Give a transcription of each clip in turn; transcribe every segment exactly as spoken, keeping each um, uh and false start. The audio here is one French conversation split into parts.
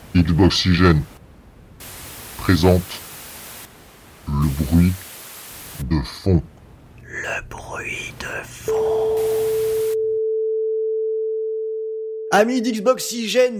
Xboxygène présente le bruit de fond. Le bruit de fond. Amis d'Xboxygène,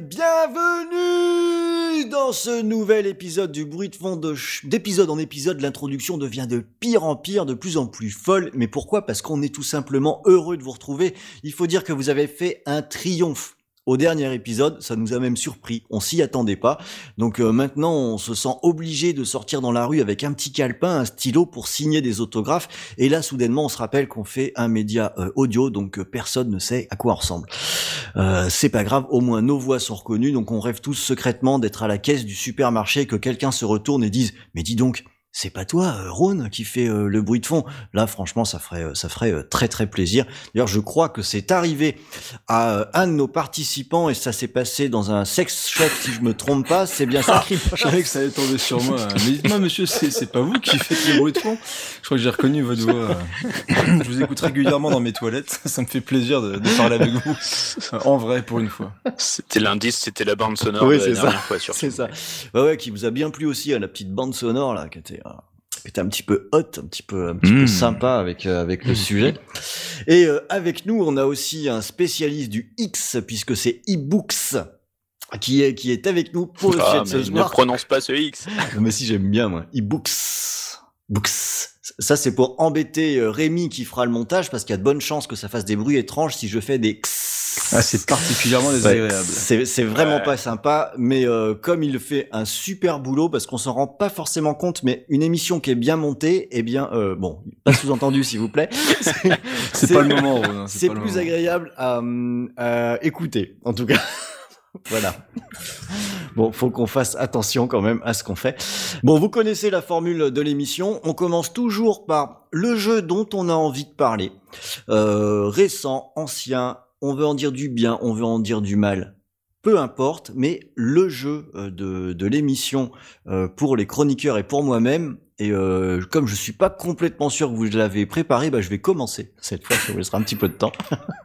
bienvenue dans ce nouvel épisode du bruit de fond. De ch- d'épisode en épisode, l'introduction devient de pire en pire, de plus en plus folle. Mais pourquoi ? Parce qu'on est tout simplement heureux de vous retrouver. Il faut dire que vous avez fait un triomphe. Au dernier épisode, ça nous a même surpris, on s'y attendait pas. Donc euh, maintenant, on se sent obligé de sortir dans la rue avec un petit calepin, un stylo pour signer des autographes. Et là, soudainement, on se rappelle qu'on fait un média euh, audio, donc euh, personne ne sait à quoi on ressemble. Euh, c'est pas grave, au moins nos voix sont reconnues, donc on rêve tous secrètement d'être à la caisse du supermarché, que quelqu'un se retourne et dise « Mais dis donc, c'est pas toi, euh, Rhône, qui fait euh, le bruit de fond ?» Là, franchement, ça ferait, euh, ça ferait euh, très très plaisir. D'ailleurs, je crois que c'est arrivé à euh, un de nos participants et ça s'est passé dans un sex shop, si je me trompe pas. C'est bien ça. Je savais que ça allait tomber sur moi. Mais dites-moi, monsieur, c'est, c'est pas vous qui faites le bruit de fond ? Je crois que j'ai reconnu votre voix. Je vous écoute régulièrement dans mes toilettes. Ça me fait plaisir de, de parler avec vous. En vrai, pour une fois. C'était l'indice, c'était la bande sonore Oui, de c'est la ça. dernière fois, surtout. C'est ça. Ouais, ouais, qui vous a bien plu aussi, à la petite bande sonore là, qui était, euh, qui était un petit peu hot, un petit peu, un petit Mmh. peu sympa avec euh, avec le sujet. Et euh, avec nous, on a aussi un spécialiste du X, puisque c'est eBooks qui est qui est avec nous pour le Ah, chat mais ce ne soir. prononce pas ce X. Non, mais si, j'aime bien moi. eBooks. Books. Ça, c'est pour embêter euh, Rémi qui fera le montage, parce qu'il y a de bonnes chances que ça fasse des bruits étranges si je fais des x. Ah, c'est particulièrement désagréable. Ouais, c'est, c'est vraiment Ouais. pas sympa, mais euh, comme il fait un super boulot, parce qu'on s'en rend pas forcément compte, mais une émission qui est bien montée, eh bien, euh, bon, pas sous-entendu s'il vous plaît, c'est, C'est pas le moment, Rhône, hein, c'est c'est pas le plus moment. agréable à, à écouter, en tout cas. Voilà. Bon, faut qu'on fasse attention quand même à ce qu'on fait. Bon, vous connaissez la formule de l'émission. On commence toujours par le jeu dont on a envie de parler. Euh, récent, ancien, on veut en dire du bien, on veut en dire du mal. Peu importe, mais le jeu euh, de, de l'émission euh, pour les chroniqueurs et pour moi-même, et euh, comme je suis pas complètement sûr que vous l'avez préparé, bah, je vais commencer. Cette fois, ça vous laissera un petit peu de temps.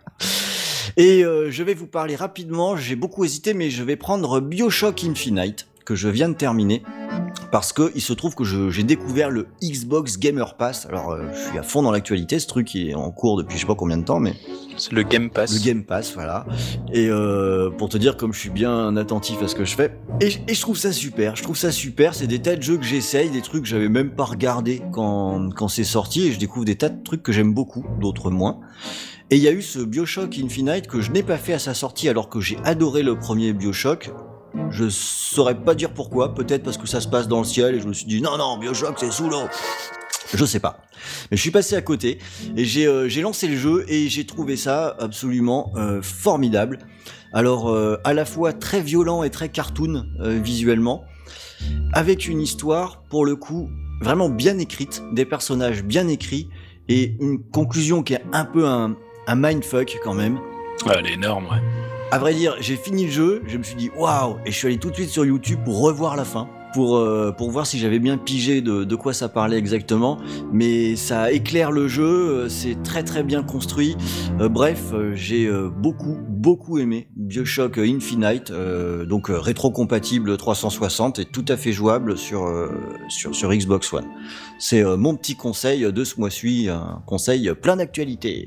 Et euh, je vais vous parler rapidement, j'ai beaucoup hésité, mais je vais prendre BioShock Infinite, que je viens de terminer, parce que il se trouve que je, j'ai découvert le Xbox Gamer Pass. Alors, euh, je suis à fond dans l'actualité, ce truc il est en cours depuis je sais pas combien de temps, mais C'est le Game Pass. le Game Pass, voilà. Et euh, pour te dire comme je suis bien attentif à ce que je fais, et, et je trouve ça super, je trouve ça super, c'est des tas de jeux que j'essaye, des trucs que j'avais même pas regardé quand, quand c'est sorti, et je découvre des tas de trucs que j'aime beaucoup, d'autres moins. Et il y a eu ce BioShock Infinite que je n'ai pas fait à sa sortie alors que j'ai adoré le premier BioShock. Je saurais pas dire pourquoi, peut-être parce que ça se passe dans le ciel et je me suis dit non non, BioShock c'est sous l'eau. Je sais pas. Mais je suis passé à côté et j'ai euh, j'ai lancé le jeu et j'ai trouvé ça absolument euh, formidable. Alors euh, à la fois très violent et très cartoon euh, visuellement, avec une histoire pour le coup vraiment bien écrite, des personnages bien écrits et une conclusion qui est un peu un, un mindfuck quand même. Ah, elle est énorme, ouais. À vrai dire, j'ai fini le jeu, je me suis dit waouh, et je suis allé tout de suite sur YouTube pour revoir la fin, pour euh, pour voir si j'avais bien pigé de de quoi ça parlait exactement. Mais ça éclaire le jeu, euh, c'est très très bien construit. Euh, bref, euh, j'ai euh, beaucoup beaucoup aimé BioShock Infinite, euh, donc euh, rétro-compatible trois cent soixante et tout à fait jouable sur euh, sur sur Xbox One. C'est euh, mon petit conseil de ce mois-ci, un conseil plein d'actualité.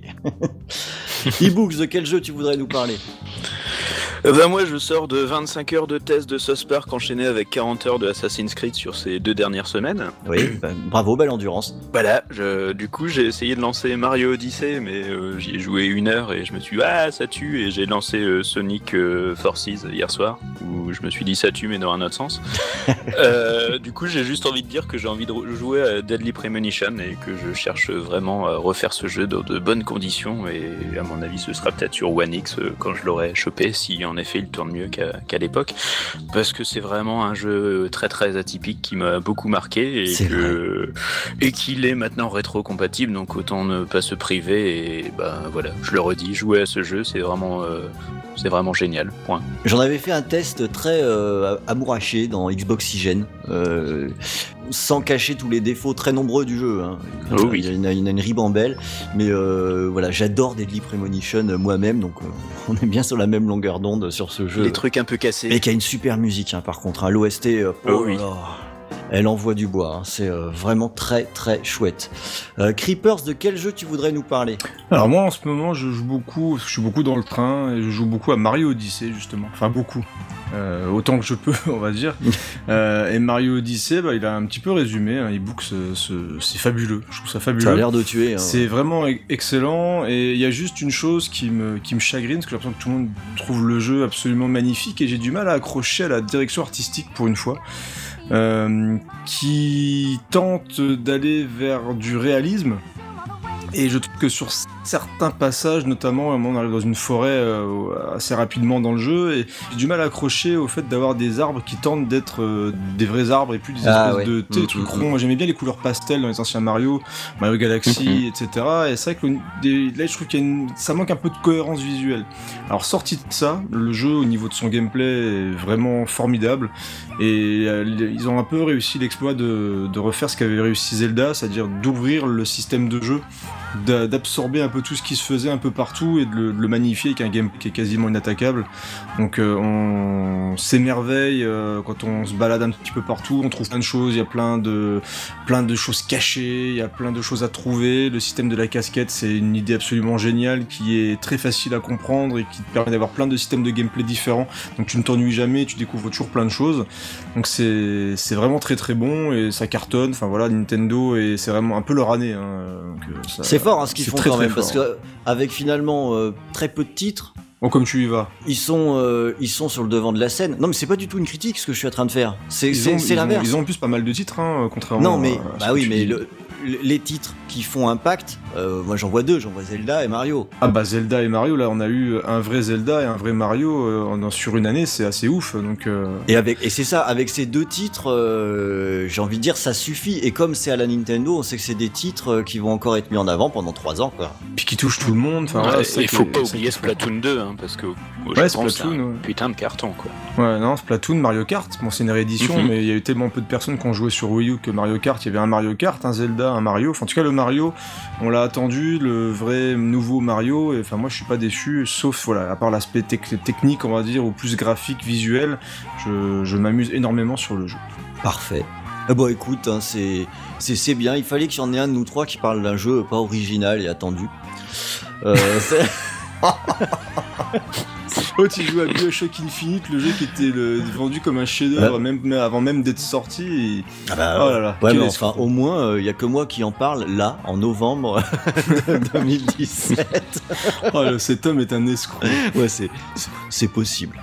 eBooks, de quel jeu tu voudrais nous parler ? Euh, bah, moi, je sors de vingt-cinq heures de test de South Park enchaîné avec quarante heures de Assassin's Creed sur ces deux dernières semaines. Oui, bah, bravo, belle endurance. Voilà, je, du coup, j'ai essayé de lancer Mario Odyssey, mais euh, j'y ai joué une heure et je me suis dit, ah, ça tue, et j'ai lancé euh, Sonic euh, Forces hier soir, où je me suis dit, ça tue, mais dans un autre sens. euh, du coup, j'ai juste envie de dire que j'ai envie de re- jouer à Deadly Premonition et que je cherche vraiment à refaire ce jeu dans de bonnes conditions, et à mon avis, ce sera peut-être sur One X euh, quand je l'aurai chopé, si en effet il tourne mieux qu'à, qu'à l'époque, parce que c'est vraiment un jeu très très atypique qui m'a beaucoup marqué et, C'est que, et qu'il est maintenant rétro-compatible, donc autant ne pas se priver. Et ben voilà, je le redis, jouer à ce jeu, c'est vraiment, euh, c'est vraiment génial. Point. J'en avais fait un test très euh, amouraché dans Xboxygène. Euh, sans cacher tous les défauts très nombreux du jeu. Hein. Oh oui. Il y a une, il y a une ribambelle, mais euh, voilà, j'adore Deadly Premonition moi-même, donc euh, on est bien sur la même longueur d'onde sur ce jeu. Les trucs un peu cassés. Mais qui a une super musique, hein, par contre. Hein, L'O S T, euh, oh, Oh oui. là, elle envoie du bois. Hein, c'est euh, vraiment très très chouette. Euh, Creepers, de quel jeu tu voudrais nous parler? Alors moi en ce moment je joue beaucoup, parce que je suis beaucoup dans le train, et je joue beaucoup à Mario Odyssey justement, enfin beaucoup, euh, autant que je peux on va dire, euh, et Mario Odyssey bah, il a un petit peu résumé, hein, e-book, ce, ce, c'est fabuleux, je trouve ça fabuleux. Ça a l'air de tuer. Hein. C'est vraiment e- excellent, et il y a juste une chose qui me, qui me chagrine, parce que j'ai l'impression que tout le monde trouve le jeu absolument magnifique, et j'ai du mal à accrocher à la direction artistique pour une fois. Euh, qui tente d'aller vers du réalisme, et je trouve que sur certains passages, notamment à un moment on arrive dans une forêt euh, assez rapidement dans le jeu, et j'ai du mal à accrocher au fait d'avoir des arbres qui tentent d'être euh, des vrais arbres et plus des Ah, espèces ouais. de t'sais, Mmh, trucs mmh, ronds. Moi j'aimais bien les couleurs pastel dans les anciens Mario, Mario Galaxy, Mmh. et cetera. Et c'est vrai que le- des- là je trouve qu'il y a une, ça manque un peu de cohérence visuelle. Alors sorti de ça, le jeu au niveau de son gameplay est vraiment formidable, et euh, ils ont un peu réussi l'exploit de, de refaire ce qu'avait réussi Zelda, c'est-à-dire d'ouvrir le système de jeu, d'a- d'absorber un peu tout ce qui se faisait un peu partout et de le, de le magnifier avec un gameplay qui est quasiment inattaquable. Donc euh, on s'émerveille euh, quand on se balade un petit peu partout, on trouve plein de choses, il y a plein de, plein de choses cachées, il y a plein de choses à trouver. Le système de la casquette, c'est une idée absolument géniale qui est très facile à comprendre et qui te permet d'avoir plein de systèmes de gameplay différents. Donc tu ne t'ennuies jamais, tu découvres toujours plein de choses. Donc c'est, c'est vraiment très très bon et ça cartonne. Enfin voilà, Nintendo, et c'est vraiment un peu leur année. Hein, donc, euh, ça- C'est fort hein, ce qu'ils c'est font très, quand très même, parce fort. que avec finalement euh, très peu de titres, Bon, comme tu y vas. ils sont euh, ils sont sur le devant de la scène. Non mais c'est pas du tout une critique ce que je suis en train de faire. C'est Ils c'est, ont, c'est ils ont- l'inverse. ils ont en plus pas mal de titres, hein, contrairement Non mais à ce bah que oui tu mais dis. le, le- les titres qui font impact, euh, moi j'en vois deux, j'en vois Zelda et Mario. Ah bah Zelda et Mario, là on a eu un vrai Zelda et un vrai Mario euh, en- sur une année, c'est assez ouf. Donc euh, Et avec et c'est ça, avec ces deux titres, euh, j'ai envie de dire ça suffit. Et comme c'est à la Nintendo, on sait que c'est des titres euh, qui vont encore être mis en avant pendant trois ans quoi. puis qui touche tout le monde. Enfin, Ouais, voilà, et c'est ça il qui faut est- pas c'est ça oublier qui est fort. Splatoon deux, hein, parce que moi, je Ouais, pense que c'est Splatoon, un ouais. putain de carton, quoi. Ouais, non, Splatoon, Mario Kart, bon c'est une réédition, Mhm. mais il y a eu tellement peu de personnes qui ont joué sur Wii U que Mario Kart, il y avait un Mario Kart, un Zelda, un Mario, enfin en tout cas le Mario, on l'a attendu, le vrai nouveau Mario, et enfin moi je suis pas déçu, sauf voilà, à part l'aspect tec- technique on va dire, ou plus graphique, visuel, je, je m'amuse énormément sur le jeu. Parfait. Ah bon écoute, hein, c'est c'est c'est bien. Il fallait qu'il y en ait un de nous trois qui parle d'un jeu pas original et attendu. Euh, c'est- Oh, tu joues à BioShock Infinite, le jeu qui était le- vendu comme un chef-d'œuvre, même, même avant même d'être sorti. Et... Ah bah, Oh là là, ouais, quel mais escroc. enfin, au moins, il y a que moi qui en parle là, en novembre deux mille dix-sept. Oh, là, cet homme est un escroc. Ouais, c'est c'est- c'est possible.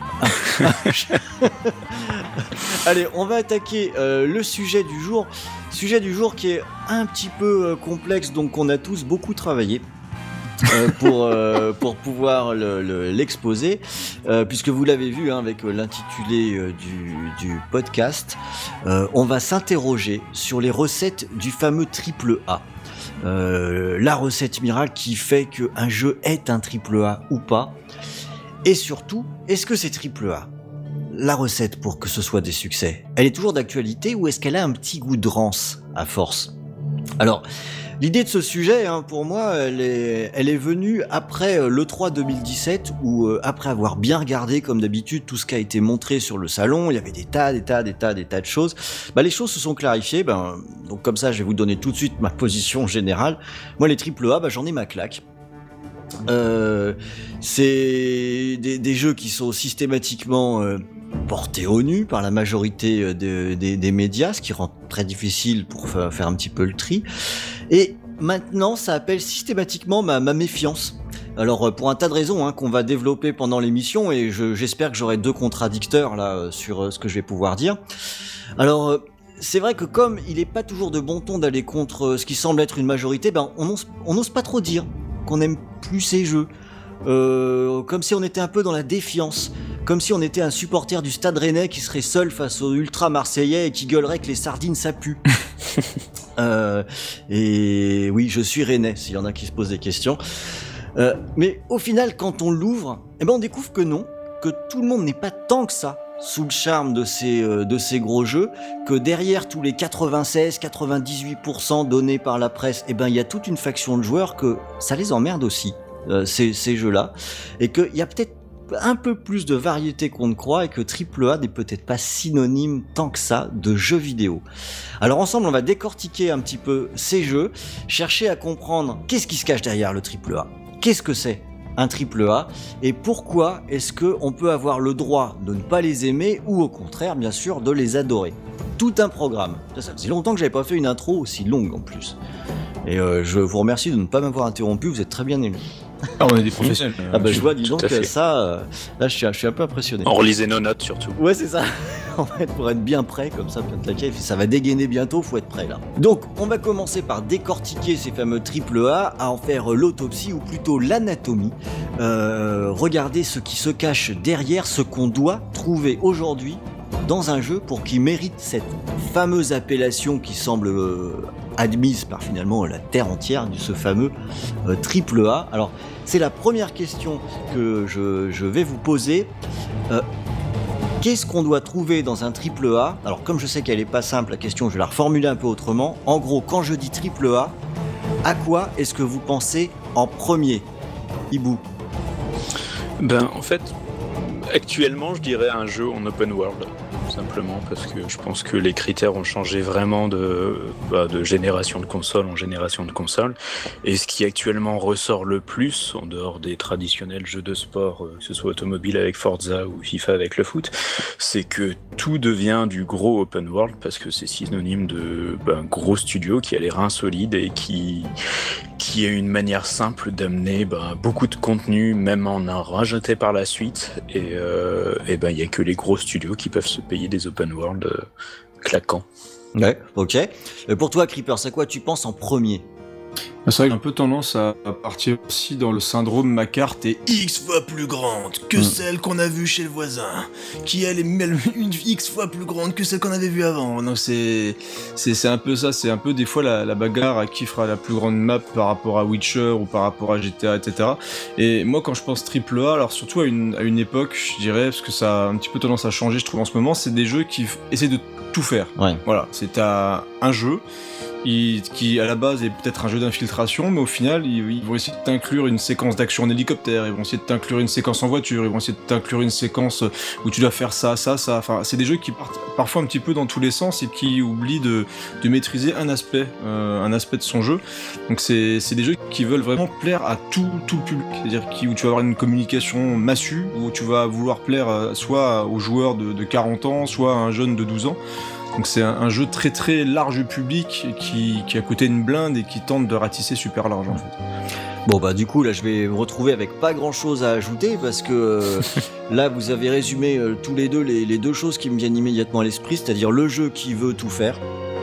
Allez, on va attaquer euh, le sujet du jour. Sujet du jour qui est un petit peu euh, complexe, donc on a tous beaucoup travaillé. euh, pour, euh, pour pouvoir le- le- l'exposer, euh, puisque vous l'avez vu hein, avec euh, l'intitulé euh, du, du podcast, euh, on va s'interroger sur les recettes du fameux triple A. Euh, la recette miracle qui fait qu'un jeu est un triple A ou pas. Et surtout, est-ce que c'est triple A ? La recette pour que ce soit des succès, elle est toujours d'actualité ou est-ce qu'elle a un petit goût de rance à force ? Alors, l'idée de ce sujet, hein, pour moi, elle est, elle est venue après euh, l'E trois deux mille dix-sept, où euh, après avoir bien regardé, comme d'habitude, tout ce qui a été montré sur le salon, il y avait des tas, des tas, des tas, des tas de choses. Bah, les choses se sont clarifiées. Ben, donc comme ça, je vais vous donner tout de suite ma position générale. Moi, les triple A, bah, j'en ai ma claque. Euh, c'est des, des jeux qui sont systématiquement euh, portés au nu par la majorité euh, de, des, des médias, ce qui rend très difficile pour fa- faire un petit peu le tri. Et maintenant, ça appelle systématiquement ma, ma méfiance. Alors, euh, pour un tas de raisons hein, qu'on va développer pendant l'émission, et je, j'espère que j'aurai deux contradicteurs là euh, sur euh, ce que je vais pouvoir dire. Alors, euh, c'est vrai que comme il n'est pas toujours de bon ton d'aller contre euh, ce qui semble être une majorité, ben on n'ose on n'ose pas trop dire qu'on aime plus ces jeux. Euh, comme si on était un peu dans la défiance, comme si on était un supporter du Stade Rennais qui serait seul face aux ultra marseillais et qui gueulerait que les sardines ça pue. euh, et oui, je suis Rennais, s'il y en a qui se posent des questions. Euh, mais au final, quand on l'ouvre, eh ben on découvre que non, que tout le monde n'est pas tant que ça sous le charme de ces, euh, de ces gros jeux, que derrière tous les quatre-vingt-seize à quatre-vingt-dix-huit pour cent donnés par la presse, eh ben, il y a toute une faction de joueurs que ça les emmerde aussi, euh, ces, ces jeux-là, et qu'il y a peut-être un peu plus de variété qu'on ne croit et que triple A n'est peut-être pas synonyme tant que ça de jeux vidéo. Alors ensemble, on va décortiquer un petit peu ces jeux, chercher à comprendre qu'est-ce qui se cache derrière le triple A. Qu'est-ce que c'est un triple A et pourquoi est-ce qu'on peut avoir le droit de ne pas les aimer ou au contraire, bien sûr, de les adorer. Tout un programme. Ça faisait longtemps que j'avais pas fait une intro aussi longue en plus. Et euh, je vous remercie de ne pas m'avoir interrompu, vous êtes très bien élus. Ah, on est des professionnels. Ah bah je vois, dis Tout donc à fait. ça, euh, là je suis, je suis un peu impressionné. On relisait nos notes surtout. Ouais c'est ça, en fait pour être bien prêt comme ça, bien claqué, ça va dégainer bientôt, faut être prêt là. Donc on va commencer par décortiquer ces fameux triple A, à en faire l'autopsie ou plutôt l'anatomie, euh, regarder ce qui se cache derrière ce qu'on doit trouver aujourd'hui dans un jeu pour qu'il mérite cette fameuse appellation qui semble euh, admise par finalement la terre entière de ce fameux euh, triple A. Alors c'est la première question que je, je vais vous poser. Euh, qu'est-ce qu'on doit trouver dans un triple A ? Alors comme je sais qu'elle n'est pas simple la question, je vais la reformuler un peu autrement. En gros, quand je dis triple A, à quoi est-ce que vous pensez en premier ? Hibou. Ben en fait, actuellement je dirais un jeu en open world. Simplement parce que je pense que les critères ont changé vraiment de, bah, de génération de console en génération de console. Et ce qui actuellement ressort le plus, en dehors des traditionnels jeux de sport, que ce soit automobile avec Forza ou FIFA avec le foot, c'est que tout devient du gros open world parce que c'est synonyme de bah, gros studio qui a les reins solides et qui, qui a une manière simple d'amener bah, beaucoup de contenu, même en en rajouter par la suite. Et il euh, et ben, y a que les gros studios qui peuvent se payer des open world euh, claquants. Ouais, ok. Et pour toi, Creeper, c'est quoi tu penses en premier ? C'est vrai que j'ai un peu tendance à partir aussi dans le syndrome ma carte est X fois plus grande que Mm. celle qu'on a vue chez le voisin, qui elle est même une X fois plus grande que celle qu'on avait vue avant. Donc c'est c'est c'est un peu ça, c'est un peu des fois la, la bagarre à qui fera la plus grande map par rapport à Witcher ou par rapport à G T A, et cetera. Et moi quand je pense triple A, alors surtout à une à une époque, je dirais, parce que ça a un petit peu tendance à changer, je trouve en ce moment, c'est des jeux qui f- essaient de tout faire. Ouais. Voilà, c'est à un jeu. Il- qui à la base est peut-être un jeu d'infiltration, mais au final ils, ils vont essayer de t'inclure une séquence d'action en hélicoptère, ils vont essayer de t'inclure une séquence en voiture, ils vont essayer de t'inclure une séquence où tu dois faire ça, ça, ça. Enfin, c'est des jeux qui partent parfois un petit peu dans tous les sens et qui oublient de, de maîtriser un aspect, euh, un aspect de son jeu. Donc c'est, c'est des jeux qui veulent vraiment plaire à tout, tout le public, c'est-à-dire qui, où tu vas avoir une communication massue, où tu vas vouloir plaire euh, soit aux joueurs de, de quarante ans, soit à un jeune de douze ans. Donc c'est un, un jeu très très large public qui, qui a coûté une blinde et qui tente de ratisser super large en fait. Bon bah du coup là je vais me retrouver avec pas grand chose à ajouter parce que euh, là vous avez résumé euh, tous les deux les, les deux choses qui me viennent immédiatement à l'esprit, c'est-à-dire le jeu qui veut tout faire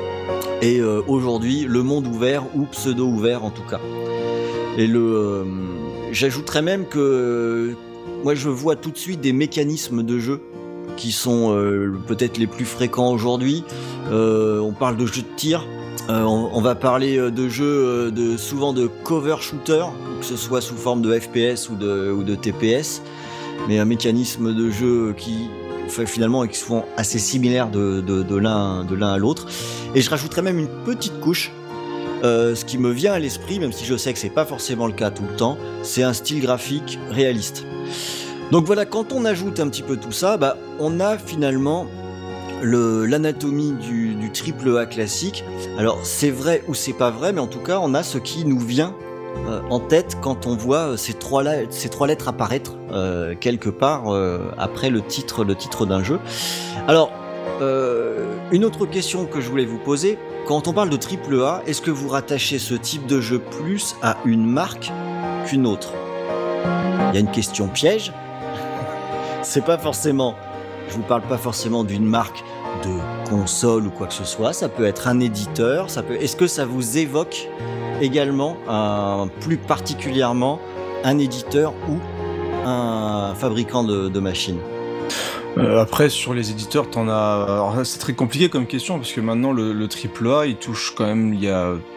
et euh, aujourd'hui le monde ouvert ou pseudo ouvert en tout cas. Et le euh, j'ajouterais même que euh, moi je vois tout de suite des mécanismes de jeu qui sont euh, peut-être les plus fréquents aujourd'hui. Euh, on parle de jeux de tir, euh, on, on va parler de jeux euh, de, souvent de cover shooter, que ce soit sous forme de F P S ou de, ou de T P S, mais un mécanisme de jeu qui enfin, finalement qui sont assez similaires de, de, de, l'un, de l'un à l'autre. Et je rajouterais même une petite couche. Euh, ce qui me vient à l'esprit, même si je sais que c'est pas forcément le cas tout le temps, c'est un style graphique réaliste. Donc voilà, quand on ajoute un petit peu tout ça, bah, on a finalement le, l'anatomie du, du triple A classique. Alors c'est vrai ou c'est pas vrai, mais en tout cas on a ce qui nous vient euh, en tête quand on voit ces trois, la- ces trois lettres apparaître euh, quelque part euh, après le titre, le titre d'un jeu. Alors, euh, une autre question que je voulais vous poser, quand on parle de triple A, est-ce que vous rattachez ce type de jeu plus à une marque qu'une autre ? Il y a une question piège. C'est pas forcément, je vous parle pas forcément d'une marque de console ou quoi que ce soit, ça peut être un éditeur, ça peut, est-ce que ça vous évoque également, un, plus particulièrement, un éditeur ou un fabricant de, de machines ? Euh, après sur les éditeurs t'en as, alors c'est très compliqué comme question parce que maintenant le, le triple A il touche quand même, il y a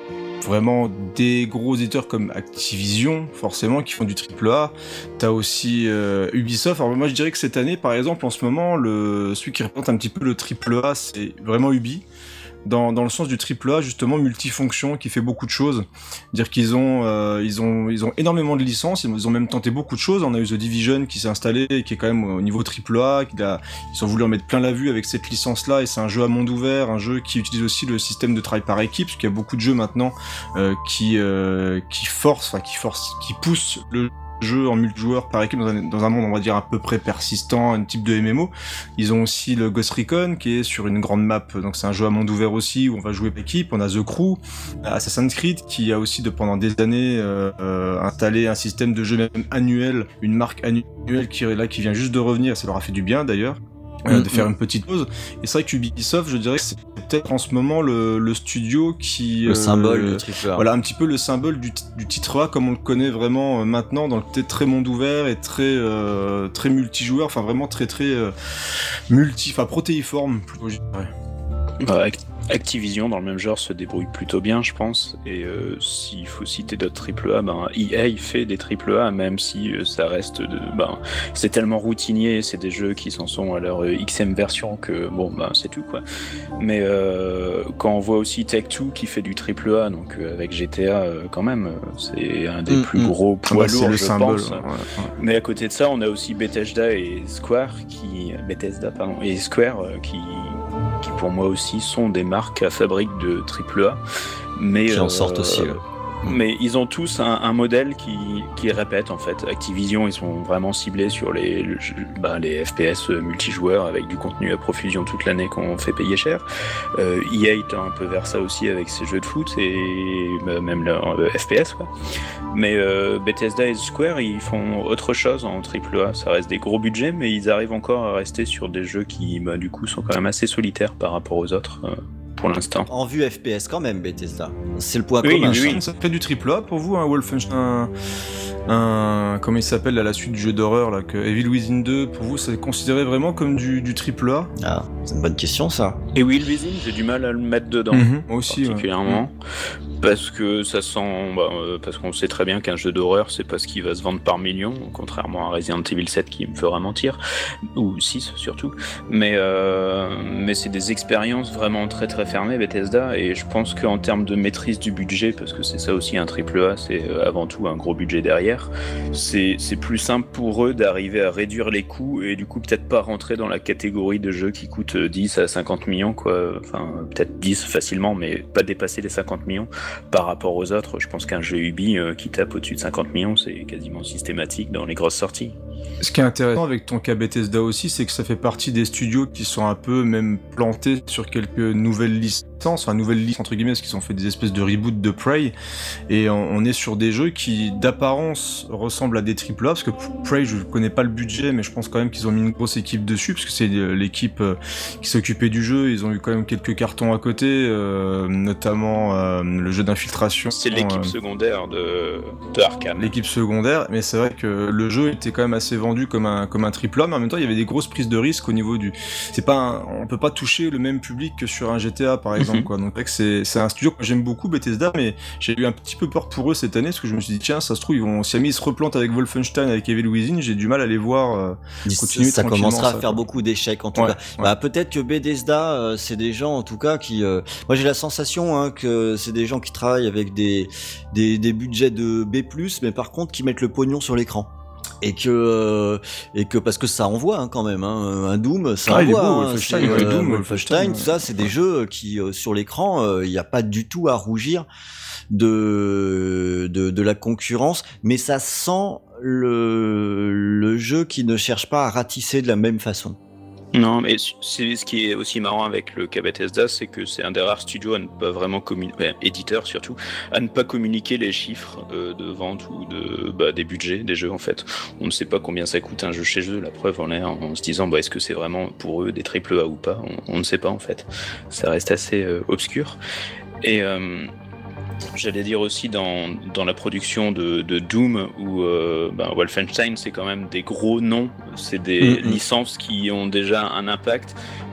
vraiment des gros éditeurs comme Activision, forcément, qui font du triple A. T'as aussi euh, Ubisoft. Alors moi je dirais que cette année, par exemple, en ce moment, le celui qui représente un petit peu le triple A, c'est vraiment Ubi. Dans, dans le sens du triple A, justement, multifonction, qui fait beaucoup de choses. Dire qu'ils ont, euh, ils ont, ils ont énormément de licences, ils ont même tenté beaucoup de choses. On a eu The Division qui s'est installé, et qui est quand même au niveau triple A, qui a, ils ont voulu en mettre plein la vue avec cette licence-là, et c'est un jeu à monde ouvert, un jeu qui utilise aussi le système de travail par équipe, parce qu'il y a beaucoup de jeux maintenant, euh, qui, euh, qui forcent, enfin, qui forcent, qui poussent le jeu en multijoueur par équipe dans un, dans un monde on va dire à peu près persistant, un type de M M O. Ils ont aussi le Ghost Recon qui est sur une grande map, donc c'est un jeu à monde ouvert aussi où on va jouer par équipe. On a The Crew, Assassin's Creed qui a aussi de pendant des années euh, euh, installé un système de jeu même annuel, une marque annuelle qui est là qui vient juste de revenir, ça leur a fait du bien d'ailleurs. Euh, de faire une petite pause. Et c'est vrai qu'Ubisoft, je dirais que c'est peut-être en ce moment le, le studio qui... Le euh, symbole du triple A. Voilà, un petit peu le symbole du, du titre A comme on le connaît vraiment euh, maintenant, dans le côté très monde ouvert et très, euh, très multijoueur, enfin vraiment très très euh, multi... Enfin protéiforme, plutôt, je dirais. Bah, Activision dans le même genre se débrouille plutôt bien, je pense, et euh, s'il faut citer d'autres triple A, ben E A fait des triple A, même si euh, ça reste de, ben c'est tellement routinier, c'est des jeux qui s'en sont à leur euh, X-ème version que bon ben c'est tout quoi. Mais euh, quand on voit aussi Take-Two qui fait du triple A, donc euh, avec G T A euh, quand même, euh, c'est un des mmh, plus mmh. gros poids lourds, je symbole, pense. Ouais, ouais. Mais à côté de ça, on a aussi Bethesda et Square qui Bethesda pardon et Square euh, qui qui pour moi aussi sont des marques à fabrique de triple A, mais qui en euh, sortent aussi. Ouais. Mais ils ont tous un, un modèle qui, qui répète en fait. Activision, ils sont vraiment ciblés sur les, le, bah, les F P S multijoueurs avec du contenu à profusion toute l'année qu'on fait payer cher. Euh, E A est un peu vers ça aussi avec ses jeux de foot et bah, même le, le F P S quoi. Mais euh, Bethesda et Square, ils font autre chose en triple A. Ça reste des gros budgets, mais ils arrivent encore à rester sur des jeux qui, bah, du coup, sont quand même assez solitaires par rapport aux autres. Euh, pour l'instant. En vue F P S quand même, Bethesda. C'est le point oui, commun. Oui, ça fait du triple A pour vous, un Wolfenstein, un, un comment il s'appelle à la suite du jeu d'horreur là, que Evil Within deux, pour vous, c'est considéré vraiment comme du, du triple A? Ah, c'est une bonne question ça. Et Evil Within, j'ai du mal à le mettre dedans, mm-hmm, aussi, particulièrement, ouais. parce que ça sent, bah, euh, parce qu'on sait très bien qu'un jeu d'horreur, c'est pas ce qui va se vendre par million, contrairement à Resident Evil sept qui me fera mentir, ou six surtout. Mais euh, mais c'est des expériences vraiment très très fermées, Bethesda. Et je pense qu'en termes de maîtrise du budget, parce que c'est ça aussi un triple A, c'est avant tout un gros budget derrière, c'est, c'est plus simple pour eux d'arriver à réduire les coûts et du coup peut-être pas rentrer dans la catégorie de jeux qui coûtent dix à cinquante millions quoi, enfin peut-être dix facilement mais pas dépasser les cinquante millions par rapport aux autres. Je pense qu'un jeu Ubi euh, qui tape au-dessus de cinquante millions, c'est quasiment systématique dans les grosses sorties. Ce qui est intéressant avec ton cas Bethesda aussi, c'est que ça fait partie des studios qui sont un peu même plantés sur quelques nouvelles licences, enfin nouvelles licences entre guillemets, parce qu'ils ont fait des espèces de reboot de Prey, et on, on est sur des jeux qui d'apparence ressemblent à des triple A, parce que Prey, je connais pas le budget, mais je pense quand même qu'ils ont mis une grosse équipe dessus, parce que c'est l'équipe qui s'occupait du jeu, ils ont eu quand même quelques cartons à côté, euh, notamment euh, le jeu d'infiltration. C'est l'équipe euh, secondaire de, de Arkham. L'équipe secondaire, mais c'est vrai que le jeu était quand même assez vendu comme un comme un triple A, mais en même temps il y avait des grosses prises de risque au niveau du, c'est pas un... on peut pas toucher le même public que sur un G T A par exemple, mm-hmm. quoi. Donc c'est c'est un studio que j'aime beaucoup, Bethesda, mais j'ai eu un petit peu peur pour eux cette année parce que je me suis dit tiens, ça se trouve ils vont, si jamais ils se replantent avec Wolfenstein, avec Evil Within, j'ai du mal à les voir euh, continuer ça commencera ça, à faire quoi. Beaucoup d'échecs en tout ouais, cas. Ouais. Bah peut-être que Bethesda euh, c'est des gens en tout cas qui euh... moi j'ai la sensation hein, que c'est des gens qui travaillent avec des des des budgets de B plus, mais par contre qui mettent le pognon sur l'écran. Et que euh, et que parce que ça envoie hein, quand même hein, un Doom ça ah, envoie beau, hein, Wolfenstein, c'est, ouais, euh, Doom, Wolfenstein tout ça c'est des jeux qui euh, sur l'écran il euh, y a pas du tout à rougir de de de la concurrence, mais ça sent le le jeu qui ne cherche pas à ratisser de la même façon. Non, mais c'est ce qui est aussi marrant avec le cas Bethesda, c'est que c'est un des rares studios à ne pas vraiment communiquer, enfin, éditeurs surtout, à ne pas communiquer les chiffres euh, de vente ou de bah, des budgets des jeux en fait. On ne sait pas combien ça coûte un jeu chez eux. La preuve en est en, en se disant bah est-ce que c'est vraiment pour eux des triple A ou pas. On, on ne sait pas en fait. Ça reste assez euh, obscur. Et euh, j'allais dire aussi dans, dans la production de, de Doom ou euh, ben Wolfenstein, c'est quand même des gros noms, c'est des mm-hmm. licences qui ont déjà un impact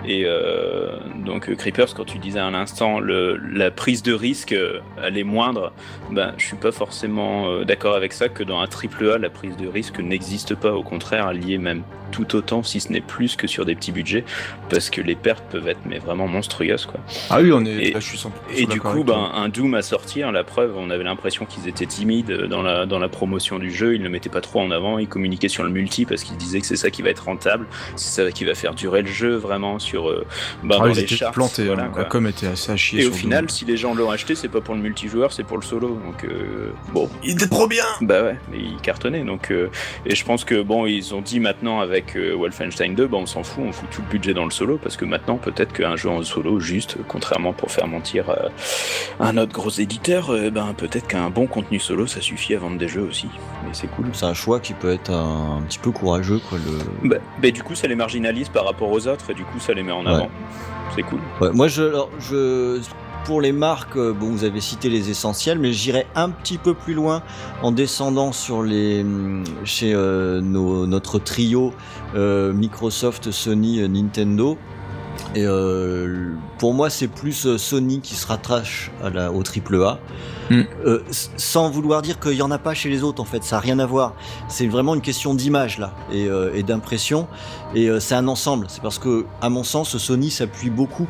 Et euh, donc euh, Creepers, quand tu disais à l'instant le, la prise de risque euh, elle est moindre, ben je suis pas forcément euh, d'accord avec ça, que dans un triple A la prise de risque n'existe pas, au contraire elle y est même tout autant, si ce n'est plus que sur des petits budgets, parce que les pertes peuvent être mais vraiment monstrueuses quoi. Ah oui, on est et, là, je suis cent pour cent et du d'accord coup avec ben, toi. un Doom à sortir, la preuve, on avait l'impression qu'ils étaient timides dans la, dans la promotion du jeu, ils ne le mettaient pas trop en avant, ils communiquaient sur le multi parce qu'ils disaient que c'est ça qui va être rentable, c'est ça qui va faire durer le jeu vraiment sur euh, ben, Ah, dans ils les étaient charts, plantés, voilà, hein. quoi. La com était assez à chier. Et sur au final, Doom. si les gens l'ont acheté, c'est pas pour le multijoueur, c'est pour le solo. Donc euh, bon, Il était trop bien. bah ouais, mais il cartonnait. Donc euh, et je pense que bon, ils ont dit maintenant avec euh, Wolfenstein deux, bah on s'en fout, on fout tout le budget dans le solo parce que maintenant peut-être qu'un jeu en solo, juste, contrairement pour faire mentir euh, un autre gros éditeur, euh, ben peut-être qu'un bon contenu solo, ça suffit à vendre des jeux aussi. Mais c'est cool. C'est un choix qui peut être un, un petit peu courageux, quoi. Le... Bah, bah du coup, ça les marginalise par rapport aux autres et du coup, ça les met en avant. Ouais. C'est cool. Ouais, moi, je, alors, je, pour les marques, euh, bon, vous avez cité les essentiels, mais j'irai un petit peu plus loin en descendant sur les, chez euh, nos, notre trio euh, Microsoft, Sony, euh, Nintendo. Et euh, pour moi, c'est plus euh, Sony qui se rattache à la, au triple A. Mm. Euh, sans vouloir dire qu'il n'y en a pas chez les autres, en fait, ça n'a rien à voir. C'est vraiment une question d'image là et, euh, et d'impression. Et euh, c'est un ensemble. C'est parce que, à mon sens, Sony s'appuie beaucoup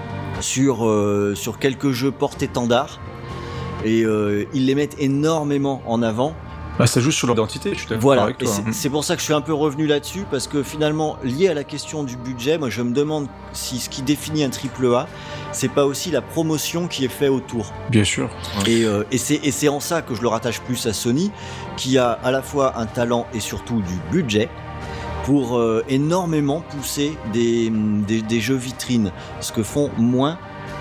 sur, euh, sur quelques jeux porte-étendard et euh, ils les mettent énormément en avant. Bah, ça joue sur l'identité, je suis d'accord voilà. avec toi. C'est, hein. c'est pour ça que je suis un peu revenu là-dessus, parce que finalement, lié à la question du budget, moi je me demande si ce qui définit un triple A, c'est pas aussi la promotion qui est faite autour. Bien sûr. Ouais. Et, euh, et, c'est, et c'est en ça que je le rattache plus à Sony, qui a à la fois un talent et surtout du budget pour euh, énormément pousser des, des, des jeux vitrines, ce que font moins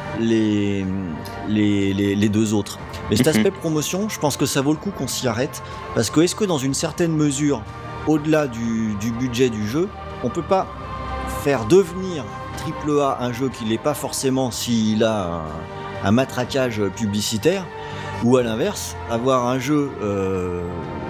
les, les, les, les deux autres. Mais cet aspect promotion, je pense que ça vaut le coup qu'on s'y arrête, parce que est-ce que dans une certaine mesure, au-delà du, du budget du jeu, on peut pas faire devenir triple A un jeu qui l'est pas forcément s'il a un, un matraquage publicitaire, ou à l'inverse, avoir un jeu euh,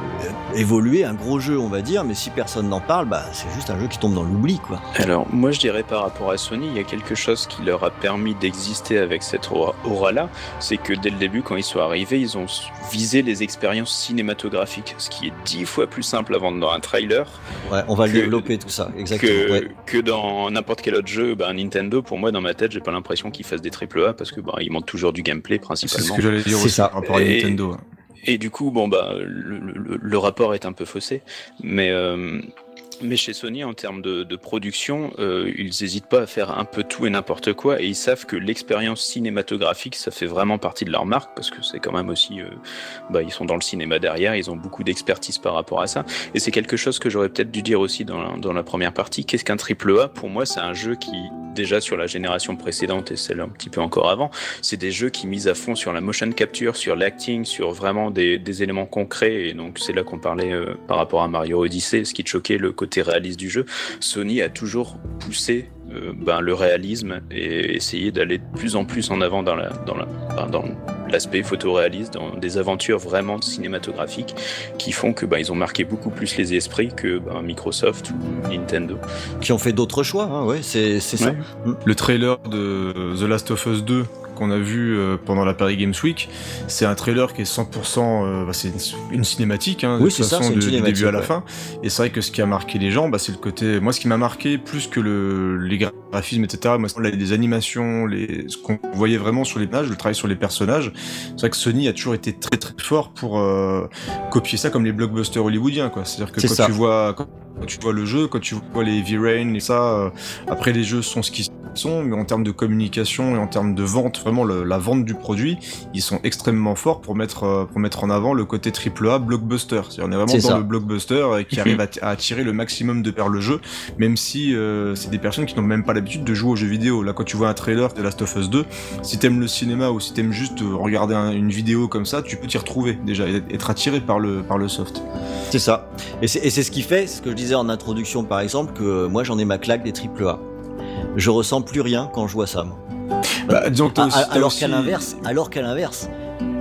évolué, un gros jeu on va dire, mais si personne n'en parle, bah, c'est juste un jeu qui tombe dans l'oubli, quoi. Alors moi je dirais par rapport à Sony, il y a quelque chose qui leur a permis d'exister avec cette aura-là, c'est que dès le début quand ils sont arrivés, ils ont visé les expériences cinématographiques, ce qui est dix fois plus simple à vendre dans un trailer. Ouais, on va que, le développer tout ça, exactement. Que, ouais. que dans n'importe quel autre jeu, bah, Nintendo, pour moi dans ma tête, j'ai pas l'impression qu'ils fassent des triple A parce que bah, ils montrent toujours du gameplay principalement. C'est ce que j'allais dire c'est aussi ça. par rapport à Et, Nintendo. Et du coup, bon bah, le, le, le rapport est un peu faussé, mais euh, mais chez Sony, en termes de, de production, euh, ils n'hésitent pas à faire un peu tout et n'importe quoi, et ils savent que l'expérience cinématographique, ça fait vraiment partie de leur marque, parce que c'est quand même aussi, euh, bah, ils sont dans le cinéma derrière, ils ont beaucoup d'expertise par rapport à ça, et c'est quelque chose que j'aurais peut-être dû dire aussi dans la, dans la première partie. Qu'est-ce qu'un triple A ? Pour moi, c'est un jeu qui, déjà sur la génération précédente et celle un petit peu encore avant, c'est des jeux qui misent à fond sur la motion capture, sur l'acting, sur vraiment des, des éléments concrets, et donc c'est là qu'on parlait euh, par rapport à Mario Odyssey, ce qui te choquait, le côté réaliste du jeu. Sony a toujours poussé euh, ben, le réalisme et essayé d'aller de plus en plus en avant dans, la, dans, la, ben, dans l'aspect photoréaliste, dans des aventures vraiment cinématographiques qui font que ben, ils ont marqué beaucoup plus les esprits que ben, Microsoft ou Nintendo. Qui ont fait d'autres choix, hein, ouais, c'est, c'est ouais. ça. Le trailer de The Last of Us deux qu'on a vu euh, pendant la Paris Games Week, c'est un trailer qui est cent pour cent, euh, bah, c'est une, une cinématique, hein, de oui, toute c'est façon, ça, c'est de, une du début à la ouais. fin. Et c'est vrai que ce qui a marqué les gens, bah, c'est le côté, moi ce qui m'a marqué plus que le, les graphismes, et cetera, moi, c'est les animations, les, ce qu'on voyait vraiment sur les pages, le travail sur les personnages. C'est vrai que Sony a toujours été très très fort pour euh, copier ça comme les blockbusters hollywoodiens, quoi. C'est-à-dire que c'est quand ça. tu vois, quand, quand tu vois le jeu, quand tu vois les V-Rain et ça, euh, après les jeux sont ce qu'ils sont, mais en termes de communication et en termes de vente, vraiment le, la vente du produit, ils sont extrêmement forts pour mettre euh, pour mettre en avant le côté triple A blockbuster. C'est-à-dire on est vraiment c'est dans ça. le blockbuster euh, qui arrive à, t- à attirer le maximum de vers le jeu, même si euh, c'est des personnes qui n'ont même pas l'habitude de jouer aux jeux vidéo. Là, quand tu vois un trailer de Last of Us deux, si t'aimes le cinéma ou si t'aimes juste euh, regarder un, une vidéo comme ça, tu peux t'y retrouver déjà, et être attiré par le par le soft. C'est ça. Et c'est, et c'est ce qui fait, ce que je disais en introduction par exemple, que moi j'en ai ma claque des triple A. Je ressens plus rien quand je vois ça. Moi. Bah, disons que t'as aussi, à, t'as alors aussi... qu'à l'inverse, alors qu'à l'inverse,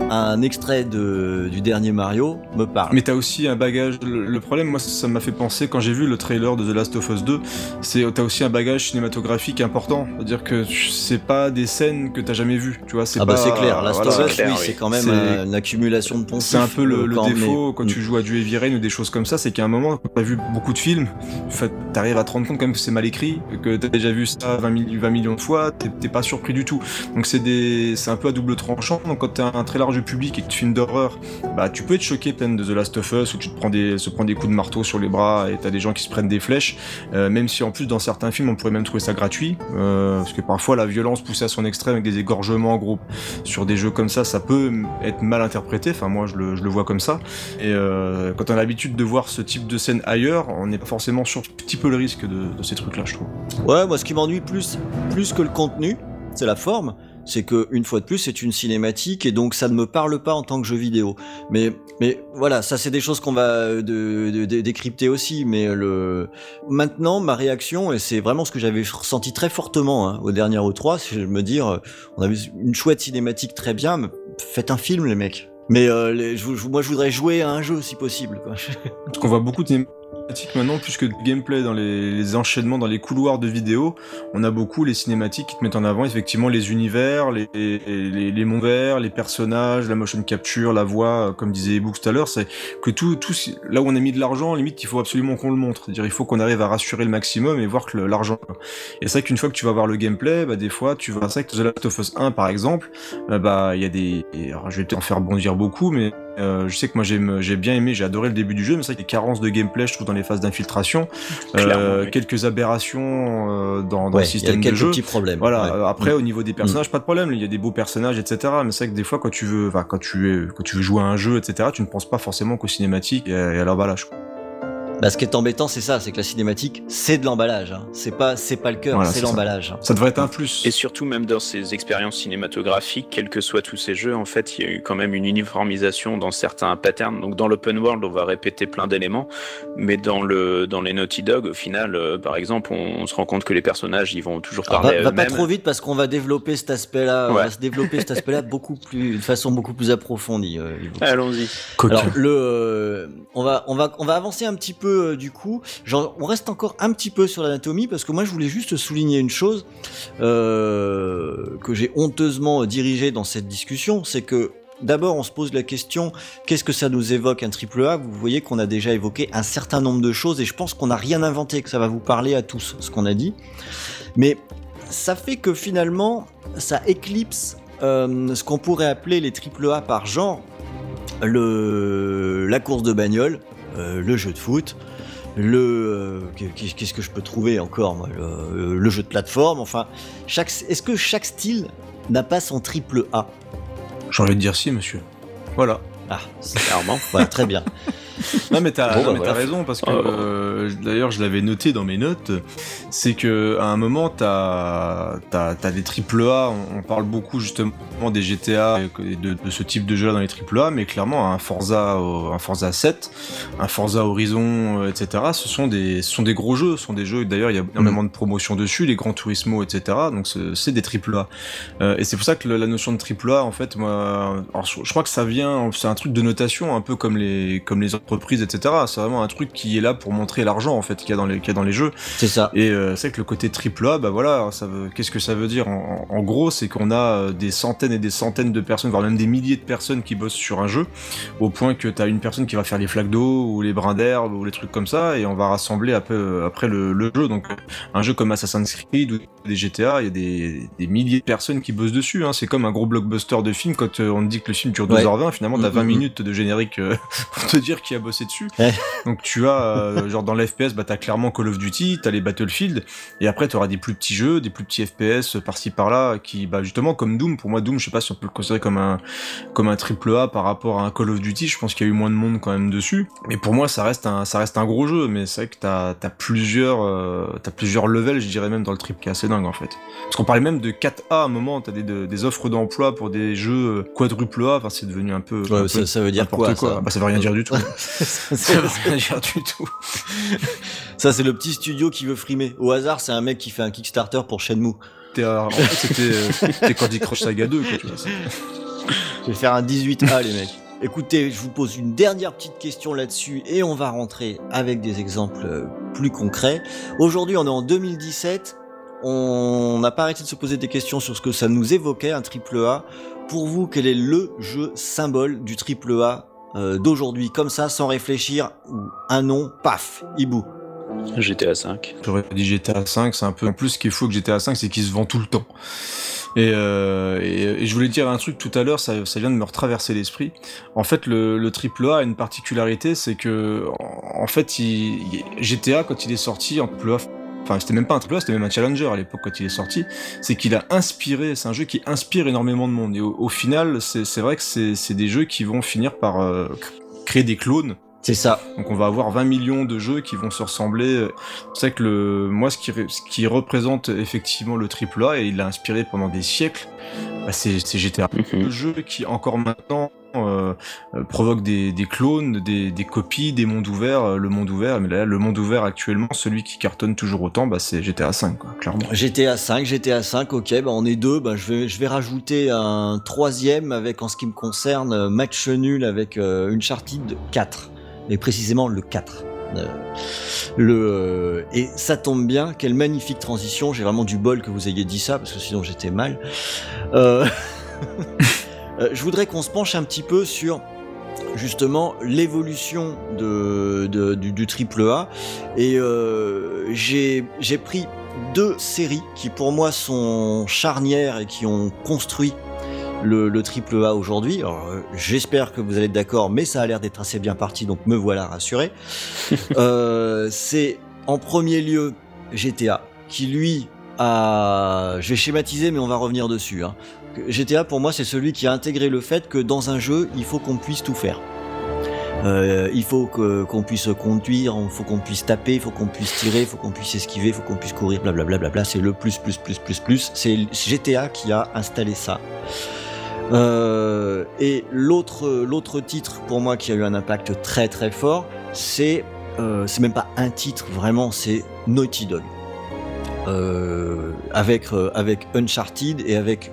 un extrait de, du dernier Mario me parle. Mais t'as aussi un bagage. Le, le problème, moi, ça, ça m'a fait penser quand j'ai vu le trailer de The Last of Us deux. C'est t'as aussi un bagage cinématographique important. C'est-à-dire que c'est pas des scènes que t'as jamais vues. Tu vois, c'est ah pas. bah c'est clair. Last voilà, of Us, clair, oui, oui. c'est quand même C'est- euh, une accumulation de poncifs. C'est un peu le, le quand- défaut mais- quand tu joues à du Heavy Rain ou des choses comme ça, c'est qu'à un moment, quand t'as vu beaucoup de films, en fait, t'arrives à te rendre compte quand même que c'est mal écrit, que t'as déjà vu ça vingt, mille- vingt millions de fois, t'es, t'es pas surpris du tout. Donc c'est des, c'est un peu à double tranchant. Donc quand t'as un très large public et que tu filmes d'horreur, bah tu peux être choqué peine de The Last of Us où tu te prends des, se prends des coups de marteau sur les bras et t'as des gens qui se prennent des flèches. Euh, même si en plus dans certains films on pourrait même trouver ça gratuit, euh, parce que parfois la violence poussée à son extrême avec des égorgements en groupe sur des jeux comme ça, ça peut être mal interprété. Enfin moi je le, je le vois comme ça. Et euh, quand on a l'habitude de voir ce type de scène ailleurs, on n'est pas forcément sur un petit peu le risque de, de ces trucs-là, je trouve. Ouais, moi ce qui m'ennuie plus, plus que le contenu, c'est la forme. C'est que une fois de plus, c'est une cinématique et donc ça ne me parle pas en tant que jeu vidéo. Mais mais voilà, ça c'est des choses qu'on va de, de, de- décrypter aussi. Mais le maintenant ma réaction et c'est vraiment ce que j'avais ressenti très fortement hein, au dernier E trois, c'est de me dire, euh, on avait une chouette cinématique très bien, mais faites un film les mecs. Mais euh, les, je, je- moi je voudrais jouer à un jeu si possible. Quoi. Parce qu'on voit beaucoup de cinématiques maintenant, plus que de gameplay dans les, les enchaînements, dans les couloirs de vidéos, on a beaucoup les cinématiques qui te mettent en avant effectivement les univers, les, les, les mondes verts, les personnages, la motion capture, la voix, comme disait Ebook tout à l'heure, c'est que tout, tout, là où on a mis de l'argent, limite il faut absolument qu'on le montre, c'est-à-dire il faut qu'on arrive à rassurer le maximum et voir que le- l'argent... Et c'est vrai qu'une fois que tu vas voir le gameplay, bah des fois tu vas... C'est vrai que The Last of Us un par exemple, euh, bah il y a des... Alors, je vais peut-être en faire bondir beaucoup, mais Euh, je sais que moi j'ai, j'ai bien aimé, j'ai adoré le début du jeu, mais c'est vrai qu'il y a des carences de gameplay, je trouve, dans les phases d'infiltration, Clairement, euh, oui. quelques aberrations euh, dans, dans Ouais, le il y a système de quelques jeu. petits problèmes. Voilà. Ouais. euh, Après, Mm. au niveau des personnages, pas de problème. Il y a des beaux personnages, et cetera. Mais c'est vrai que des fois, quand tu veux, enfin, quand tu es, quand tu veux jouer à un jeu, et cetera, tu ne penses pas forcément qu'aux cinématiques et à, et à l'emballage, quoi. Bah, ce qui est embêtant, c'est ça, c'est que la cinématique, c'est de l'emballage. Hein. C'est pas, c'est pas le cœur, Voilà, c'est c'est ça. l'emballage. Ça devrait être un plus. Et surtout, même dans ces expériences cinématographiques, quels que soient tous ces jeux, en fait, il y a eu quand même une uniformisation dans certains patterns. Donc, dans l'open world, on va répéter plein d'éléments, mais dans le dans les Naughty Dog, au final, euh, par exemple, on, on se rend compte que les personnages, ils vont toujours Alors, parler va, à va pas eux-mêmes. trop vite parce qu'on va développer cet aspect-là, on Ouais. va se développer cet aspect-là beaucoup plus, de façon beaucoup plus approfondie. Euh, Yves. Allons-y. Alors le, euh, on va, on va, on va avancer un petit peu euh, du coup. Genre, on reste encore un petit peu sur l'anatomie parce que moi je voulais juste souligner une chose euh, que j'ai honteusement dirigée dans cette discussion, c'est que d'abord on se pose la question qu'est-ce que ça nous évoque un triple A. Vous voyez qu'on a déjà évoqué un certain nombre de choses et je pense qu'on n'a rien inventé, que ça va vous parler à tous ce qu'on a dit. Mais ça fait que finalement ça éclipse euh, ce qu'on pourrait appeler les triple A par genre. Le, la course de bagnole, euh, le jeu de foot, le euh, qu'est-ce que je peux trouver encore moi, le, le jeu de plateforme, enfin, chaque, est-ce que chaque style n'a pas son triple A? J'ai envie de dire si, monsieur. Voilà. Ah, c'est clairement, voilà, très bien. Non mais t'as, Bon, non, bah, mais voilà. t'as raison parce que Oh. euh, d'ailleurs je l'avais noté dans mes notes, c'est que à un moment t'as t'as, t'as des triple A, on, on parle beaucoup justement des G T A et de, de ce type de jeu là dans les triple A, mais clairement un Forza euh, un Forza sept, un Forza Horizon, euh, et cetera. Ce sont des ce sont des gros jeux, ce sont des jeux d'ailleurs il y a énormément de promotions dessus, les Gran Turismo, et cetera. Donc c'est, c'est des triple A. Euh, et c'est pour ça que le, la notion de triple A en fait moi, alors je, je crois que ça vient, c'est un truc de notation un peu comme les comme les entreprises, et cetera. C'est vraiment un truc qui est là pour montrer l'argent en fait qu'il y a dans les, qu'il y a dans les jeux. C'est ça. Et euh, c'est que le côté triple A, bah voilà, ça veut, qu'est-ce que ça veut dire en, en gros, c'est qu'on a euh, des centaines et des centaines de personnes, voire même des milliers de personnes qui bossent sur un jeu, au point que t'as une personne qui va faire les flaques d'eau ou les brins d'herbe ou les trucs comme ça, et on va rassembler un peu après le, le jeu. Donc un jeu comme Assassin's Creed ou des G T A, il y a des, des milliers de personnes qui bossent dessus. Hein. C'est comme un gros blockbuster de film quand euh, on te dit que le film dure deux heures vingt, finalement t'as Mmh, vingt mmh. minutes de générique euh, pour te dire qui a bossé dessus. Ouais. Donc tu as, euh, genre dans l'F P S, bah t'as clairement Call of Duty, t'as les Battlefield, et après t'auras des plus petits jeux, des plus petits F P S par-ci par-là, qui, bah justement comme Doom, pour moi Doom, je sais pas si on peut le considérer comme un comme un triple A par rapport à un Call of Duty, je pense qu'il y a eu moins de monde quand même dessus, mais pour moi ça reste un ça reste un gros jeu, mais c'est vrai que t'as t'as plusieurs euh, t'as plusieurs levels, je dirais même dans le triple, qui est assez dingue en fait. Parce qu'on parlait même de quatre A à un moment, t'as des de, des offres d'emploi pour des jeux quadruple A, enfin c'est devenu un peu, Ouais, un ça, peu ça veut dire n'importe quoi, ça Bah ça veut rien dire du tout. Ça, Ça veut rien dire du tout. ça, c'est le petit studio qui veut frimer. Au hasard, c'est un mec qui fait un Kickstarter pour Shenmue. C'était, euh, en fait, c'était, euh, c'était Candy Crush Saga deux, quoi, tu vois. c'est- Je vais faire un dix-huit A, les mecs. Écoutez, je vous pose une dernière petite question là-dessus et on va rentrer avec des exemples plus concrets. Aujourd'hui, on est en deux mille dix-sept. On n'a pas arrêté de se poser des questions sur ce que ça nous évoquait, un triple A. Pour vous, quel est le jeu symbole du triple A euh, d'aujourd'hui, comme ça, sans réfléchir, ou un nom, paf, hibou. G T A cinq. J'aurais dit G T A cinq, c'est un peu... En plus, ce qu'il faut que G T A cinq, c'est qu'il se vend tout le temps. Et, euh, et, et je voulais dire un truc tout à l'heure, ça, ça vient de me retraverser l'esprit. En fait, le, le triple A a une particularité, c'est que, en, en fait, il, G T A, quand il est sorti en triple A, enfin, c'était même pas un triple A, c'était même un challenger à l'époque quand il est sorti, c'est qu'il a inspiré, c'est un jeu qui inspire énormément de monde. Et au, au final, c'est, c'est vrai que c'est, c'est des jeux qui vont finir par euh, créer des clones. C'est ça. Donc on va avoir vingt millions de jeux qui vont se ressembler. C'est vrai que le, moi, ce qui, ce qui représente effectivement le triple A, et il l'a inspiré pendant des siècles, bah c'est, c'est G T A. Mm-hmm. Le jeu qui, encore maintenant, euh, euh, provoque des, des clones, des, des copies, des mondes ouverts. Le monde ouvert, mais là, le monde ouvert actuellement, celui qui cartonne toujours autant, bah c'est G T A cinq, quoi, clairement. G T A cinq, G T A cinq, ok, bah on est deux. Bah je vais, je vais rajouter un troisième avec, en ce qui me concerne, match nul avec euh, Uncharted quatre. Mais précisément le quatre. Euh, le, euh, et ça tombe bien, quelle magnifique transition, j'ai vraiment du bol que vous ayez dit ça, parce que sinon j'étais mal. Euh, euh, je voudrais qu'on se penche un petit peu sur justement l'évolution de, de, du, du triple A, et euh, j'ai, j'ai pris deux séries qui pour moi sont charnières et qui ont construit Le, le triple A aujourd'hui. Alors, euh, j'espère que vous allez être d'accord, mais ça a l'air d'être assez bien parti, donc me voilà rassuré. euh, c'est en premier lieu G T A, qui lui a... Je vais schématiser, mais on va revenir dessus. Hein. G T A, pour moi, c'est celui qui a intégré le fait que dans un jeu, il faut qu'on puisse tout faire. Euh, il faut que, qu'on puisse conduire, il faut qu'on puisse taper, il faut qu'on puisse tirer, il faut qu'on puisse esquiver, il faut qu'on puisse courir, blablabla. Bla bla bla. C'est le plus, plus, plus, plus, plus. C'est G T A qui a installé ça. Euh, et l'autre, l'autre titre pour moi qui a eu un impact très très fort, c'est, euh, c'est même pas un titre vraiment, c'est Naughty Dog. Euh, avec, euh, avec Uncharted et avec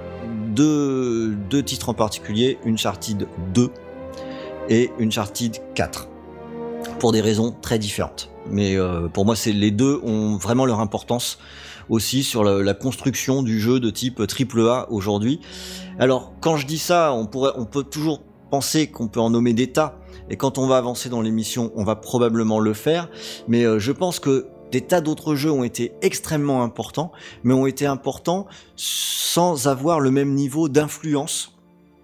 deux, deux titres en particulier, Uncharted deux et Uncharted quatre, pour des raisons très différentes. Mais euh, pour moi, c'est, les deux ont vraiment leur importance aussi sur la, la construction du jeu de type triple A aujourd'hui. Alors, quand je dis ça, on, pourrait, on peut toujours penser qu'on peut en nommer des tas, et quand on va avancer dans l'émission, on va probablement le faire, mais euh, je pense que des tas d'autres jeux ont été extrêmement importants, mais ont été importants sans avoir le même niveau d'influence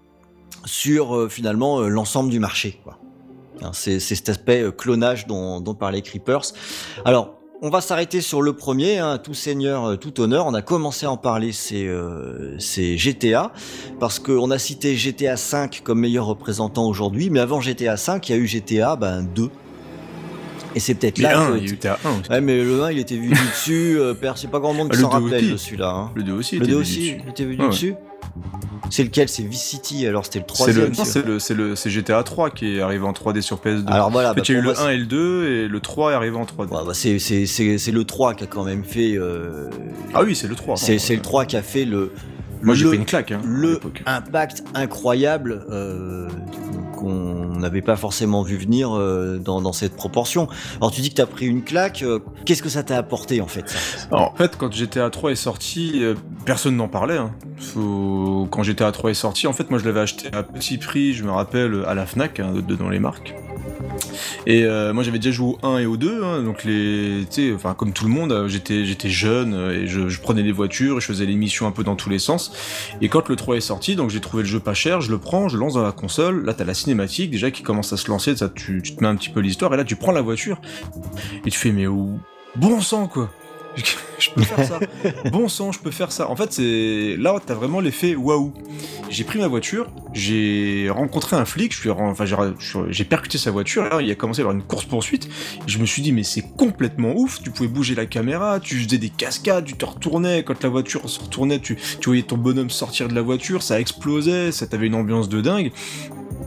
sur euh, finalement euh, l'ensemble du marché, quoi. C'est, c'est cet aspect euh, clonage dont, dont parlait Creepers. Alors, on va s'arrêter sur le premier, hein, tout seigneur, tout honneur. On a commencé à en parler, c'est, euh, c'est G T A, parce qu'on a cité G T A cinq comme meilleur représentant aujourd'hui, mais avant G T A cinq, il y a eu G T A ben, deux. Et c'est peut-être là un, que... il y a eu G T A un aussi. Ouais, mais le un, il était vu du dessus, euh, c'est pas grand monde qui s'en rappelle aussi. de celui-là. Hein. Le deux aussi, le était deux vu aussi, dessus. il était vu Ah, du ouais. dessus. C'est lequel? C'est Vice City, alors c'était le C'est troisième. le, non, c'est le, c'est le, c'est G T A trois qui est arrivé en trois D sur P S deux. Alors voilà, en fait, bah, il y a eu pour le moi, un et le deux, et le trois est arrivé en trois D. Ouais, bah, c'est, c'est, c'est, c'est le trois qui a quand même fait... Euh... Ah oui, c'est le trois. C'est, non, c'est ouais. le trois qui a fait le... Moi, j'ai le, pris une claque, hein, à le l'époque. impact incroyable euh, qu'on n'avait pas forcément vu venir euh, dans, dans cette proportion. Alors tu dis que t'as pris une claque, euh, qu'est-ce que ça t'a apporté en fait ça Alors, en fait, quand G T A trois est sorti, euh, personne n'en parlait. Hein. Faut... Quand G T A trois est sorti, en fait, moi je l'avais acheté à petit prix, je me rappelle, à la Fnac, hein, de, dans les marques. Et euh, moi j'avais déjà joué au un et au deux, hein, donc les, tu sais, enfin comme tout le monde, j'étais, j'étais jeune et je, je prenais des voitures, et je faisais les missions un peu dans tous les sens. Et quand le trois est sorti, donc j'ai trouvé le jeu pas cher, je le prends, je lance dans la console, là t'as la cinématique déjà qui commence à se lancer, ça, tu, tu te mets un petit peu l'histoire, et là tu prends la voiture, et tu fais mais où bon sang quoi. Je peux faire ça. Bon sang, je peux faire ça. En fait, c'est là t'as vraiment l'effet waouh. J'ai pris ma voiture, j'ai rencontré un flic, je suis, enfin j'ai, j'ai percuté sa voiture. Et là, il a commencé à y avoir une course poursuite. Et je me suis dit mais c'est complètement ouf. Tu pouvais bouger la caméra, tu faisais des cascades, tu te retournais quand la voiture se retournait, tu, tu voyais ton bonhomme sortir de la voiture, ça explosait, ça t'avait une ambiance de dingue.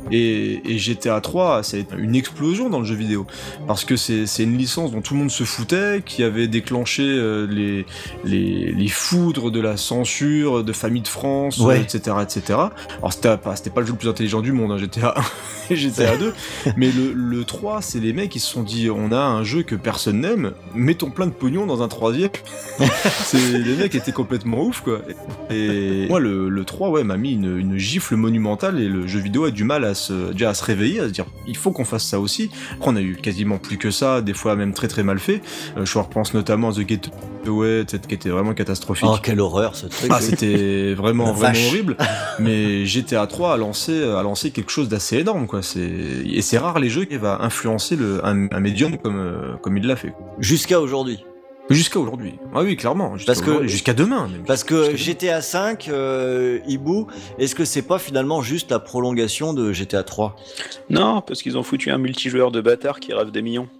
Et, et G T A trois, ça a été une explosion dans le jeu vidéo, parce que c'est, c'est une licence dont tout le monde se foutait, qui avait déclenché euh, les, les, les foudres de la censure, de Famille de France, ouais. euh, et cetera, et cetera. Alors c'était pas, c'était pas le jeu le plus intelligent du monde, hein, G T A un et G T A deux, mais le, le trois, c'est les mecs qui se sont dit, on a un jeu que personne n'aime, mettons plein de pognon dans un troisième. C'est, les mecs étaient complètement ouf, quoi. Et moi, le, le trois, ouais, m'a mis une, une gifle monumentale, et le jeu vidéo a du mal à se, déjà à se réveiller, à se dire, il faut qu'on fasse ça aussi. Après, on a eu quasiment plus que ça, des fois même très très mal fait. Euh, je repense notamment à The Getaway, qui était vraiment catastrophique. Oh, quelle horreur, ce truc. Ah, c'était vraiment, La vraiment vache. horrible. Mais G T A trois a lancé, a lancé quelque chose d'assez énorme, quoi. C'est, et c'est rare les jeux qui va influencer le, un, un médium comme, euh, comme il l'a fait, quoi. Jusqu'à aujourd'hui. Jusqu'à aujourd'hui. Ah oui, clairement. Jusqu'à Parce que- jusqu'à demain, même. Parce que Jusqu'à G T A cinq, euh, Hibou, est-ce que c'est pas finalement juste la prolongation de G T A trois? Non, parce qu'ils ont foutu un multijoueur de bâtard qui rêve des millions.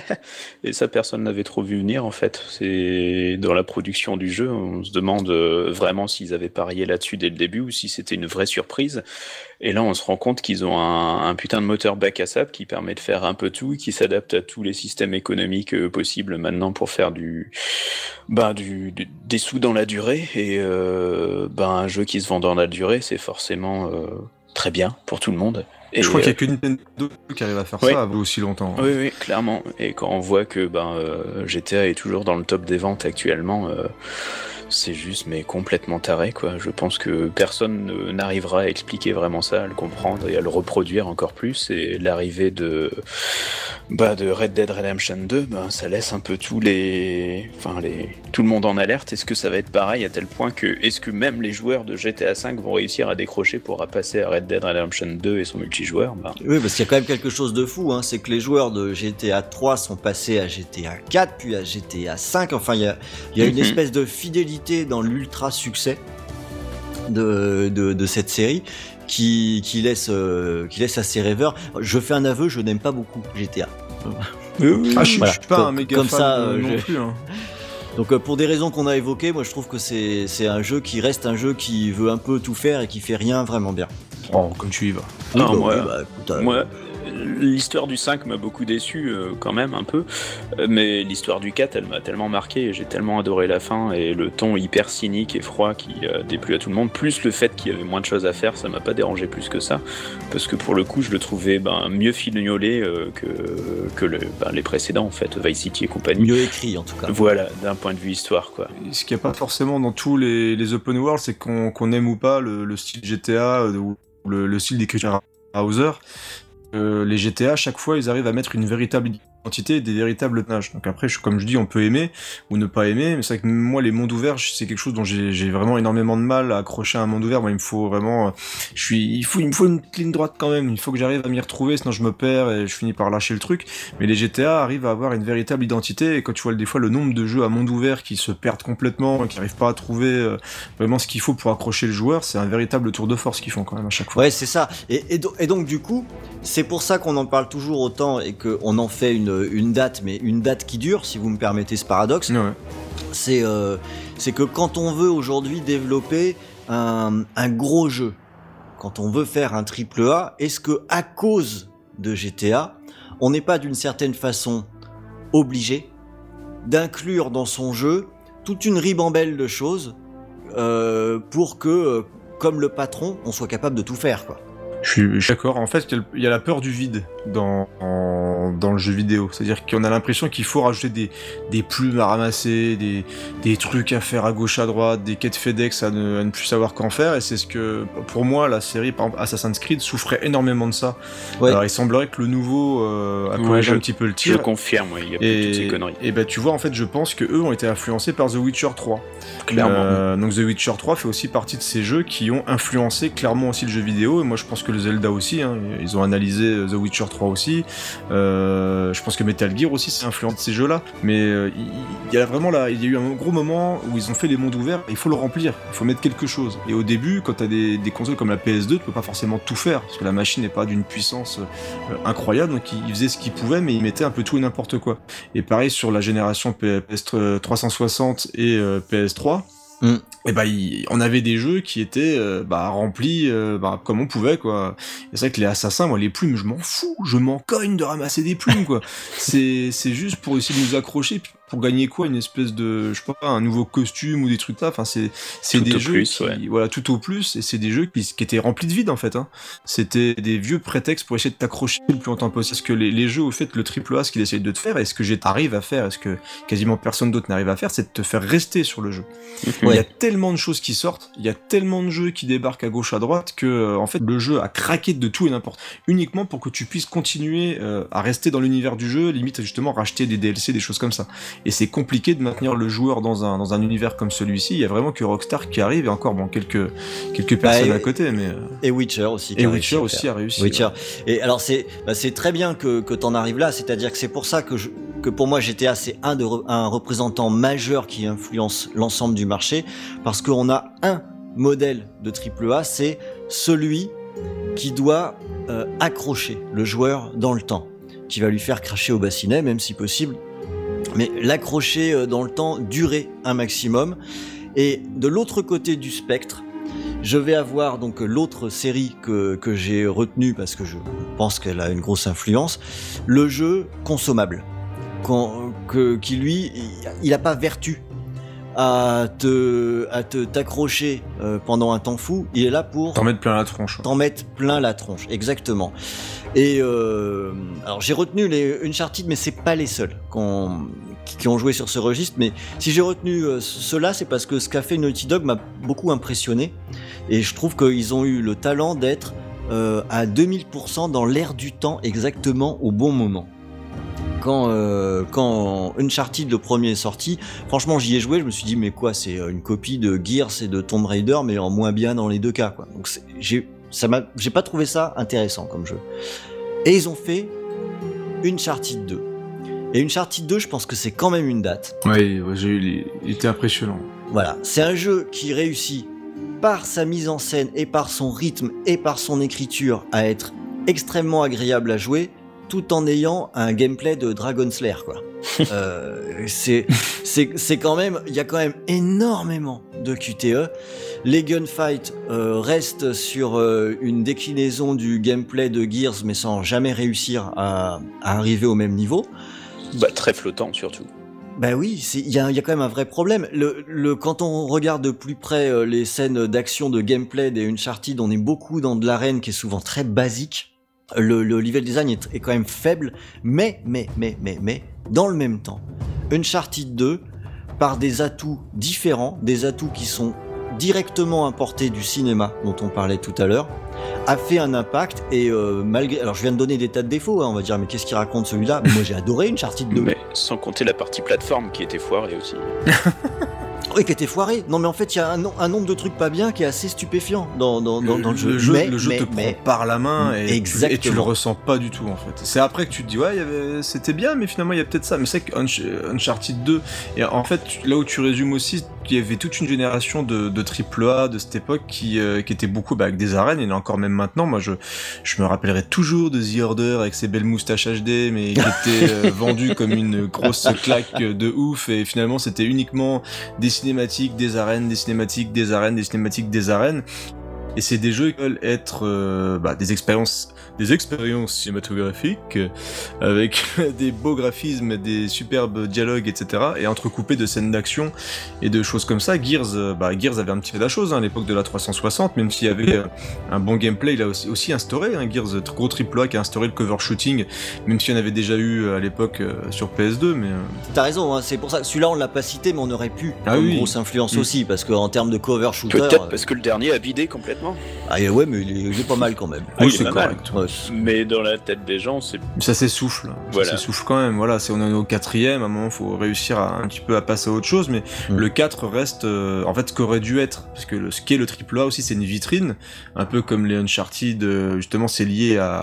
Et ça, personne n'avait trop vu venir, en fait. C'est dans la production du jeu, on se demande euh, vraiment s'ils avaient parié là-dessus dès le début ou si c'était une vraie surprise. Et là, on se rend compte qu'ils ont un, un putain de moteur bac à sable qui permet de faire un peu tout, qui s'adapte à tous les systèmes économiques euh, possibles maintenant pour faire du, ben, du, du- des sous dans la durée. Et euh, ben, un jeu qui se vend dans la durée, c'est forcément euh, très bien pour tout le monde. Et Je crois euh, qu'il y a que Nintendo qui arrive à faire ouais. ça aussi longtemps. Oui, oui, clairement. Et quand on voit que ben, euh, G T A est toujours dans le top des ventes actuellement, euh, c'est juste mais complètement taré, quoi. Je pense que personne ne- n'arrivera à expliquer vraiment ça, à le comprendre et à le reproduire encore plus. Et l'arrivée de, bah, de Red Dead Redemption deux, ben, ça laisse un peu tous les... Enfin, les... tout le monde en alerte. Est-ce que ça va être pareil à tel point que... Est-ce que même les joueurs de G T A cinq vont réussir à décrocher pour passer à Red Dead Redemption deux et son multijoueur? Ben, Oui, parce qu'il y a quand même quelque chose de fou, hein, c'est que les joueurs de G T A trois sont passés à G T A quatre, puis à G T A cinq, enfin il y a, il y a une Mhm. espèce de fidélité dans l'ultra succès de, de, de cette série qui, qui, laisse, euh, qui laisse assez rêveur. Je fais un aveu, je n'aime pas beaucoup G T A. Ah, je suis, Voilà. je suis pas Comme- un méga comme fan ça, euh, euh, non je- plus. Hein. Donc euh, pour des raisons qu'on a évoquées, moi je trouve que c'est, c'est un jeu qui reste un jeu qui veut un peu tout faire et qui fait rien vraiment bien. Oh, comme tu y vas. Non, bah, moi- oui, bah, écoute, euh, Moi, l'histoire du cinq m'a beaucoup déçu, euh, quand même, un peu. Euh, mais l'histoire du quatre, elle m'a tellement marqué, et j'ai tellement adoré la fin, et le ton hyper cynique et froid qui euh, déplut à tout le monde, plus le fait qu'il y avait moins de choses à faire, ça m'a pas dérangé plus que ça. Parce que pour le coup, je le trouvais ben, mieux fignolé euh, que, que le, ben, les précédents, en fait, Vice City et compagnie. mieux écrit en tout cas. Voilà, d'un point de vue histoire, quoi. Et ce qu'il n'y a pas forcément dans tous les, les open world, c'est qu'on, qu'on aime ou pas le, le style G T A euh, ou le, le style d'écriture Hauser. Euh, les G T A, chaque fois, ils arrivent à mettre une véritable identité et des véritables personnages. Donc après, je, comme je dis, on peut aimer ou ne pas aimer, mais c'est vrai que moi, les mondes ouverts, c'est quelque chose dont j'ai, j'ai vraiment énormément de mal à accrocher à un monde ouvert. Moi, il me faut vraiment, euh, je suis, il faut, il me faut une petite ligne droite quand même. Il faut que j'arrive à m'y retrouver, sinon je me perds et je finis par lâcher le truc. Mais les G T A arrivent à avoir une véritable identité, et quand tu vois des fois le nombre de jeux à monde ouvert qui se perdent complètement, qui n'arrivent pas à trouver euh, vraiment ce qu'il faut pour accrocher le joueur, c'est un véritable tour de force qu'ils font quand même à chaque fois. Ouais, c'est ça. Et, et, do- et donc, du coup, c'est pour ça qu'on en parle toujours autant et qu'on en fait une, une date, mais une date qui dure, si vous me permettez ce paradoxe. Ouais. C'est euh, c'est que quand on veut aujourd'hui développer un, un gros jeu, quand on veut faire un triple A, est-ce que à cause de G T A, on n'est pas d'une certaine façon obligé d'inclure dans son jeu toute une ribambelle de choses euh, pour que, euh, comme le patron, on soit capable de tout faire, quoi. Je suis, je suis d'accord. En fait, il y a le- il y, a la peur du vide dans, en- dans le jeu vidéo. C'est-à-dire qu'on a l'impression qu'il faut rajouter des, des plumes à ramasser, des, des trucs à faire à gauche, à droite, des quêtes FedEx à ne, à ne plus savoir qu'en faire. Et c'est ce que, pour moi, la série, par exemple, Assassin's Creed souffrait énormément de ça. Ouais. Alors, il semblerait que le nouveau euh, a Ouais, corrigé je- un petit peu le Je tir. confirme, oui, il y a plus toutes ces Et, conneries. et ben tu vois, en fait, je pense que eux ont été influencés par The Witcher trois. Clairement. Euh, donc The Witcher trois fait aussi partie de ces jeux qui ont influencé clairement aussi le jeu vidéo, et moi je pense que le Zelda aussi, hein, ils ont analysé The Witcher trois aussi, euh, je pense que Metal Gear aussi s'est influencé de ces jeux-là, mais euh, il, il y a vraiment là, il y a eu un gros moment où ils ont fait les mondes ouverts, et il faut le remplir, il faut mettre quelque chose, et au début, quand t'as des, des consoles comme la P S deux, tu peux pas forcément tout faire, parce que la machine n'est pas d'une puissance euh, incroyable, donc ils, ils faisaient ce qu'ils pouvaient, mais ils mettaient un peu tout et n'importe quoi. Et pareil sur la génération P S trois cent soixante et euh, P S trois, Mm. et bah il, on avait des jeux qui étaient euh, bah remplis euh, bah, comme on pouvait quoi. Et c'est vrai que les assassins, moi les plumes je m'en fous, je m'en cogne de ramasser des plumes quoi. c'est c'est juste pour essayer de nous accrocher, pour gagner quoi, une espèce de, je sais pas, un nouveau costume ou des trucs là. Enfin c'est c'est tout des au jeux plus, qui, ouais. voilà, tout au plus, et c'est des jeux qui, qui étaient remplis de vide en fait. Hein. C'était des vieux prétextes pour essayer de t'accrocher le plus longtemps possible. Parce que les, les jeux au fait le triple A, ce qu'il essaye de te faire, et ce que j'arrive à faire, et ce que quasiment personne d'autre n'arrive à faire, c'est de te faire rester sur le jeu. Ouais. Il y a tellement de choses qui sortent, il y a tellement de jeux qui débarquent à gauche à droite que euh, en fait le jeu a craqué de tout et n'importe, uniquement pour que tu puisses continuer euh, à rester dans l'univers du jeu, limite à justement racheter des D L C, des choses comme ça. Et c'est compliqué de maintenir le joueur dans un dans un univers comme celui-ci. Il y a vraiment que Rockstar qui arrive, et encore bon quelques quelques personnes bah, et, à côté, mais euh... et Witcher aussi. Et Witcher aussi a réussi. Witcher. Ouais. Et alors c'est bah, c'est très bien que que t'en arrives là, c'est-à-dire que c'est pour ça que je que pour moi G T A c'est un de un représentant majeur qui influence l'ensemble du marché, parce qu'on a un modèle de triple A, c'est celui qui doit euh, accrocher le joueur dans le temps, qui va lui faire cracher au bassinet, même si possible, mais l'accrocher euh, dans le temps, durer un maximum. Et de l'autre côté du spectre, je vais avoir donc l'autre série que, que j'ai retenue parce que je pense qu'elle a une grosse influence, le jeu consommable, qu'on, que, qui lui, il n'a pas vertu à te à te t'accrocher euh, pendant un temps fou. Il est là pour t'en mettre plein la tronche. T'en mettre plein la tronche, exactement. Et euh, alors j'ai retenu les Uncharted, mais c'est pas les seuls qu'on, qui ont joué sur ce registre. Mais si j'ai retenu euh, ceux-là, c'est parce que ce qu'a fait Naughty Dog m'a beaucoup impressionné, et je trouve qu'ils ont eu le talent d'être euh, à deux mille pour cent dans l'air du temps, exactement au bon moment. Quand, euh, quand Uncharted le premier est sorti, franchement j'y ai joué, je me suis dit mais quoi, c'est une copie de Gears et de Tomb Raider, mais en moins bien dans les deux cas quoi. Donc c'est, j'ai, ça m'a, j'ai pas trouvé ça intéressant comme jeu. Et ils ont fait Uncharted deux. Et Uncharted deux, je pense que c'est quand même une date. Oui, ouais, j'ai eu les... il était impressionnant. Voilà, c'est un jeu qui réussit par sa mise en scène et par son rythme et par son écriture à être extrêmement agréable à jouer, tout en ayant un gameplay de Dragon Slayer, quoi. euh, c'est, c'est, c'est quand même, il y a quand même énormément de Q T E. Les gunfights euh, restent sur euh, une déclinaison du gameplay de Gears, mais sans jamais réussir à, à arriver au même niveau. Bah, très flottant, surtout. Bah oui, il y a, y a quand même un vrai problème. Le, le, quand on regarde de plus près euh, les scènes d'action, de gameplay des Uncharted, on est beaucoup dans de l'arène qui est souvent très basique. Le, le level design est, est quand même faible, mais, mais, mais, mais, mais, dans le même temps, Uncharted deux, par des atouts différents, des atouts qui sont directement importés du cinéma, dont on parlait tout à l'heure, a fait un impact, et euh, malgré... Alors je viens de donner des tas de défauts, hein, on va dire, mais qu'est-ce qu'il raconte celui-là ? Moi j'ai adoré Uncharted deux. Mais sans compter la partie plateforme qui était foirée aussi. Oui, qui était foiré. Non, mais en fait, il y a un, un nombre de trucs pas bien qui est assez stupéfiant dans, dans, dans, le, dans le jeu. Le jeu, mais, le jeu mais, te mais, prend par la main et tu, et tu le ressens pas du tout en fait. C'est après que tu te dis ouais, y avait, c'était bien, mais finalement il y a peut-être ça. Mais c'est que Uncharted deux, et en fait là où tu résumes aussi, il y avait toute une génération de, de triple A de cette époque qui, euh, qui était beaucoup bah, avec des arènes, et encore même maintenant. Moi je, je me rappellerai toujours de The Order avec ses belles moustaches H D, mais qui était euh, vendu comme une grosse claque de ouf, et finalement c'était uniquement des cinématiques, des arènes, des cinématiques, des arènes, des cinématiques, des arènes. Et c'est des jeux qui veulent être euh, bah, des expériences, des expériences cinématographiques euh, avec des beaux graphismes, des superbes dialogues, et cetera. Et entrecoupés de scènes d'action et de choses comme ça. Gears, euh, bah, Gears avait un petit peu la chose hein, à l'époque de la trois cent soixante, même s'il y avait euh, un bon gameplay, il a aussi, aussi instauré hein, Gears, gros triple A qui a instauré le cover shooting, même s'il y en avait déjà eu euh, à l'époque euh, sur P S deux. Mais euh... t'as raison, hein, c'est pour ça. Celui-là on l'a pas cité, mais on aurait pu. Ah comme oui. grosse influence mmh. aussi, parce qu'en termes de cover shooter. Peut-être euh... parce que le dernier a bidé complètement. Ah ouais, mais il est, il est pas mal quand même. Ah, oui, c'est correct. Ouais. Mais dans la tête des gens, c'est. Ça s'essouffle. Voilà. Ça s'essouffle quand même. Voilà, c'est on est au quatrième. À un moment, faut réussir à un petit peu à passer à autre chose. Mais mmh. le quatre reste, euh, en fait, ce qu'aurait dû être, parce que le, ce qu'est le triple A aussi, c'est une vitrine, un peu comme les Uncharted. Euh, justement, c'est lié à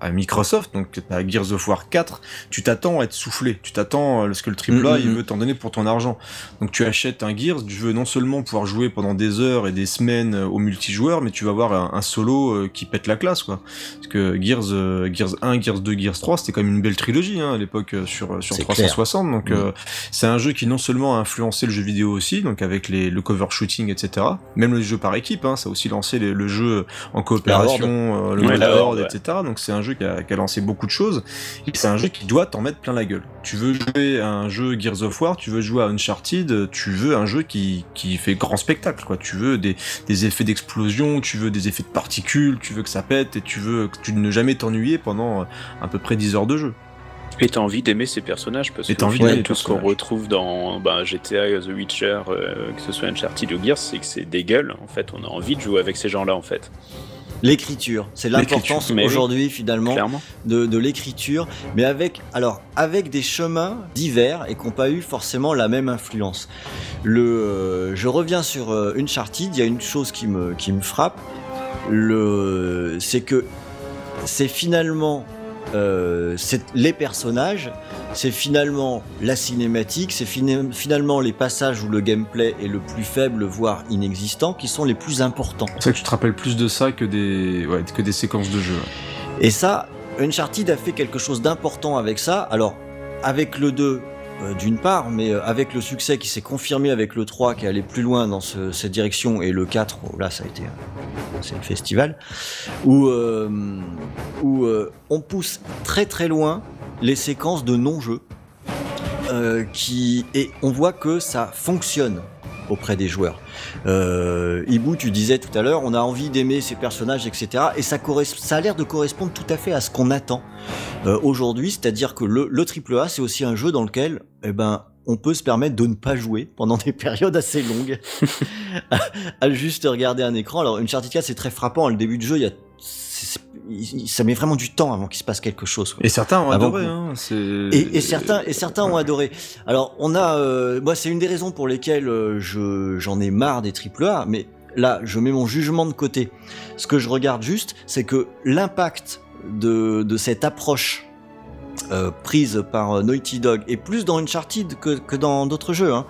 à Microsoft, donc à Gears of War quatre, tu t'attends à être soufflé, tu t'attends à ce que le triple A, mm-hmm. il veut t'en donner pour ton argent. Donc tu achètes un Gears, tu veux non seulement pouvoir jouer pendant des heures et des semaines au multijoueur, mais tu vas avoir un, un solo qui pète la classe, quoi. Parce que Gears, euh, Gears un, Gears deux, Gears trois, c'était quand même une belle trilogie, hein, à l'époque, sur, sur trois cent soixante, donc mmh. euh, c'est un jeu qui non seulement a influencé le jeu vidéo aussi, donc avec les, le cover shooting, et cetera, même le jeu par équipe, hein, ça a aussi lancé les, le jeu en coopération, euh, le ouais, mode la horde, ouais. et cetera, donc c'est un jeu qui a, qui a lancé beaucoup de choses, et c'est un jeu qui doit t'en mettre plein la gueule. Tu veux jouer à un jeu Gears of War, tu veux jouer à Uncharted, tu veux un jeu qui, qui fait grand spectacle, quoi. Tu veux des, des effets d'explosion, tu veux des effets de particules, tu veux que ça pète, et tu veux que tu ne jamais t'ennuyer pendant à peu près dix heures de jeu. Et t'as envie d'aimer ces personnages, parce et que envie ouais, tout ce qu'on retrouve dans bah, G T A, The Witcher, euh, que ce soit Uncharted ou Gears, c'est que c'est des gueules, en fait, on a envie de jouer avec ces gens-là, en fait. L'écriture, c'est l'importance aujourd'hui oui, finalement de, de l'écriture, mais avec alors avec des chemins divers et qui n'ont pas eu forcément la même influence. Le, euh, je reviens sur euh, Uncharted, il y a une chose qui me qui me frappe, le, c'est que c'est finalement euh, c'est les personnages, c'est finalement la cinématique, c'est fina- finalement les passages où le gameplay est le plus faible, voire inexistant, qui sont les plus importants. C'est ça que tu te rappelles plus de ça que des, ouais, que des séquences de jeu. Et ça, Uncharted a fait quelque chose d'important avec ça. Alors, avec le deux, euh, d'une part, mais euh, avec le succès qui s'est confirmé avec le trois, qui est allé plus loin dans ce, cette direction, et le quatre, oh, là, ça a été... Euh, c'est le festival, où, euh, où euh, on pousse très très loin les séquences de non-jeu, euh, qui, et on voit que ça fonctionne auprès des joueurs. Euh, Ibu, tu disais tout à l'heure, on a envie d'aimer ces personnages, et cetera. Et ça, corres- ça a l'air de correspondre tout à fait à ce qu'on attend euh, aujourd'hui, c'est-à-dire que le, le triple A, c'est aussi un jeu dans lequel, eh ben, on peut se permettre de ne pas jouer pendant des périodes assez longues, à, à juste regarder un écran. Alors, Uncharted quatre, c'est très frappant. Le début du jeu, il y a c'est, c'est, ça met vraiment du temps avant qu'il se passe quelque chose, quoi. Et certains ont avant adoré, que... hein, c'est... Et, et certains, et certains ont adoré. Alors, on a, euh, moi, c'est une des raisons pour lesquelles euh, je, j'en ai marre des triple A, mais là, je mets mon jugement de côté. Ce que je regarde juste, c'est que l'impact de, de cette approche euh, prise par Naughty Dog, et plus dans Uncharted que, que dans d'autres jeux, hein,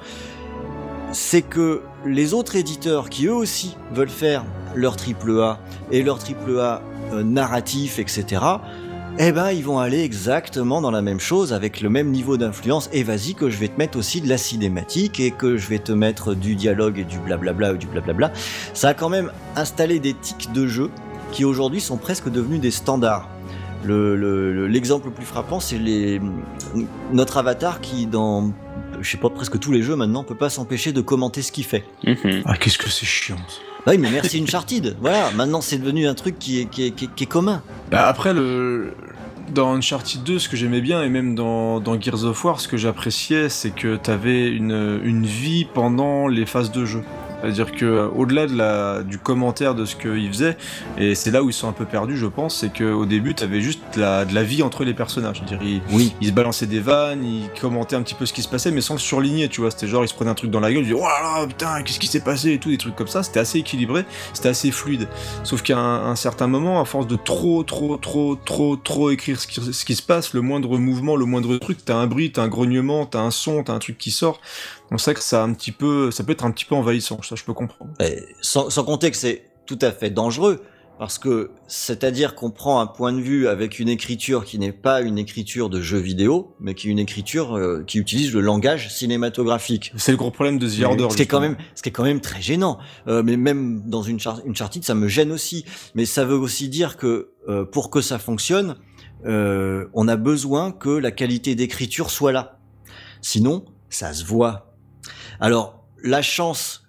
c'est que les autres éditeurs qui eux aussi veulent faire leur triple A et leur triple A euh, narratif, et cetera, eh ben ils vont aller exactement dans la même chose avec le même niveau d'influence. Et vas-y que je vais te mettre aussi de la cinématique et que je vais te mettre du dialogue et du blablabla ou du blablabla. Ça a quand même installé des tics de jeu qui aujourd'hui sont presque devenus des standards. Le, le, l'exemple le plus frappant, c'est les, notre avatar qui, dans, je sais pas, presque tous les jeux maintenant, peut pas s'empêcher de commenter ce qu'il fait. Mmh. Ah, qu'est-ce que c'est chiant, ça. Bah oui, mais merci Uncharted. Voilà, maintenant c'est devenu un truc qui est, qui est, qui est, qui est commun. Bah après, le... dans Uncharted deux, ce que j'aimais bien, et même dans, dans Gears of War, ce que j'appréciais, c'est que t'avais une, une vie pendant les phases de jeu. C'est-à-dire que au-delà de la, du commentaire de ce qu'ils faisaient, et c'est là où ils sont un peu perdus, je pense, c'est qu'au début, t'avais juste la, de la vie entre les personnages. C'est-à-dire, ils, oui. ils se balançaient des vannes, ils commentaient un petit peu ce qui se passait, mais sans le surligner, tu vois. C'était genre, ils se prenaient un truc dans la gueule, ils disaient « Oh là là, putain, qu'est-ce qui s'est passé ?» et tout, des trucs comme ça. C'était assez équilibré, c'était assez fluide. Sauf qu'à un, un certain moment, à force de trop, trop, trop, trop, trop écrire ce qui, ce qui se passe, le moindre mouvement, le moindre truc, t'as un bruit, t'as un grognement, t'as un son, t'as un truc qui sort. Donc c'est vrai que ça, a un petit peu, ça peut être un petit peu envahissant, ça je peux comprendre. Et sans, sans compter que c'est tout à fait dangereux, parce que c'est-à-dire qu'on prend un point de vue avec une écriture qui n'est pas une écriture de jeu vidéo, mais qui est une écriture euh, qui utilise le langage cinématographique. C'est le gros problème de The Order. Ce qui est quand même, ce qui est quand même très gênant. Euh, mais même dans une char- une Uncharted, ça me gêne aussi. Mais ça veut aussi dire que euh, pour que ça fonctionne, euh, on a besoin que la qualité d'écriture soit là. Sinon, ça se voit. Alors, la chance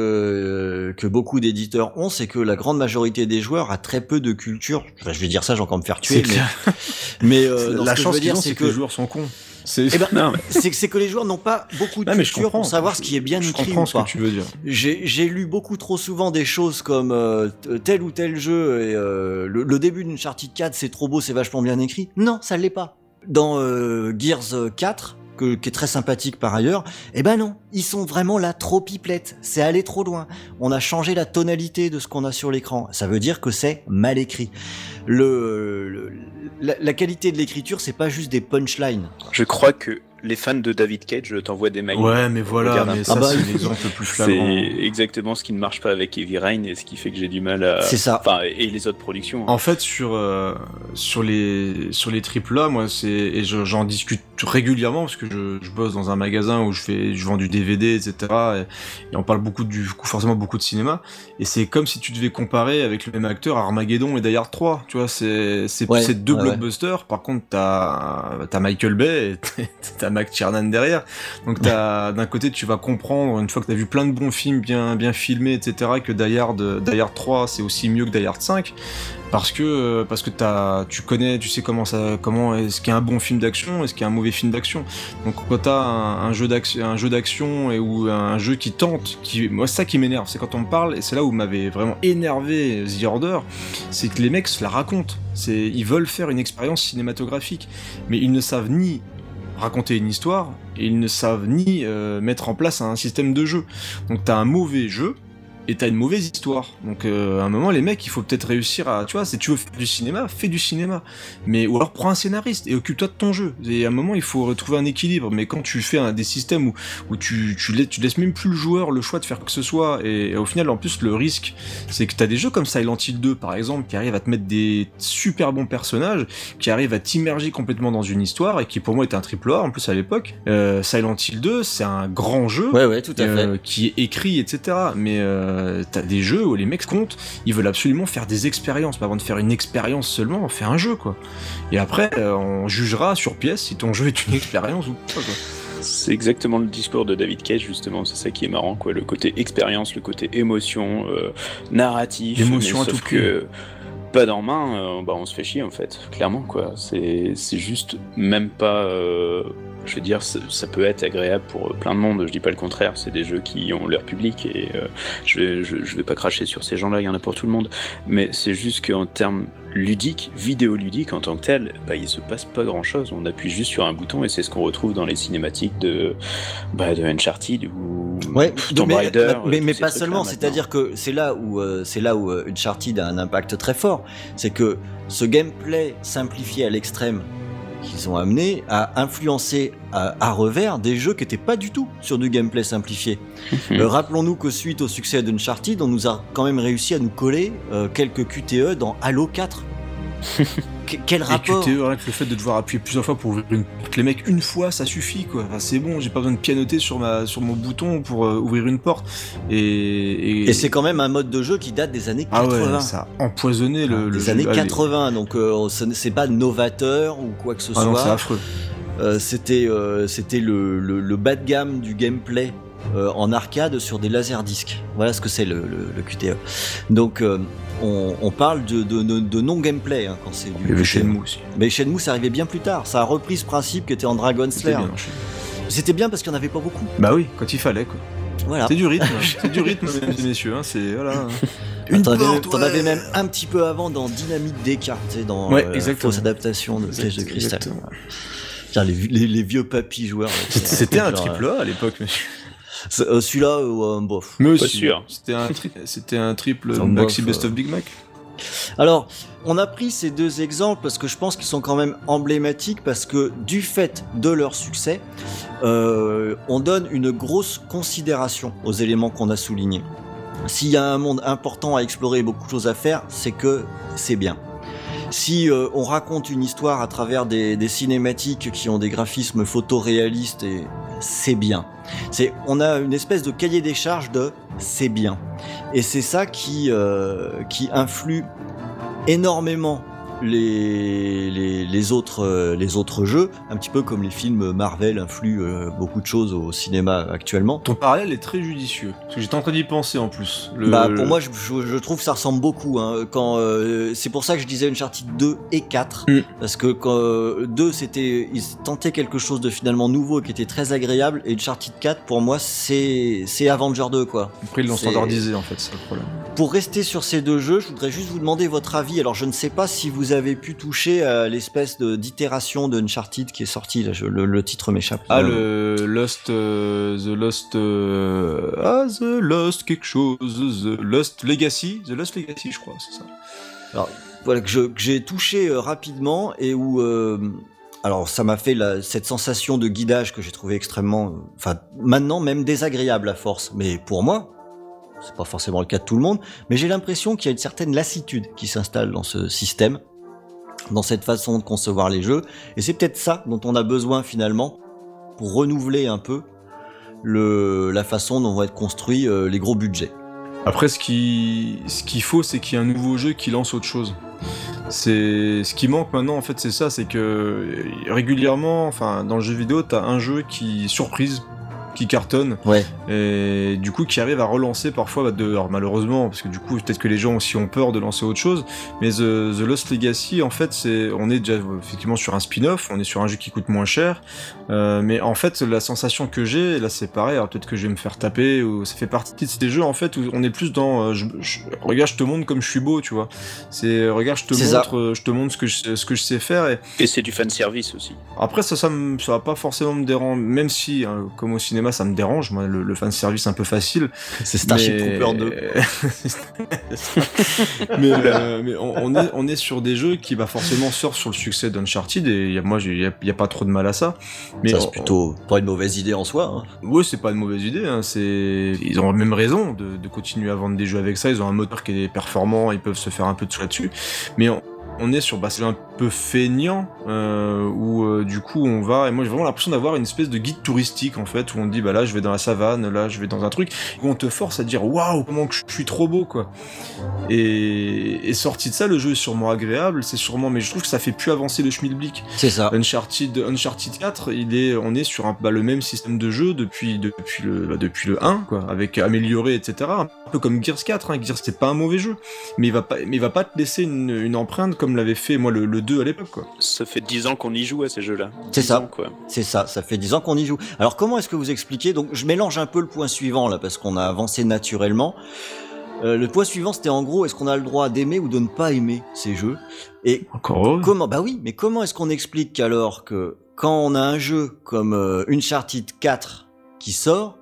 que que beaucoup d'éditeurs ont, c'est que la grande majorité des joueurs a très peu de culture. Enfin, je vais dire ça, j'ai encore me faire tuer. C'est mais mais euh, la ce chance que je veux dire, ont, c'est, c'est que, que les joueurs sont cons. C'est eh ben, non, mais... c'est, c'est que les joueurs n'ont pas beaucoup de non, culture pour savoir je, ce qui est bien je écrit ou pas. Je comprends ce que tu veux dire. J'ai, j'ai lu beaucoup trop souvent des choses comme euh, tel ou tel jeu et euh, le, le début d'Uncharted quatre, c'est trop beau, c'est vachement bien écrit. Non, ça l'est pas. Dans euh, Gears quatre, que, qui est très sympathique par ailleurs. Eh ben non, ils sont vraiment là trop pipelettes. C'est allé trop loin. On a changé la tonalité de ce qu'on a sur l'écran. Ça veut dire que c'est mal écrit. Le, le la, la qualité de l'écriture, c'est pas juste des punchlines. Je crois que les fans de David Cage, je t'envoie des mails. Ouais, mais voilà, mais ça, ah bah, c'est l'exemple le plus flagrant. C'est exactement ce qui ne marche pas avec Heavy Rain et ce qui fait que j'ai du mal à. C'est ça. Enfin, et les autres productions. En fait, sur euh, sur les sur les triples A, moi, c'est et je, j'en discute régulièrement parce que je, je bosse dans un magasin où je fais, je vends du D V D, et cetera. Et, et on parle beaucoup du, forcément beaucoup de cinéma. Et c'est comme si tu devais comparer avec le même acteur Armageddon et Die Hard trois. Tu vois, c'est c'est, ouais, c'est deux ouais, blockbusters. Ouais. Par contre, t'as t'as Michael Bay et t'as Mac Tiernan derrière. Donc t'as d'un côté tu vas comprendre une fois que t'as vu plein de bons films bien bien filmés, et cetera, que Die Hard, Die Hard trois c'est aussi mieux que Die Hard cinq parce que parce que t'as tu connais, tu sais comment ça comment est-ce qu'il y a un bon film d'action, est-ce qu'il y a un mauvais film d'action. Donc quand t'as un, un jeu d'action un jeu d'action et ou un jeu qui tente, qui moi c'est ça qui m'énerve, c'est quand on me parle et c'est là où m'avait vraiment énervé The Order, c'est que les mecs se la racontent. C'est ils veulent faire une expérience cinématographique, mais ils ne savent ni raconter une histoire et ils ne savent ni euh, mettre en place un système de jeu. Donc t'as un mauvais jeu et t'as une mauvaise histoire. Donc euh, à un moment les mecs il faut peut-être réussir à, tu vois, si tu veux faire du cinéma, fais du cinéma. Mais ou alors prends un scénariste et occupe-toi de ton jeu. Et à un moment il faut retrouver un équilibre. Mais quand tu fais un, des systèmes où, où tu, tu, laisses, tu laisses même plus le joueur le choix de faire quoi que ce soit, et, et au final en plus le risque c'est que t'as des jeux comme Silent Hill deux par exemple qui arrivent à te mettre des super bons personnages, qui arrivent à t'immerger complètement dans une histoire et qui pour moi était un triple A en plus à l'époque. Euh, Silent Hill deux c'est un grand jeu, ouais, ouais, tout à euh, fait. qui est écrit et cetera. Mais euh, t'as des jeux où les mecs comptent, ils veulent absolument faire des expériences, pas avant de faire une expérience seulement, on fait un jeu quoi. Et après euh, on jugera sur pièce si ton jeu est une expérience ou pas quoi. C'est exactement le discours de David Cage justement, c'est ça qui est marrant quoi, le côté expérience, le côté émotion, euh, narratif, émotion à tout que pas en main, euh, bah on se fait chier en fait, clairement quoi. C'est c'est juste même pas. Euh... Je veux dire, ça peut être agréable pour plein de monde, je dis pas le contraire, c'est des jeux qui ont leur public et euh, je, vais, je, je vais pas cracher sur ces gens-là, il y en a pour tout le monde, mais c'est juste qu'en termes ludiques, vidéoludiques en tant que tel, bah, il se passe pas grand-chose, on appuie juste sur un bouton et c'est ce qu'on retrouve dans les cinématiques de, bah, de Uncharted ou ouais, Tomb mais, Raider. Mais, mais pas seulement, c'est-à-dire que c'est là où, euh, c'est là où euh, Uncharted a un impact très fort, c'est que ce gameplay simplifié à l'extrême qu'ils ont amené à influencer à, à revers des jeux qui n'étaient pas du tout sur du gameplay simplifié. euh, rappelons-nous que suite au succès d'Uncharted, on nous a quand même réussi à nous coller euh, quelques Q T E dans Halo quatre. Qu- quel rapport? Et Q T E, rien que le fait de devoir appuyer plusieurs fois pour ouvrir une porte, les mecs, une fois ça suffit quoi. Enfin, c'est bon, j'ai pas besoin de pianoter sur, ma, sur mon bouton pour euh, ouvrir une porte. Et, et... et c'est quand même un mode de jeu qui date des années quatre-vingts. Ah ouais, ça a empoisonné le, ah, le des jeu. années Allez. quatre-vingts, donc euh, c'est pas novateur ou quoi que ce ah soit. Non, c'est affreux. Euh, c'était euh, c'était le, le, le bas de gamme du gameplay euh, en arcade sur des laserdiscs. Voilà ce que c'est le, le, le Q T E. Donc euh, on, on parle de, de, de, de non-gameplay hein, quand c'est du. Il y avait Shenmue aussi. Mais Shenmue, ça arrivait bien plus tard. Ça a repris ce principe qui était en Dragon Slayer. Bien, C'était bien parce qu'il n'y en avait pas beaucoup. bah oui, quand il fallait quoi. Voilà. C'est du rythme, c'est du rythme, mesdames et messieurs. Hein, c'est voilà. Une t'en, avais, porte, t'en ouais. avais même un petit peu avant dans Dynamite D K, tu sais, dans ouais, euh, la fausse adaptation de Piège de Cristal. Tiens, les, les, les vieux papis joueurs. Là, c'était un genre, triple A à l'époque, monsieur. Euh, celui-là, euh, bof. Mais pas aussi, sûr. C'était un, tri- c'était un triple Un Maxi bof, Best euh... of Big Mac. Alors, on a pris ces deux exemples parce que je pense qu'ils sont quand même emblématiques parce que du fait de leur succès, euh, on donne une grosse considération aux éléments qu'on a soulignés. S'il y a un monde important à explorer et beaucoup de choses à faire, c'est que c'est bien. Si euh, on raconte une histoire à travers des, des cinématiques qui ont des graphismes photoréalistes, et c'est bien. C'est, on a une espèce de cahier des charges de c'est bien. Et c'est ça qui, euh, qui influe énormément les, les, les, autres, euh, les autres jeux, un petit peu comme les films Marvel influent euh, beaucoup de choses au cinéma actuellement. Ton parallèle est très judicieux, parce que j'étais en train d'y penser en plus. Le... Bah, pour moi, je, je, je trouve que ça ressemble beaucoup. Hein, quand, euh, c'est pour ça que je disais Uncharted deux et quatre, mm. parce que quand, euh, deux, c'était, ils tentaient quelque chose de finalement nouveau qui était très agréable, et Uncharted quatre, pour moi, c'est, c'est Avenger deux, quoi. Après, ils l'ont c'est... standardisé, en fait, c'est le problème. pour rester sur ces deux jeux, je voudrais juste vous demander votre avis. Alors, je ne sais pas si vous avez pu toucher à l'espèce de, d'itération de Uncharted qui est sortie. Là, je, le, le titre m'échappe. Ah, le Lost, euh, The Lost, euh, ah, The Lost quelque chose, The Lost Legacy, The Lost Legacy, je crois, c'est ça. Alors, voilà, que, je, que j'ai touché euh, rapidement et où... Euh, alors, ça m'a fait la, cette sensation de guidage que j'ai trouvé extrêmement... Enfin, euh, maintenant, même désagréable à force. Mais pour moi, c'est pas forcément le cas de tout le monde, mais j'ai l'impression qu'il y a une certaine lassitude qui s'installe dans ce système, dans cette façon de concevoir les jeux. Et c'est peut-être ça dont on a besoin finalement pour renouveler un peu le, la façon dont vont être construits euh, les gros budgets. Après, ce, qui, ce qu'il faut, c'est qu'il y ait un nouveau jeu qui lance autre chose. C'est ce qui manque maintenant, en fait, c'est ça, c'est que régulièrement, enfin, dans le jeu vidéo, t'as un jeu qui surprise, qui cartonne, ouais. Et du coup qui arrive à relancer parfois, bah, de, alors malheureusement, parce que du coup peut-être que les gens aussi ont peur de lancer autre chose, mais The, The Lost Legacy, en fait, c'est, on est déjà effectivement sur un spin-off, on est sur un jeu qui coûte moins cher, euh, mais en fait la sensation que j'ai, là c'est pareil, alors peut-être que je vais me faire taper, ou ça fait partie de ces jeux en fait où on est plus dans, euh, je, je, regarde je te montre comme je suis beau, tu vois, c'est regarde je te c'est montre, euh, je te montre ce que je, ce que je sais faire, et, et c'est du fan service aussi. Après ça, ça, me, ça va pas forcément me déranger, même si, hein, comme au cinéma, ça me dérange, moi, le, le fan service un peu facile. C'est Starship mais... Trooper deux. mais euh, mais on, on, est, on est sur des jeux qui va forcément surfer sur le succès d'Uncharted, et y a, moi, il y a, y a pas trop de mal à ça. Mais ça, on, c'est plutôt pas une mauvaise idée en soi. Hein. Ouais, c'est pas une mauvaise idée. Hein, c'est... Ils ont même raison de, de continuer à vendre des jeux avec ça. Ils ont un moteur qui est performant, ils peuvent se faire un peu de sous là-dessus. Mais on, on est sur bah, c'est un peu feignant euh, où euh, du coup on va, et moi j'ai vraiment l'impression d'avoir une espèce de guide touristique en fait, où on dit bah là je vais dans la savane, là je vais dans un truc, où on te force à dire waouh comment que je suis trop beau quoi. Et, et sorti de ça, le jeu est sûrement agréable, c'est sûrement, mais je trouve que ça fait plus avancer le schmilblick. C'est ça. Uncharted, Uncharted quatre, il est, on est sur un, bah, le même système de jeu depuis depuis le bah, depuis le un quoi, avec amélioré et cetera. Un peu comme Gears quatre, hein. Gears c'était pas un mauvais jeu, mais il va pas, mais il va pas te laisser une, une empreinte comme l'avait fait moi le, le deux à l'époque quoi. Ça fait dix ans qu'on y joue à ces jeux-là. C'est ça. Ans, quoi. C'est ça, ça fait dix ans qu'on y joue. Alors comment est-ce que vous expliquez, donc je mélange un peu le point suivant là parce qu'on a avancé naturellement. Euh, le point suivant c'était en gros, est-ce qu'on a le droit d'aimer ou de ne pas aimer ces jeux? Et encore heureux. Comment, bah oui, mais comment est-ce qu'on explique qu'alors que quand on a un jeu comme euh, Uncharted quatre qui sort,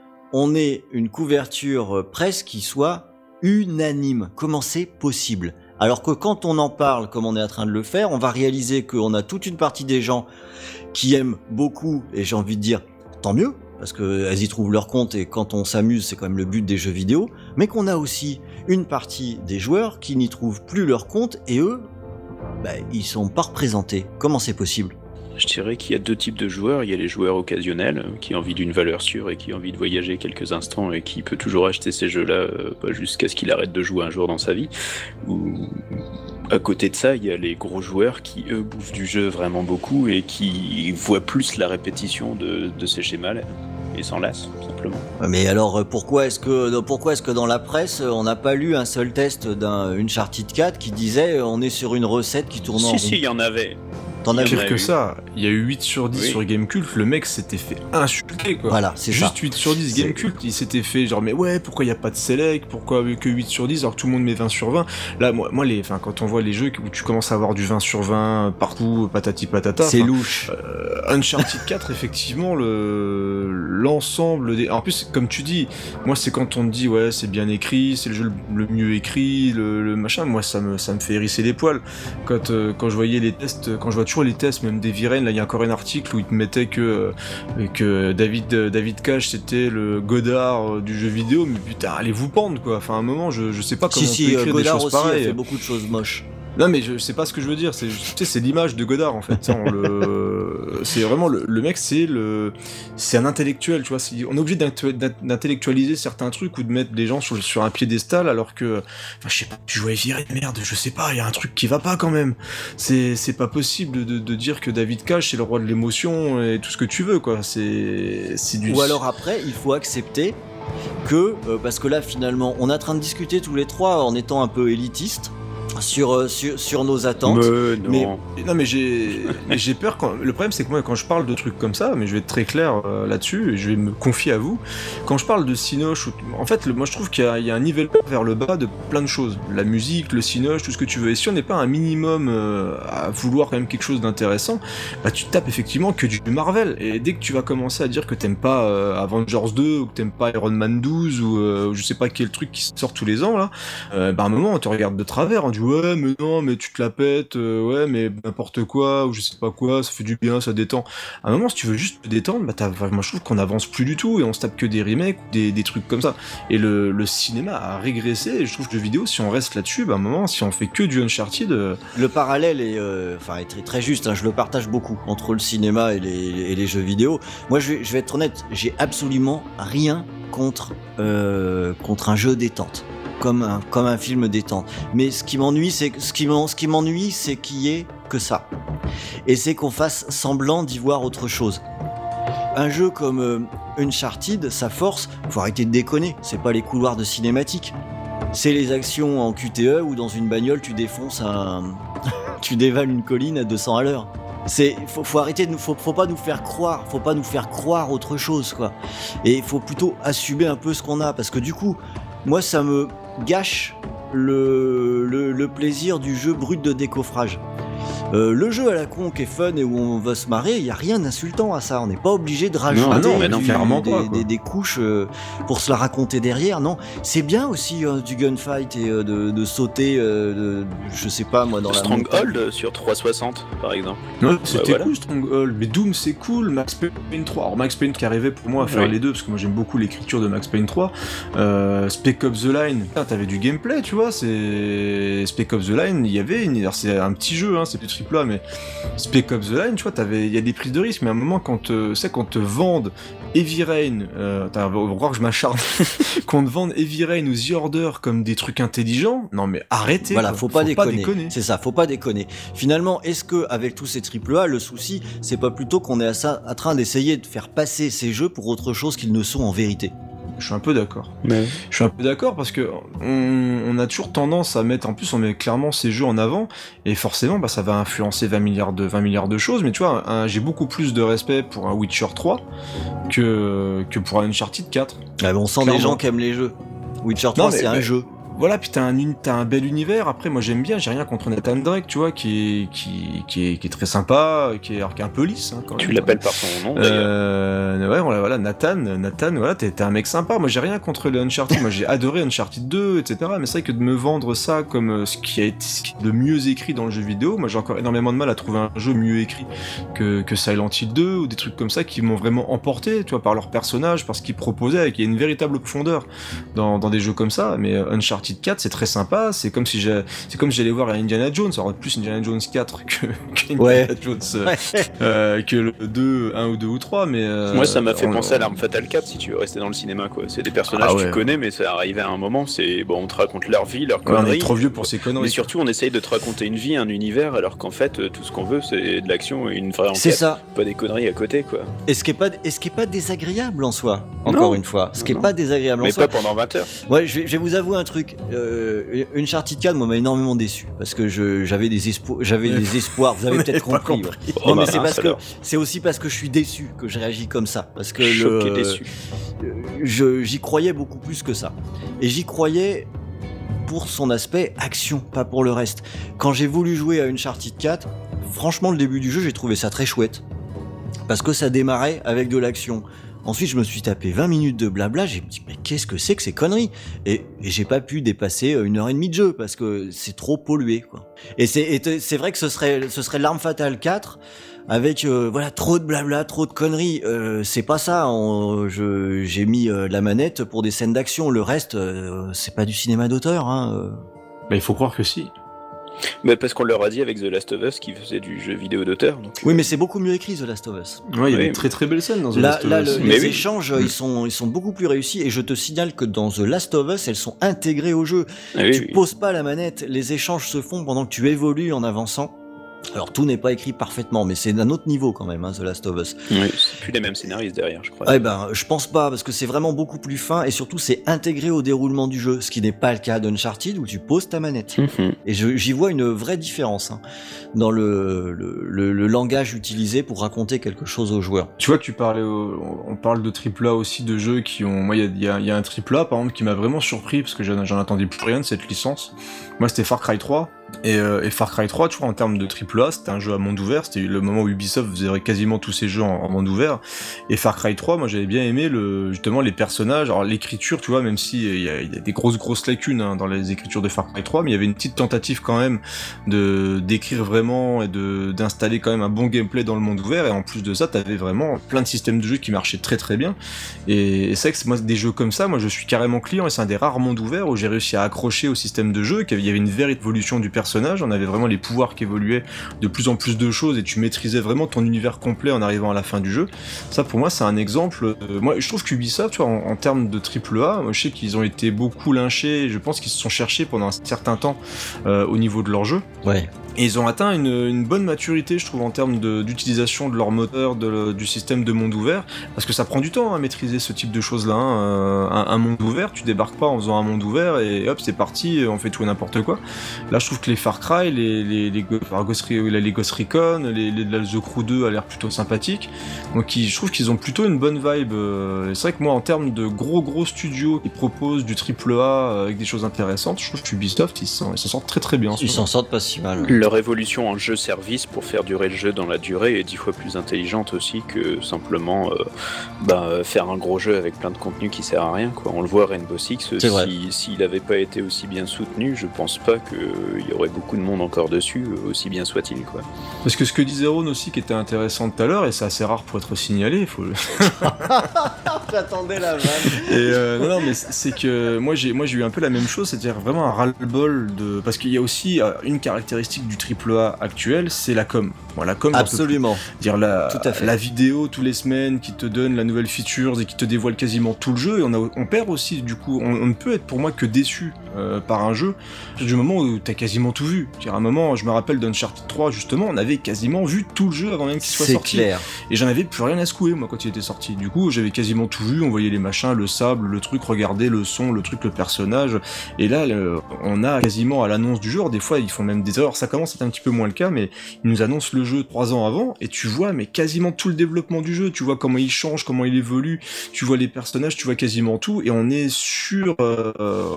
on ait une couverture euh, presse qui soit unanime? Comment c'est possible? Alors que quand on en parle, comme on est en train de le faire, on va réaliser qu'on a toute une partie des gens qui aiment beaucoup, et j'ai envie de dire, tant mieux, parce qu'elles y trouvent leur compte, et quand on s'amuse, c'est quand même le but des jeux vidéo, mais qu'on a aussi une partie des joueurs qui n'y trouvent plus leur compte, et eux, bah, ils sont pas représentés. Comment c'est possible ? Je dirais qu'il y a deux types de joueurs. Il y a les joueurs occasionnels qui ont envie d'une valeur sûre et qui ont envie de voyager quelques instants et qui peut toujours acheter ces jeux-là euh, jusqu'à ce qu'il arrête de jouer un jour dans sa vie. Ou à côté de ça, il y a les gros joueurs qui, eux, bouffent du jeu vraiment beaucoup et qui voient plus la répétition de, de ces schémas-là et s'en lassent, simplement. Mais alors, pourquoi est-ce que, pourquoi est-ce que dans la presse, on n'a pas lu un seul test d'un Uncharted quatre qui disait on est sur une recette qui tourne en rond ? Si, si, il y en avait. T'en as Pire vu. que ça, il y a eu huit sur dix Oui. sur Gamecult, le mec s'était fait insulter quoi. Voilà, c'est Juste ça. huit sur dix C'est- Gamecult, il s'était fait genre mais ouais, pourquoi il y a pas de select, pourquoi que huit sur dix alors que tout le monde met vingt sur vingt. Là moi, moi les enfin quand on voit les jeux où tu commences à avoir du vingt sur vingt partout, patati patata. C'est enfin, louche. euh, Uncharted quatre effectivement le l'ensemble des en plus comme tu dis, moi c'est quand on te dit ouais, c'est bien écrit, c'est le jeu le, le mieux écrit, le, le machin, moi ça me ça me fait hérisser les poils quand euh, quand je voyais les tests, quand je vois toujours les tests même des Viren, là il y a encore un article où il te mettait que euh, que David euh, David Cage c'était le Godard euh, du jeu vidéo, mais putain allez vous pendre quoi. Enfin à un moment je je sais pas comment Si, on si, peut euh, écrire Godard des choses aussi a pareilles. fait beaucoup de choses moches. Non mais je sais pas ce que je veux dire, c'est tu sais c'est l'image de Godard en fait, ça, on le c'est vraiment le, le mec c'est le c'est un intellectuel, tu vois, c'est- on est obligé d'intellectu- d'intellectualiser certains trucs ou de mettre des gens sur sur un piédestal alors que enfin je sais pas, tu jouais Viren, merde, je sais pas, il y a un truc qui va pas quand même. C'est c'est pas possible de, de dire que David Cage c'est le roi de l'émotion et tout ce que tu veux quoi, c'est c'est du Ou alors après, il faut accepter que, euh, parce que là finalement, on est en train de discuter tous les trois en étant un peu élitistes, sur, euh, sur, sur nos attentes. Mais non. Mais- Non mais j'ai mais j'ai peur quand le problème c'est que moi quand je parle de trucs comme ça, mais je vais être très clair euh, là-dessus et je vais me confier à vous, quand je parle de cinoche ou- en fait le- moi je trouve qu'il y a, il y a un nivellement vers le bas de plein de choses, la musique, le cinoche, tout ce que tu veux, et si on n'est pas un minimum euh, à vouloir quand même quelque chose d'intéressant, bah tu tapes effectivement que du Marvel, et dès que tu vas commencer à dire que t'aimes pas euh, Avengers deux ou que t'aimes pas Iron Man douze ou euh, je sais pas quel truc qui sort tous les ans là, euh, bah à un moment on te regarde de travers, on dit ouais mais non mais tu te la pètes, euh, ouais mais n'importe quoi ou je sais pas quoi, ça fait du bien, ça détend. À un moment si tu veux juste te détendre, bah t'as, moi je trouve qu'on avance plus du tout et on se tape que des remakes ou des, des trucs comme ça. Et le, le cinéma a régressé et je trouve que le vidéo si on reste là-dessus, bah à un moment si on fait que du Uncharted, euh, Le parallèle est, euh, enfin, est très, très juste, hein, je le partage beaucoup entre le cinéma et les, et les jeux vidéo. Moi je vais, je vais être honnête, j'ai absolument rien contre, euh, contre un jeu détente. Comme un, comme un film détente. Mais ce qui m'ennuie, c'est ce qui m'en- ce qui m'ennuie, c'est qu'il y ait que ça. Et c'est qu'on fasse semblant d'y voir autre chose. Un jeu comme euh, Uncharted, sa force, faut arrêter de déconner, c'est pas les couloirs de cinématique. C'est les actions en Q T E où dans une bagnole tu défonces un... tu dévales une colline à deux cents à l'heure. C'est, faut, faut arrêter de nous, faut, faut pas nous faire croire, faut pas nous faire croire autre chose, quoi. Et il faut plutôt assumer un peu ce qu'on a, parce que du coup, moi ça me gâche le, le, le plaisir du jeu brut de décoffrage. Euh, le jeu à la con qui est fun et où on va se marrer, il y a rien d'insultant à ça. On n'est pas obligé de rajouter Ah non, mais non, du- clairement des, pas, quoi. des, des couches euh, pour se la raconter derrière. Non, c'est bien aussi euh, du gunfight et euh, de, de sauter, euh, de, je sais pas moi, dans la montagne. Stronghold sur trois cent soixante, par exemple. non, c'était voilà. cool Stronghold, mais Doom c'est cool, Max Payne trois, alors Max Payne qui arrivait pour moi à faire Oui. les deux, parce que moi j'aime beaucoup l'écriture de Max Payne trois, euh, Spec Ops The Line, putain, t'avais du gameplay tu vois, c'est Spec Ops The Line, il y avait, une... alors c'est un petit jeu, hein, c'est du triple A, mais Spec Ops The Line, tu vois, t'avais, il y a des prises de risque, mais à un moment quand, euh, c'est quand te vendent Heavy Rain, euh, t'as, on va croire que je m'acharne, qu'on te vende Heavy Rain ou The Order comme des trucs intelligents, non mais arrêtez, Voilà, quoi. faut pas déconner. déconner. C'est ça, faut pas déconner. Finalement, est-ce que avec tous ces triple A, le souci, c'est pas plutôt qu'on est à ça, en train d'essayer de faire passer ces jeux pour autre chose qu'ils ne sont en vérité? Je suis un peu d'accord. Mais... Je suis un peu d'accord parce que on, on a toujours tendance à mettre, en plus on met clairement ces jeux en avant et forcément bah, ça va influencer vingt milliards de, vingt milliards de choses, mais tu vois, un- j'ai beaucoup plus de respect pour un Witcher trois que, que pour un Uncharted quatre. Ah, mais on sent Clairement. des gens qui aiment les jeux. Witcher trois, mais- c'est un mais- jeu. Voilà, puis t'as un, uni- t'as un bel univers, après moi j'aime bien, j'ai rien contre Nathan Drake, tu vois, qui est, qui, qui est, qui est très sympa, qui est, alors, qui est un peu lisse. Hein, quand Tu même. l'appelles par son nom, d'ailleurs. Euh, ouais, voilà, voilà, Nathan, Nathan, voilà, t'es, t'es un mec sympa. Moi, j'ai rien contre les Uncharted. Moi, j'ai adoré Uncharted deux, et cetera. Mais c'est vrai que de me vendre ça comme euh, ce qui a été ce qui est de mieux écrit dans le jeu vidéo, moi, j'ai encore énormément de mal à trouver un jeu mieux écrit que, que Silent Hill deux ou des trucs comme ça qui m'ont vraiment emporté, tu vois, par leur personnage, par ce qu'ils proposaient, et qu'il y a une véritable profondeur dans, dans des jeux comme ça. Mais euh, Uncharted quatre, c'est très sympa. C'est comme si j'ai, c'est comme si j'allais voir Indiana Jones. Alors, plus Indiana Jones quatre que, qu'Indiana Ouais. Jones, euh, euh, que le deux, un ou deux ou trois, mais euh, Moi, ça m'a fait on- penser à l'Arme Fatale quatre, si tu veux rester dans le cinéma, quoi. C'est des personnages Ah que ouais. tu connais, mais ça arrive à un moment, c'est bon, on te raconte leur vie, leurs Ouais, on est conneries. trop vieux pour ces conneries. Mais surtout, on essaye de te raconter une vie, un univers, alors qu'en fait, euh, tout ce qu'on veut, c'est de l'action et une vraie enquête. C'est ça. Pas des conneries à côté, quoi. Et ce qui est pas, et ce qui est pas désagréable en soi. Encore Non. une fois, ce qui est Non. pas désagréable en Mais soi. pas pendant vingt heures. Ouais, je vais, je vais vous avouer un truc. Euh, Uncharted quatre, moi, m'a énormément déçu parce que je, j'avais des espoirs, j'avais Ouais. des espoirs. Vous avez On peut-être avait pas compris. compris. ouais. Oh, non, mais bah, c'est mince, parce que alors. c'est aussi parce que je suis déçu que je réagis comme ça. Parce que Choqué, le, déçu. euh, je, j'y croyais beaucoup plus que ça. Et j'y croyais pour son aspect action, pas pour le reste. Quand j'ai voulu jouer à Uncharted quatre, franchement, le début du jeu, j'ai trouvé ça très chouette parce que ça démarrait avec de l'action. Ensuite, je me suis tapé vingt minutes de blabla, j'ai dit, mais qu'est-ce que c'est que ces conneries? Et, et j'ai pas pu dépasser une heure et demie de jeu, parce que c'est trop pollué, quoi. Et c'est, et c'est vrai que ce serait, ce serait l'Arme Fatale quatre, avec, euh, voilà, trop de blabla, trop de conneries. Euh, c'est pas ça, on- je, j'ai mis euh, la manette pour des scènes d'action, le reste, euh, c'est pas du cinéma d'auteur, hein. euh. Bah, il faut croire que si. Mais parce qu'on leur a dit avec The Last of Us qu'ils faisaient du jeu vidéo d'auteur. Donc, Oui, mais c'est beaucoup mieux écrit, The Last of Us. Ouais, il y a Oui. des très très belles scènes dans The Là, Last of là Us. le- Mais les oui. échanges, ils sont, ils sont beaucoup plus réussis, et je te signale que dans The Last of Us, elles sont intégrées au jeu. Ah oui, tu oui. poses pas la manette, les échanges se font pendant que tu évolues en avançant. Alors tout n'est pas écrit parfaitement, mais c'est d'un autre niveau quand même, hein, The Last of Us. Oui, c'est plus les mêmes scénaristes derrière, je crois. Eh ben, je pense pas, parce que c'est vraiment beaucoup plus fin, et surtout c'est intégré au déroulement du jeu, ce qui n'est pas le cas d'Uncharted où tu poses ta manette. Mm-hmm. Et je, j'y vois une vraie différence hein, dans le, le, le, le langage utilisé pour raconter quelque chose aux joueurs. Tu vois, tu parlais, au, on parle de triple A aussi, de jeux qui ont, moi il y a, y, a, y a un triple A par exemple qui m'a vraiment surpris parce que j'en, j'en attendais plus rien de cette licence. Moi c'était Far Cry trois. Et, euh, et Far Cry trois, tu vois, en termes de triple A, c'était un jeu à monde ouvert, c'était le moment où Ubisoft faisait quasiment tous ses jeux en, en monde ouvert. Et Far Cry trois, moi j'avais bien aimé le, justement les personnages, alors l'écriture, tu vois, même si il y, y a des grosses grosses lacunes hein, dans les écritures de Far Cry trois, mais il y avait une petite tentative quand même de d'écrire vraiment et de d'installer quand même un bon gameplay dans le monde ouvert. Et en plus de ça, t'avais vraiment plein de systèmes de jeu qui marchaient très très bien. Et, et c'est vrai que moi des jeux comme ça, moi je suis carrément client et c'est un des rares mondes ouverts où j'ai réussi à accrocher au système de jeu, qu'il y avait une vraie évolution du personnage. On avait vraiment les pouvoirs qui évoluaient de plus en plus de choses et tu maîtrisais vraiment ton univers complet en arrivant à la fin du jeu. Ça pour moi c'est un exemple. Euh, moi je trouve qu'Ubisoft, tu vois, en, en termes de triple A, moi, je sais qu'ils ont été beaucoup lynchés. Je pense qu'ils se sont cherchés pendant un certain temps euh, au niveau de leur jeu. Ouais. Et ils ont atteint une, une bonne maturité, je trouve, en termes de, d'utilisation de leur moteur, de, du système de monde ouvert, parce que ça prend du temps à maîtriser ce type de choses-là. Hein. Un, un monde ouvert, tu débarques pas en faisant un monde ouvert et hop, c'est parti, on fait tout et n'importe quoi. Là, je trouve que les Far Cry, les, les, les, enfin, Ghost, les Ghost Recon, les, les, les The Crew deux a l'air plutôt sympathique. Donc, ils, je trouve qu'ils ont plutôt une bonne vibe. C'est vrai que moi, en termes de gros gros studios qui proposent du triple A avec des choses intéressantes, je trouve qu'Ubisoft, ils s'en, ils s'en sortent très très bien. Ils s'en sortent pas si mal. Leur évolution en jeu-service pour faire durer le jeu dans la durée est dix fois plus intelligente aussi que simplement euh, bah, faire un gros jeu avec plein de contenu qui sert à rien, quoi. On le voit, Rainbow Six, si, s'il n'avait pas été aussi bien soutenu, je pense pas qu'il y aurait beaucoup de monde encore dessus, aussi bien soit-il, quoi. Parce que ce que disait Ron aussi qui était intéressant tout à l'heure, et c'est assez rare pour être signalé, il faut... J'attendais la vanne. Et euh, non, non, mais c'est que moi j'ai, moi j'ai eu un peu la même chose, c'est-à-dire vraiment un ras-le-bol de... Parce qu'il y a aussi euh, une caractéristique du triple A actuel, c'est la com. Bon, la com, absolument. Dire la, tout à fait. La vidéo tous les semaines qui te donne la nouvelle features et qui te dévoile quasiment tout le jeu, et on, a, on perd aussi, du coup, on, on ne peut être pour moi que déçu euh, par un jeu du moment où t'as quasiment tout vu. Dire à un moment, je me rappelle d'Uncharted trois, justement, on avait quasiment vu tout le jeu avant même qu'il soit c'est sorti. Clair. Et j'en avais plus rien à secouer, moi, quand il était sorti. Du coup, j'avais quasiment tout vu, on voyait les machins, le sable, le truc, regardez le son, le truc, le personnage. Et là, le, on a quasiment à l'annonce du jeu, alors, des fois, ils font même des erreurs, ça commence à être un petit peu moins le cas, mais ils nous annoncent le jeu trois ans avant, et tu vois, mais quasiment tout le développement du jeu, tu vois comment il change, comment il évolue, tu vois les personnages, tu vois quasiment tout, et on est sur... Euh,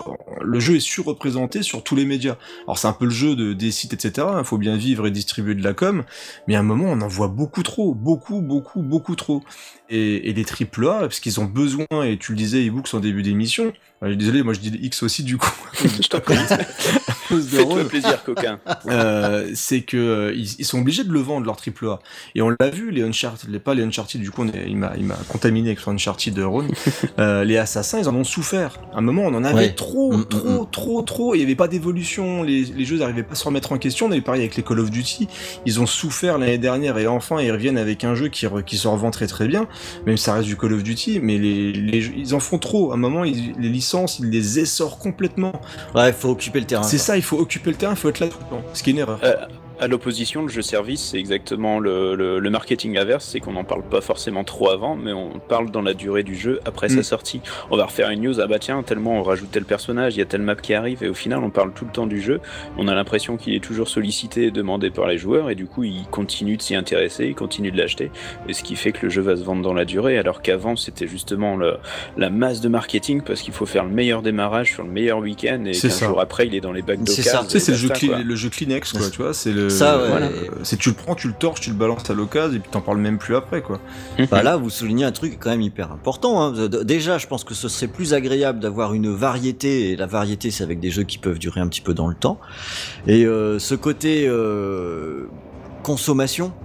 le jeu est surreprésenté sur tous les médias. Alors c'est un peu le jeu de, des sites, et cetera, il faut bien vivre et distribuer de la com, mais à un moment, on en voit beaucoup trop, beaucoup, beaucoup, beaucoup trop. Et, et les triple A, parce qu'ils ont besoin, et tu le disais, e-books en début d'émission, euh, désolé, moi je dis X aussi du coup. Je t'en prie. Fais-toi plaisir, coquin. Euh, c'est que euh, ils, ils sont obligés de le vendre leur triple A. Et on l'a vu, les Uncharted, les, pas les Uncharted, du coup on est, il m'a, il m'a contaminé avec son Uncharted de Ron. euh, les Assassins, ils en ont souffert. À un moment, on en avait ouais. trop, mmh, trop, mmh. trop, trop. Il y avait pas d'évolution. Les, les jeux n'arrivaient pas à se remettre en question. On avait pareil avec les Call of Duty. Ils ont souffert l'année dernière et enfin ils reviennent avec un jeu qui, re, qui se revend très très bien. Même si ça reste du Call of Duty, mais les, les, ils en font trop. À un moment, ils, les licences, ils les essorent complètement. Ouais, il faut occuper le terrain. C'est quoi. Ça, il faut occuper le terrain, il faut être là tout le temps. Ce qui est une erreur. Euh... À l'opposition, le jeu service, c'est exactement le, le, le marketing inverse, c'est qu'on n'en parle pas forcément trop avant, mais on parle dans la durée du jeu après mmh. sa sortie. On va refaire une news, ah bah tiens, tellement on rajoute tel personnage, il y a telle map qui arrive, et au final on parle tout le temps du jeu, on a l'impression qu'il est toujours sollicité et demandé par les joueurs, et du coup il continue de s'y intéresser, il continue de l'acheter, et ce qui fait que le jeu va se vendre dans la durée, alors qu'avant c'était justement le, la masse de marketing, parce qu'il faut faire le meilleur démarrage sur le meilleur week-end, et qu'un jour après il est dans les bacs d'occasion. C'est ça, tu sais, c'est le jeu, cli- le jeu Kleenex, quoi, tu vois, c'est le... Ça, ouais. Voilà. C'est tu le prends, tu le torches, tu le balances à l'occasion et puis t'en parles même plus après, quoi. Bah là, vous soulignez un truc quand même hyper important. Hein. Déjà, je pense que ce serait plus agréable d'avoir une variété, et la variété, c'est avec des jeux qui peuvent durer un petit peu dans le temps. Et euh, ce côté euh, consommation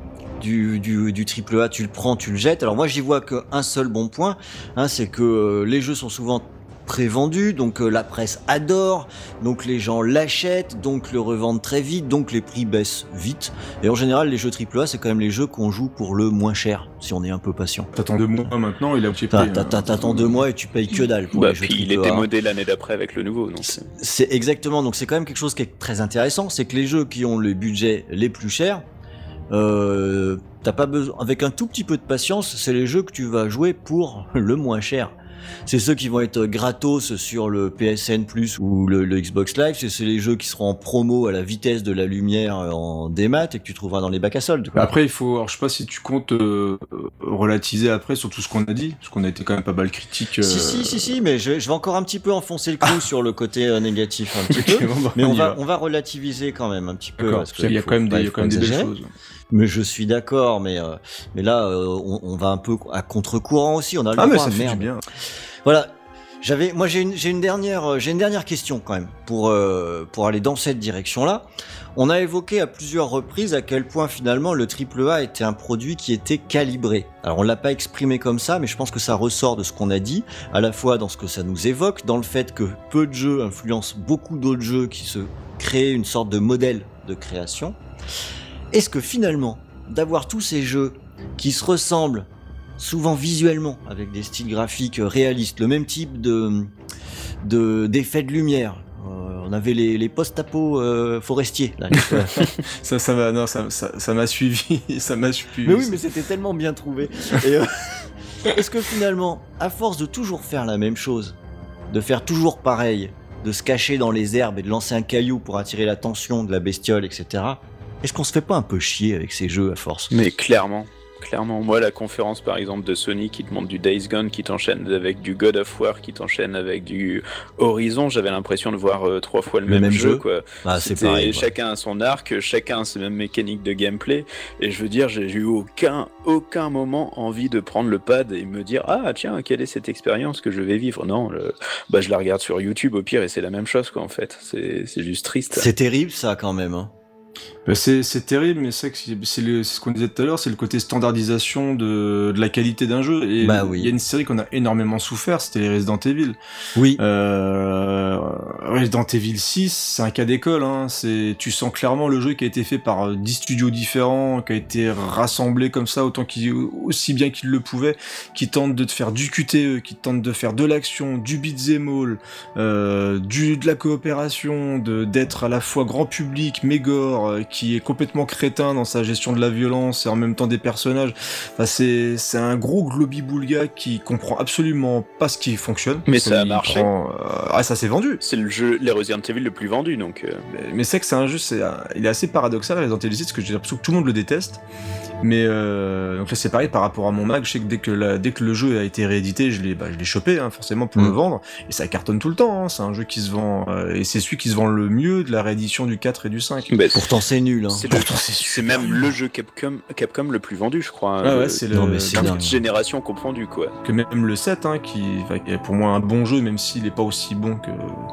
du, du, du triple A, tu le prends, tu le jettes. Alors moi, j'y vois qu'un seul bon point, hein, c'est que euh, les jeux sont souvent prévendu, donc euh, la presse adore, donc les gens l'achètent, donc le revendent très vite, donc les prix baissent vite. Et en général, les jeux triple A, c'est quand même les jeux qu'on joue pour le moins cher, si on est un peu patient. T'attends deux mois maintenant, il a petit T'as- t'as- t'as- T'attends deux mois et tu payes que dalle pour Bah, les jeux puis il triple A. était modé l'année d'après avec le nouveau. Donc. C'est- C'est exactement, donc c'est quand même quelque chose qui est très intéressant, c'est que les jeux qui ont le budget les plus chers, euh, t'as pas besoin, avec un tout petit peu de patience, c'est les jeux que tu vas jouer pour le moins cher. C'est ceux qui vont être gratos sur le P S N Plus ou le, le Xbox Live, c'est c'est les jeux qui seront en promo à la vitesse de la lumière en démat et que tu trouveras dans les bacs à soldes, quoi. Après, il faut, alors je sais pas si tu comptes euh, relativiser après sur tout ce qu'on a dit, parce qu'on a été quand même pas mal critique. Euh... Si, si, si, si, mais je, je vais encore un petit peu enfoncer le clou sur le côté euh, négatif, un petit Ok, peu. bon, bah, Mais on y va, on va relativiser quand même un petit peu. D'accord, parce parce qu'il y a faut- quand même faut pas- des, il y a faut quand même pas des belles exagérer. choses. Mais je suis d'accord, mais euh, mais là, euh, on, on va un peu à contre-courant aussi. On a le Ah, mais droit, ça fait merde. du bien. Voilà. J'avais, moi, j'ai une, j'ai une dernière, euh, j'ai une dernière question quand même pour euh, pour aller dans cette direction-là. On a évoqué à plusieurs reprises à quel point finalement le triple A était un produit qui était calibré. Alors on l'a pas exprimé comme ça, mais je pense que ça ressort de ce qu'on a dit, à la fois dans ce que ça nous évoque, dans le fait que peu de jeux influencent beaucoup d'autres jeux qui se créent une sorte de modèle de création. Est-ce que finalement, d'avoir tous ces jeux qui se ressemblent souvent visuellement, avec des styles graphiques réalistes, le même type de, de d'effets de lumière. Euh, on avait les, les post-apo euh, forestiers. Là, Ça, ça m'a, non, ça, ça, ça m'a suivi, ça m'a suivi. mais oui, mais c'était tellement bien trouvé. Et, euh, est-ce que finalement, à force de toujours faire la même chose, de faire toujours pareil, de se cacher dans les herbes et de lancer un caillou pour attirer l'attention de la bestiole, et cetera, est-ce qu'on se fait pas un peu chier avec ces jeux à force? Mais clairement. Clairement, moi la conférence par exemple de Sony qui te montre du Days Gone, qui t'enchaîne avec du God of War, qui t'enchaîne avec du Horizon, j'avais l'impression de voir euh, trois fois le, Le même, même jeu, jeu. quoi. Ah, c'est C'était- pareil, quoi. Chacun a son arc, chacun a ses mêmes mécaniques de gameplay, et je veux dire, j'ai eu aucun, aucun moment envie de prendre le pad et me dire ah tiens quelle est cette expérience que je vais vivre. Non, le- bah je la regarde sur YouTube au pire et c'est la même chose quoi en fait. C'est c'est juste triste. C'est terrible ça quand même. Hein. Bah, c'est, c'est terrible, mais c'est, que c'est, c'est, le- c'est ce qu'on disait tout à l'heure, c'est le côté standardisation de, de la qualité d'un jeu. Et Bah oui. il y a une série qu'on a énormément souffert, c'était les Resident Evil. Oui. Euh, Resident Evil six, c'est un cas d'école. Hein. C'est, tu sens clairement le jeu qui a été fait par dix studios différents, qui a été rassemblé comme ça autant qu'il, aussi bien qu'il le pouvait, qui tente de te faire du Q T E, qui tente de faire de l'action, du beat'em all, euh, du de la coopération, de d'être à la fois grand public, mais gore, euh, qui est complètement crétin dans sa gestion de la violence et en même temps des personnages. Enfin, c'est c'est un gros globi-boulga qui comprend absolument pas ce qui fonctionne. Mais ça a Il marché. prend, euh, ah, ça s'est vendu. C'est le jeu, les Resident Evil le plus vendu donc. euh, Mais, mais c'est que c'est un jeu, c'est, un- il est assez paradoxal Resident Evil six, parce que j'ai l'impression que tout le monde le déteste. Mais euh, donc là c'est pareil par rapport à mon Mac, je sais que dès que, la, dès que le jeu a été réédité, je l'ai, bah, je l'ai chopé hein, forcément pour Mm. le vendre, et ça cartonne tout le temps, hein. C'est un jeu qui se vend, euh, et c'est celui qui se vend le mieux de la réédition du quatre et du cinq. bah, Pourtant c'est nul. Hein. C'est, le- Pourtant, c'est c'est même le jeu Capcom, Capcom le plus vendu, je crois. Ah euh, ouais, c'est le, non, mais c'est toute dingue. génération confondue, quoi. que même le sept, hein, qui, enfin, qui est pour moi un bon jeu, même s'il est pas aussi bon que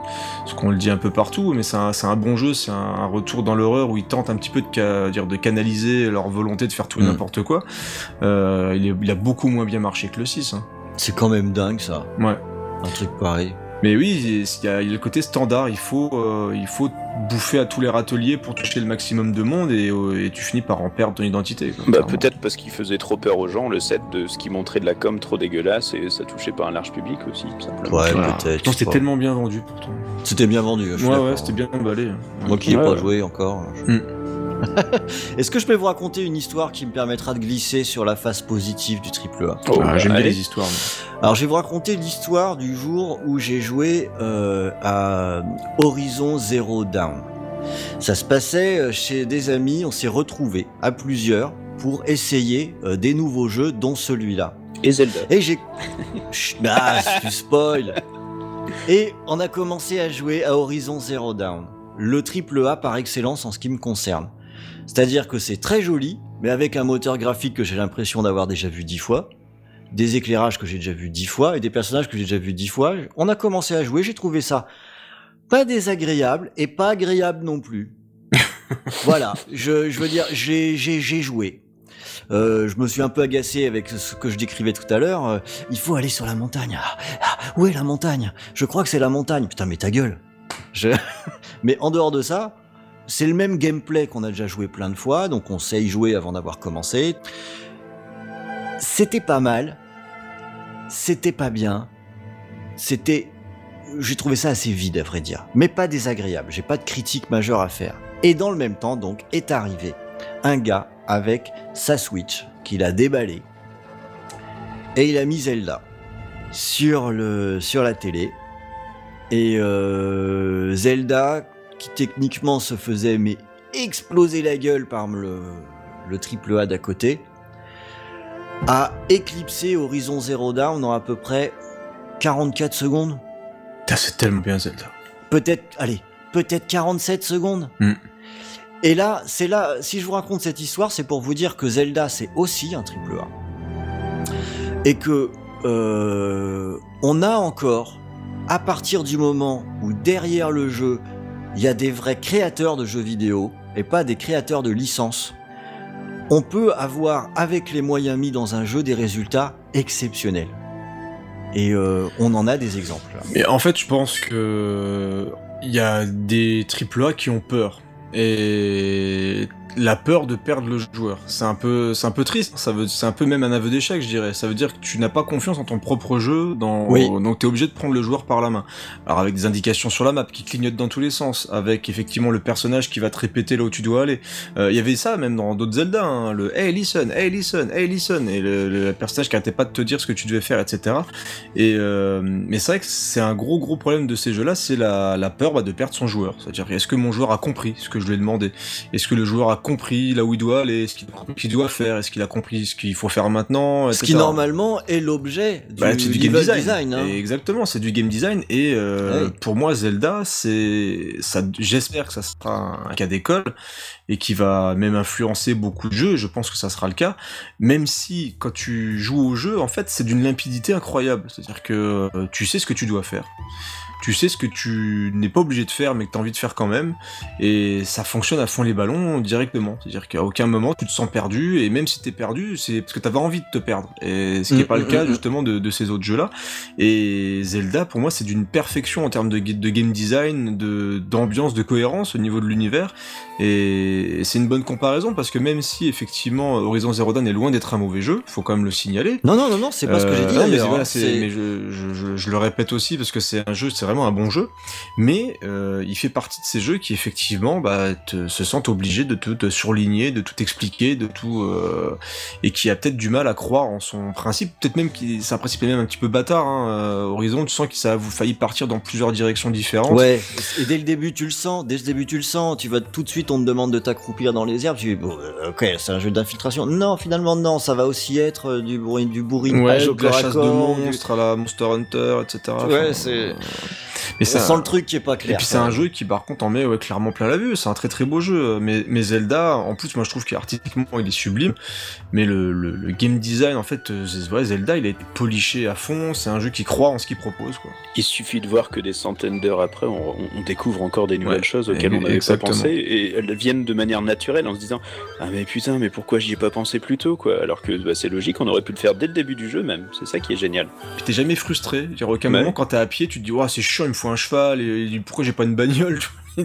ce qu'on le dit un peu partout, mais c'est un, c'est un bon jeu, c'est un, un retour dans l'horreur où ils tentent un petit peu de, ca- dire, de canaliser leur volonté de faire tout et Mm. n'importe quoi. Euh, il, est- il a beaucoup moins bien marché que le six. Hein. C'est quand même dingue ça. Ouais. Un truc pareil. Mais oui, il y, a, il y a le côté standard, il faut, euh, il faut bouffer à tous les râteliers pour toucher le maximum de monde et, euh, et tu finis par en perdre ton identité. Quoi, Bah clairement. peut-être parce qu'il faisait trop peur aux gens, le set de ce qui montrait de la com trop dégueulasse et ça touchait pas un large public aussi, tout simplement. Ouais, Voilà. peut-être. Pourtant, je sais c'était pas. tellement bien vendu pourtant. C'était bien vendu. je suis Ouais, d'accord. ouais, c'était bien emballé. Moi qui n'ai Ouais, pas ouais. joué encore. je- Mm. Est-ce que je peux vous raconter une histoire qui me permettra de glisser sur la face positive du triple A? Oh, Ah, bah, j'aime bien allez. les histoires. moi. Alors je vais vous raconter l'histoire du jour où j'ai joué euh, à Horizon Zero Dawn. Ça se passait chez des amis, on s'est retrouvés à plusieurs pour essayer euh, des nouveaux jeux, dont celui-là. Et Zelda. Et j'ai... Chut, ah, tu spoil. Et on a commencé à jouer à Horizon Zero Dawn, le triple A par excellence en ce qui me concerne. C'est-à-dire que c'est très joli, mais avec un moteur graphique que j'ai l'impression d'avoir déjà vu dix fois, des éclairages que j'ai déjà vu dix fois, et des personnages que j'ai déjà vu dix fois. On a commencé à jouer, j'ai trouvé ça pas désagréable, et pas agréable non plus. Voilà, je, je veux dire, j'ai, j'ai, j'ai joué. Euh, je me suis un peu agacé avec ce que je décrivais tout à l'heure. Euh, il faut aller sur la montagne. Ah, ah, où est la montagne ? Je crois que c'est la montagne. Putain, mais ta gueule. Je... mais en dehors de ça, c'est le même gameplay qu'on a déjà joué plein de fois, donc on sait y jouer avant d'avoir commencé. C'était pas mal. C'était pas bien. C'était... J'ai trouvé ça assez vide, à vrai dire. Mais pas désagréable. J'ai pas de critique majeure à faire. Et dans le même temps, donc, est arrivé un gars avec sa Switch qu'il a déballé et il a mis Zelda sur, le, sur la télé. Et euh, Zelda, qui techniquement se faisait mais exploser la gueule par le, le triple A d'à côté, a éclipsé Horizon Zero Dawn en à peu près quarante-quatre secondes. Putain, c'est tellement bien Zelda. Peut-être, allez, peut-être quarante-sept secondes. Mm. Et là, c'est là, si je vous raconte cette histoire, c'est pour vous dire que Zelda, c'est aussi un triple A. Et que, euh, on a encore, à partir du moment où derrière le jeu, il y a des vrais créateurs de jeux vidéo, et pas des créateurs de licences, on peut avoir, avec les moyens mis dans un jeu, des résultats exceptionnels. Et euh, on en a des exemples. Mais en fait, je pense que il y a des triple A qui ont peur. Et la peur de perdre le joueur, c'est un peu, c'est un peu triste. Ça veut, c'est un peu même un aveu d'échec, je dirais. Ça veut dire que tu n'as pas confiance en ton propre jeu, dans, oui. donc t'es obligé de prendre le joueur par la main. Alors avec des indications sur la map qui clignotent dans tous les sens, avec effectivement le personnage qui va te répéter là où tu dois aller. Il euh, y avait ça même dans d'autres Zelda, hein, le hey listen, hey listen, hey listen, et le, le personnage qui arrêtait pas de te dire ce que tu devais faire, et cetera. Et euh, mais c'est vrai que c'est un gros gros problème de ces jeux-là, c'est la, la peur bah, de perdre son joueur. C'est-à-dire, est-ce que mon joueur a compris ce que je lui ai demandé ? Est-ce que le joueur a compris là où il doit aller, ce qu'il, qu'il doit faire, est-ce qu'il a compris ce qu'il faut faire maintenant, et cetera. Ce qui normalement est l'objet du, bah, c'est du game design. design hein. Exactement, c'est du game design et euh, ouais. Pour moi Zelda, c'est ça. J'espère que ça sera un cas d'école et qui va même influencer beaucoup de jeux. Je pense que ça sera le cas, même si quand tu joues au jeu, en fait, c'est d'une limpidité incroyable. C'est-à-dire que euh, tu sais ce que tu dois faire. Tu sais ce que tu n'es pas obligé de faire, mais que tu as envie de faire quand même, et ça fonctionne à fond les ballons directement. C'est-à-dire qu'à aucun moment tu te sens perdu, et même si t'es perdu, c'est parce que t'avais envie de te perdre. Et ce qui n'est mmh, pas mmh, le cas mmh. justement de, de ces autres jeux-là. Et Zelda, pour moi, c'est d'une perfection en termes de, de game design, de d'ambiance, de cohérence au niveau de l'univers. Et c'est une bonne comparaison parce que même si effectivement Horizon Zero Dawn est loin d'être un mauvais jeu, faut quand même le signaler. Non non non non, c'est pas euh, ce que j'ai dit. Non, mais, voilà, c'est, c'est... mais je, je, je, je le répète aussi parce que c'est un jeu, c'est vraiment un bon jeu. Mais euh, il fait partie de ces jeux qui effectivement bah, te, se sentent obligés de tout te surligner, de tout expliquer, de tout euh, et qui a peut-être du mal à croire en son principe. Peut-être même qu'il c'est un principe même un petit peu bâtard. Hein, euh, Horizon, tu sens que ça a failli partir dans plusieurs directions différentes. Ouais. Et dès le début tu le sens. Dès le début tu le sens. Tu vas tout de suite on te demande de t'accroupir dans les herbes, tu dis bon, ok, c'est un jeu d'infiltration. Non, finalement non, ça va aussi être du bruit, du bourrinage ouais, au de la corps chasse à corps, de monstres à la Monster Hunter, et cetera. Ouais, enfin, c'est. Euh... Mais ça sent le truc qui est pas clair. Et puis c'est un jeu qui par contre en met ouais, clairement plein la vue. C'est un très très beau jeu. Mais, mais Zelda, en plus moi je trouve qu'artistiquement il est sublime. Mais le, le, le game design en fait, ouais, Zelda il a été poliché à fond. C'est un jeu qui croit en ce qu'il propose quoi. Il suffit de voir que des centaines d'heures après on, on découvre encore des nouvelles ouais, choses auxquelles on n'avait pas pensé et elles viennent de manière naturelle en se disant ah mais putain mais pourquoi j'y ai pas pensé plus tôt quoi. Alors que bah, c'est logique, on aurait pu le faire dès le début du jeu même. C'est ça qui est génial. Puis t'es jamais frustré. Genre, aucun ouais. moment quand t'es à pied tu te dis oh, c'est chiant, il me faut un cheval et, et pourquoi j'ai pas une bagnole.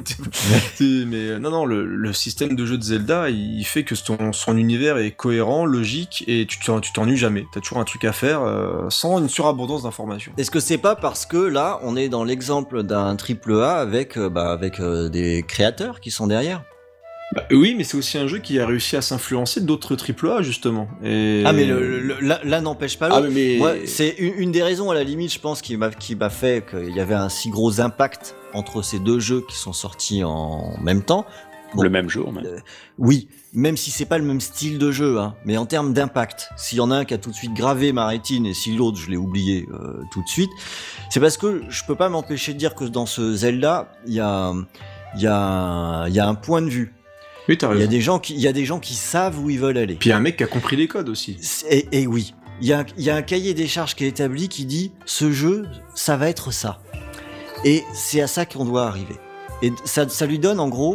Mais non non le, le système de jeu de Zelda il fait que son, son univers est cohérent, logique et tu, tu t'ennuies jamais, t'as toujours un truc à faire euh, sans une surabondance d'informations. Est-ce que c'est pas parce que là on est dans l'exemple d'un triple A avec, bah, avec euh, des créateurs qui sont derrière? Bah, oui, mais c'est aussi un jeu qui a réussi à s'influencer d'autres triple A justement. Et... Ah mais le, le, là, là n'empêche pas l'autre. Ah, mais... Moi, c'est une, une des raisons à la limite, je pense, qui m'a, qui m'a fait qu'il y avait un si gros impact entre ces deux jeux qui sont sortis en même temps. Bon, le même jour, même. Euh, oui, même si c'est pas le même style de jeu, hein, mais en termes d'impact, s'il y en a un qui a tout de suite gravé ma rétine et si l'autre je l'ai oublié euh, tout de suite, c'est parce que je peux pas m'empêcher de dire que dans ce Zelda, il y a, il y a, il y a un point de vue. Oui, t'as raison. Il y a des gens qui, il y a des gens qui savent où ils veulent aller. Puis il y a un mec qui a compris les codes aussi. Et, et oui, il y a, il y a un cahier des charges qui est établi qui dit ce jeu, ça va être ça. Et c'est à ça qu'on doit arriver. Et ça, ça lui donne en gros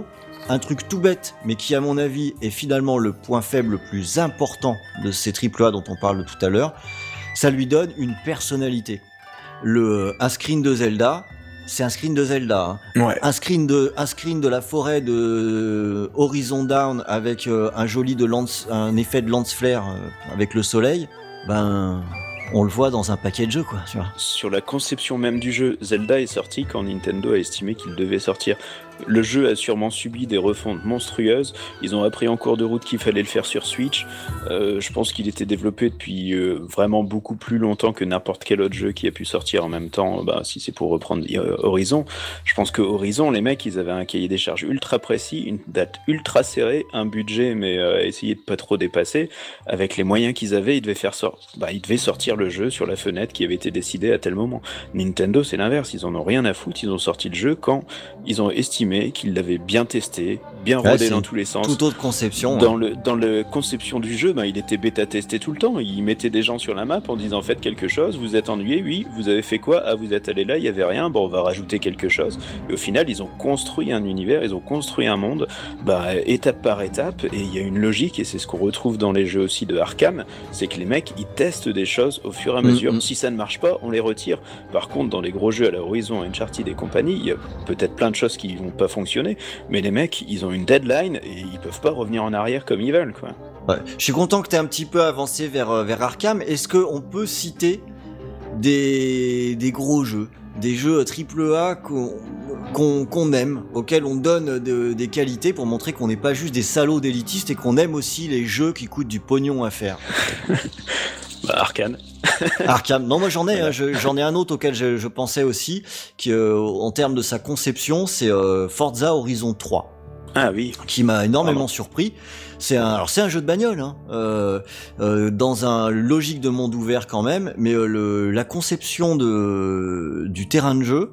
un truc tout bête, mais qui à mon avis est finalement le point faible le plus important de ces triple A dont on parle tout à l'heure, ça lui donne une personnalité. Le, un screen de Zelda, c'est un screen de Zelda. Hein. Ouais. Un screen de, un screen de la forêt de Horizon Down avec euh, un joli de lance, un effet de lance flare euh, avec le soleil. Ben, on le voit dans un paquet de jeux, quoi. Tu vois. Sur la conception même du jeu, Zelda est sorti quand Nintendo a estimé qu'il devait sortir. Le jeu a sûrement subi des refontes monstrueuses. Ils ont appris en cours de route qu'il fallait le faire sur Switch. Euh, je pense qu'il était développé depuis euh, vraiment beaucoup plus longtemps que n'importe quel autre jeu qui a pu sortir en même temps. Bah, si c'est pour reprendre euh, Horizon, je pense que Horizon, les mecs, ils avaient un cahier des charges ultra précis, une date ultra serrée, un budget, mais euh, essayer de pas trop dépasser. Avec les moyens qu'ils avaient, ils devaient faire sort... bah, ils devaient sortir le jeu sur la fenêtre qui avait été décidée à tel moment. Nintendo, c'est l'inverse. Ils en ont rien à foutre. Ils ont sorti le jeu quand ils ont estimé qu'il l'avait bien testé, bien Ah, rodé c'est dans tous les sens. Toute autre conception. Dans hein. le dans la conception du jeu, ben, il était bêta testé tout le temps. Il mettait des gens sur la map en disant faites quelque chose, vous êtes ennuyé, oui, vous avez fait quoi? Ah, vous êtes allé là, il y avait rien, bon, on va rajouter quelque chose. Et au final, ils ont construit un univers, ils ont construit un monde, bah, étape par étape, et il y a une logique, et c'est ce qu'on retrouve dans les jeux aussi de Arkham, c'est que les mecs, ils testent des choses au fur et à mesure. Mm-hmm. Si ça ne marche pas, on les retire. Par contre, dans les gros jeux à la Horizon, Uncharted et compagnie, il y a peut-être plein de choses qui vont pas fonctionner, mais les mecs, ils ont une deadline et ils peuvent pas revenir en arrière comme ils veulent, quoi. Ouais. Je suis content que tu aies un petit peu avancé vers, euh, vers Arkham. Est-ce qu'on peut citer des, des gros jeux, des jeux triple A qu'on, qu'on, qu'on aime, auxquels on donne de, des qualités pour montrer qu'on n'est pas juste des salauds d'élitistes et qu'on aime aussi les jeux qui coûtent du pognon à faire? Bah, Arcane. Arkham. Non, moi j'en ai, hein, je, j'en ai un autre auquel je, je pensais aussi, qui euh, en termes de sa conception, c'est euh, Forza Horizon trois. Ah oui. Qui m'a énormément Pardon. surpris. C'est un, alors c'est un jeu de bagnole, hein, euh, euh, dans un logique de monde ouvert quand même, mais euh, le, la conception de du terrain de jeu,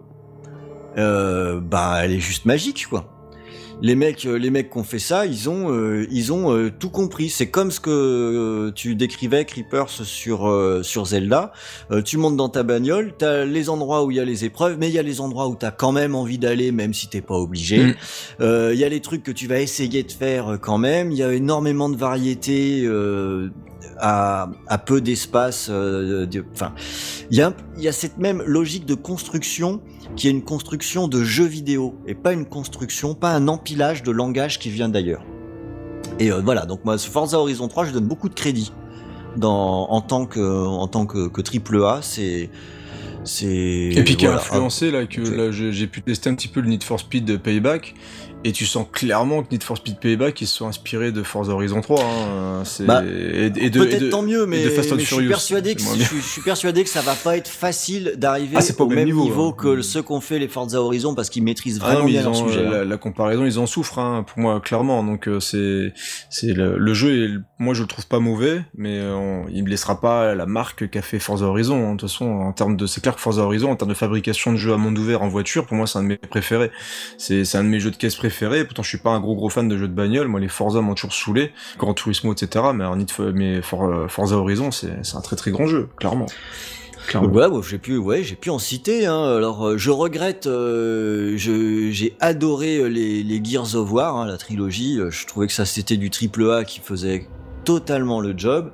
euh, bah elle est juste magique, quoi. Les mecs, les mecs qui ont fait ça, ils ont, euh, ils ont euh, tout compris. C'est comme ce que euh, tu décrivais, Creepers, sur euh, sur Zelda. Euh, tu montes dans ta bagnole, t'as les endroits où il y a les épreuves, mais il y a les endroits où t'as quand même envie d'aller, même si t'es pas obligé. Il Mm. euh, y a les trucs que tu vas essayer de faire quand même. Il y a énormément de variétés euh, à, à peu d'espace. Euh, de- Enfin, il y a, il y a cette même logique de construction qui est une construction de jeu vidéo et pas une construction, pas un empilage de langage qui vient d'ailleurs. Et euh, voilà, donc moi, ce Forza Horizon trois, je donne beaucoup de crédit dans, en tant que, en tant que, que triple A. C'est, c'est. Et puis qui a voilà. influencé là que Ok. là j'ai j'ai pu tester un petit peu le Need for Speed Payback et tu sens clairement que Need for Speed Payback ils se sont inspirés de Forza Horizon trois. Hein. C'est Bah, et, et de, et Peut-être de- tant mieux, mais, et de Fast and mais je suis Furious, persuadé que c'est moins je, bien. suis- je suis persuadé que ça va pas être facile d'arriver Ah, c'est pas au même niveau, hein. que ceux qu'on fait les Forza Horizon parce qu'ils maîtrisent Ah vraiment non, mais bien ils leur ont, sujet. euh, hein. la, la comparaison, ils en souffrent, hein, pour moi, clairement. Donc euh, c'est, c'est le, le jeu, est, moi je le trouve pas mauvais, mais euh, on, il me laissera pas la marque qu'a fait Forza Horizon. hein. De toute façon, en termes de, c'est clair que Forza Horizon, en termes de fabrication de jeux à monde ouvert en voiture, pour moi c'est un de mes préférés. C'est, c'est un de mes jeux de caisse préférés. Pourtant, je suis pas un gros gros fan de jeux de bagnole. Moi, les Forza m'ont toujours saoulé, Gran Turismo, et cetera. Mais, alors, Need for- mais For- Forza Horizon, c'est, c'est un très très grand jeu, clairement. Clairement. Ouais, ouais, j'ai pu, ouais, j'ai pu en citer. Hein. Alors, euh, je regrette. Euh, je, j'ai adoré euh, les, les Gears of War, hein, la trilogie. Euh, Je trouvais que ça c'était du triple A qui faisait totalement le job.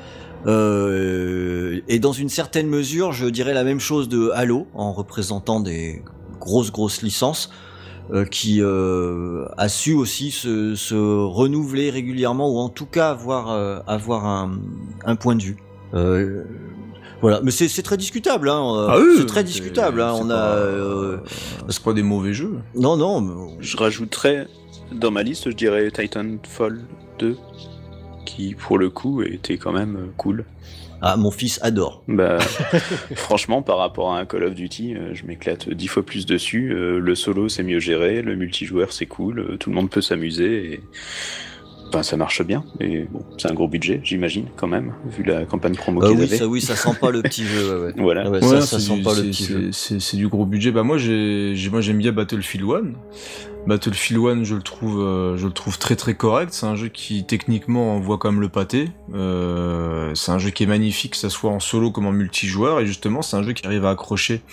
Euh, et dans une certaine mesure, je dirais la même chose de Halo, en représentant des grosses grosses licences. Euh, qui euh, a su aussi se, se renouveler régulièrement ou en tout cas avoir euh, avoir un, un point de vue. Euh, voilà, mais c'est c'est très discutable, hein. euh, Ah oui, c'est très c'est- discutable. Hein. c'est On pas- a euh, c'est pas des mauvais jeux. non non. mais- Je rajouterais dans ma liste, je dirais Titanfall deux, qui pour le coup était quand même euh, cool. Ah, mon fils adore. Bah, franchement, par rapport à un Call of Duty, euh, je m'éclate dix fois plus dessus. Euh, le solo, c'est mieux géré, le multijoueur, c'est cool, euh, tout le monde peut s'amuser et enfin, ça marche bien. Et bon, c'est un gros budget, j'imagine, quand même, vu la campagne promo Euh, qu'ils oui, avaient. ça oui, ça sent pas le petit jeu. Ouais, ouais. Voilà. Ah ouais, Ouais, ça, ça c'est sent du- pas le c'est- petit c'est- jeu. C'est c'est du gros budget. Bah moi j'ai j'ai- moi j'aime bien Battlefield un. Battlefield un, je le trouve euh, je le trouve très très correct. C'est un jeu qui techniquement envoie quand même le pâté. Euh, c'est un jeu qui est magnifique, que ça soit en solo comme en multijoueur. Et justement, c'est un jeu qui arrive à accrocher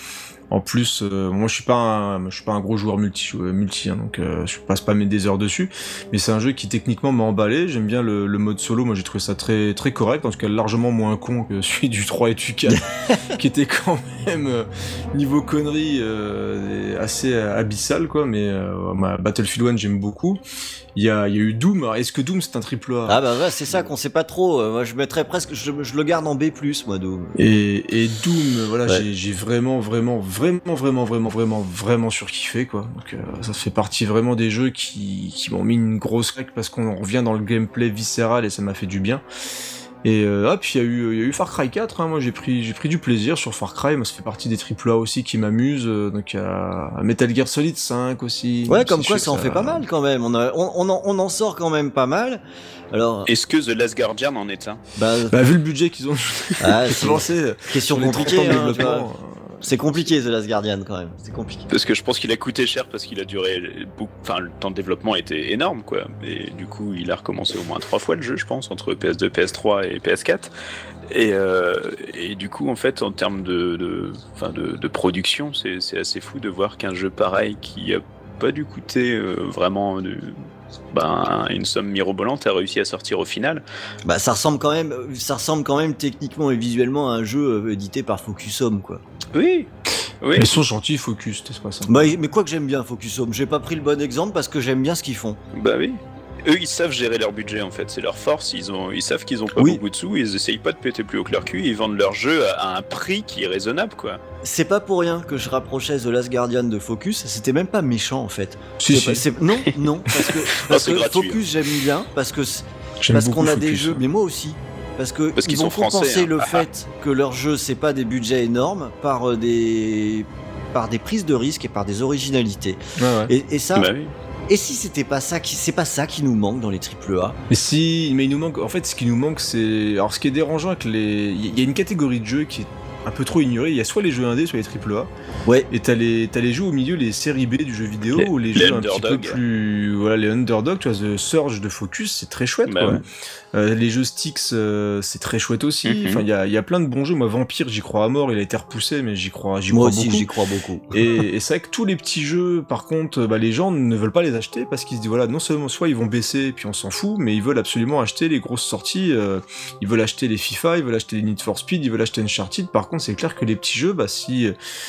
En plus, euh, moi je suis pas un, je suis pas un gros joueur multi, euh, multi hein, donc euh, je passe pas mes des heures dessus. Mais c'est un jeu qui techniquement m'a emballé. J'aime bien le, le mode solo. Moi j'ai trouvé ça très très correct, en tout cas largement moins con que celui du trois et du quatre, qui était quand même euh, niveau conneries euh, assez abyssal quoi. Mais euh, ma Battlefield un j'aime beaucoup. Il y a, il y a eu Doom. Alors, est-ce que Doom c'est un triple A? Ah bah ouais, c'est ça qu'on sait pas trop. Euh, Moi je mettrais presque, je, je le garde en B plus, moi Doom. Et, et Doom, voilà, Ouais. j'ai, j'ai vraiment, vraiment, vraiment, vraiment, vraiment, vraiment, vraiment surkiffé quoi. Donc euh, ça fait partie vraiment des jeux qui, qui m'ont mis une grosse claque parce qu'on revient dans le gameplay viscéral et ça m'a fait du bien. Et euh, hop, il y a eu, il y a eu Far Cry quatre. Hein, moi j'ai pris, j'ai pris du plaisir sur Far Cry. Moi ça fait partie des triple A aussi qui m'amusent. Euh, donc il y a Metal Gear Solid cinq aussi. Ouais, Même comme si quoi je sais ça en que fait pas mal quand même. On, a, on, on, en, on en sort quand même pas mal. Alors, Est-ce que The Last Guardian en est un? bah, Bah vu le budget qu'ils ont ah, c'est lancé, question sur les trente ans compliquée. de Hein, tu vois. développement, C'est compliqué The Last Guardian quand même. C'est compliqué. Parce que je pense qu'il a coûté cher parce qu'il a duré beaucoup. Enfin, le temps de développement était énorme, quoi. Et du coup, il a recommencé au moins trois fois le jeu, je pense, entre P S deux, P S trois et P S quatre. Et, euh, et du coup, en fait, en termes de, de, enfin de, de production, c'est, c'est assez fou de voir qu'un jeu pareil qui a pas dû coûter euh, vraiment de, ben, une somme mirobolante a réussi à sortir au final. Bah ça ressemble quand même, ça ressemble quand même techniquement et visuellement à un jeu euh, édité par Focus Home quoi. Oui, oui. Ils sont gentils, Focus, c'est pas ça. Bah mais quoi que j'aime bien Focus Home, j'ai pas pris le bon exemple parce que j'aime bien ce qu'ils font. Bah oui. Eux, ils savent gérer leur budget, en fait. C'est leur force. Ils, ont, ils savent qu'ils ont pas Oui. beaucoup de sous. Ils essayent pas de péter plus haut que leur cul. Ils vendent leur jeu à un prix qui est raisonnable, quoi. C'est pas pour rien que je rapprochais The Last Guardian de Focus, c'était même pas méchant en fait. Si, C'est si. pas- c'est- Non, non, parce que, parce c'est que gratuit, Focus j'aime bien, parce que c'est- J'aime parce beaucoup qu'on a des Focus. jeux, mais moi aussi. Parce que Parce ils qu'ils vont sont français, compenser hein. le Ah, fait que leur jeu c'est pas des budgets énormes par euh, des par des prises de risques et par des originalités. Ouais, ouais. Et, et ça, Bah oui. et si c'était pas ça qui c'est pas ça qui nous manque dans les triple A. Mais si, mais il nous manque. En fait, ce qui nous manque, c'est. Alors, ce qui est dérangeant avec les. Il y a une catégorie de jeux qui est un peu trop ignorée. Il y a soit les jeux indés, soit les triple A. Ouais. Et t'as les, t'as les jeux au milieu, les séries B du jeu vidéo, Les- ou les, les jeux un petit peu underdogs. plus. Voilà, les underdogs, tu vois, The Surge de Focus, c'est très chouette, Bah quoi. ouais. Euh, les jeux Styx, euh, c'est très chouette aussi. Mhm. Enfin, il y a, il y a plein de bons jeux. Moi, Vampire, j'y crois à mort. Il a été repoussé, mais j'y crois, j'y Moi crois aussi beaucoup. j'y crois beaucoup. Et, et c'est vrai que tous les petits jeux, par contre, bah, les gens ne veulent pas les acheter parce qu'ils se disent voilà, non seulement soit ils vont baisser, puis on s'en fout, mais ils veulent absolument acheter les grosses sorties. Euh, ils veulent acheter les FIFA, ils veulent acheter les Need for Speed, ils veulent acheter Uncharted. Par contre, c'est clair que les petits jeux, bah si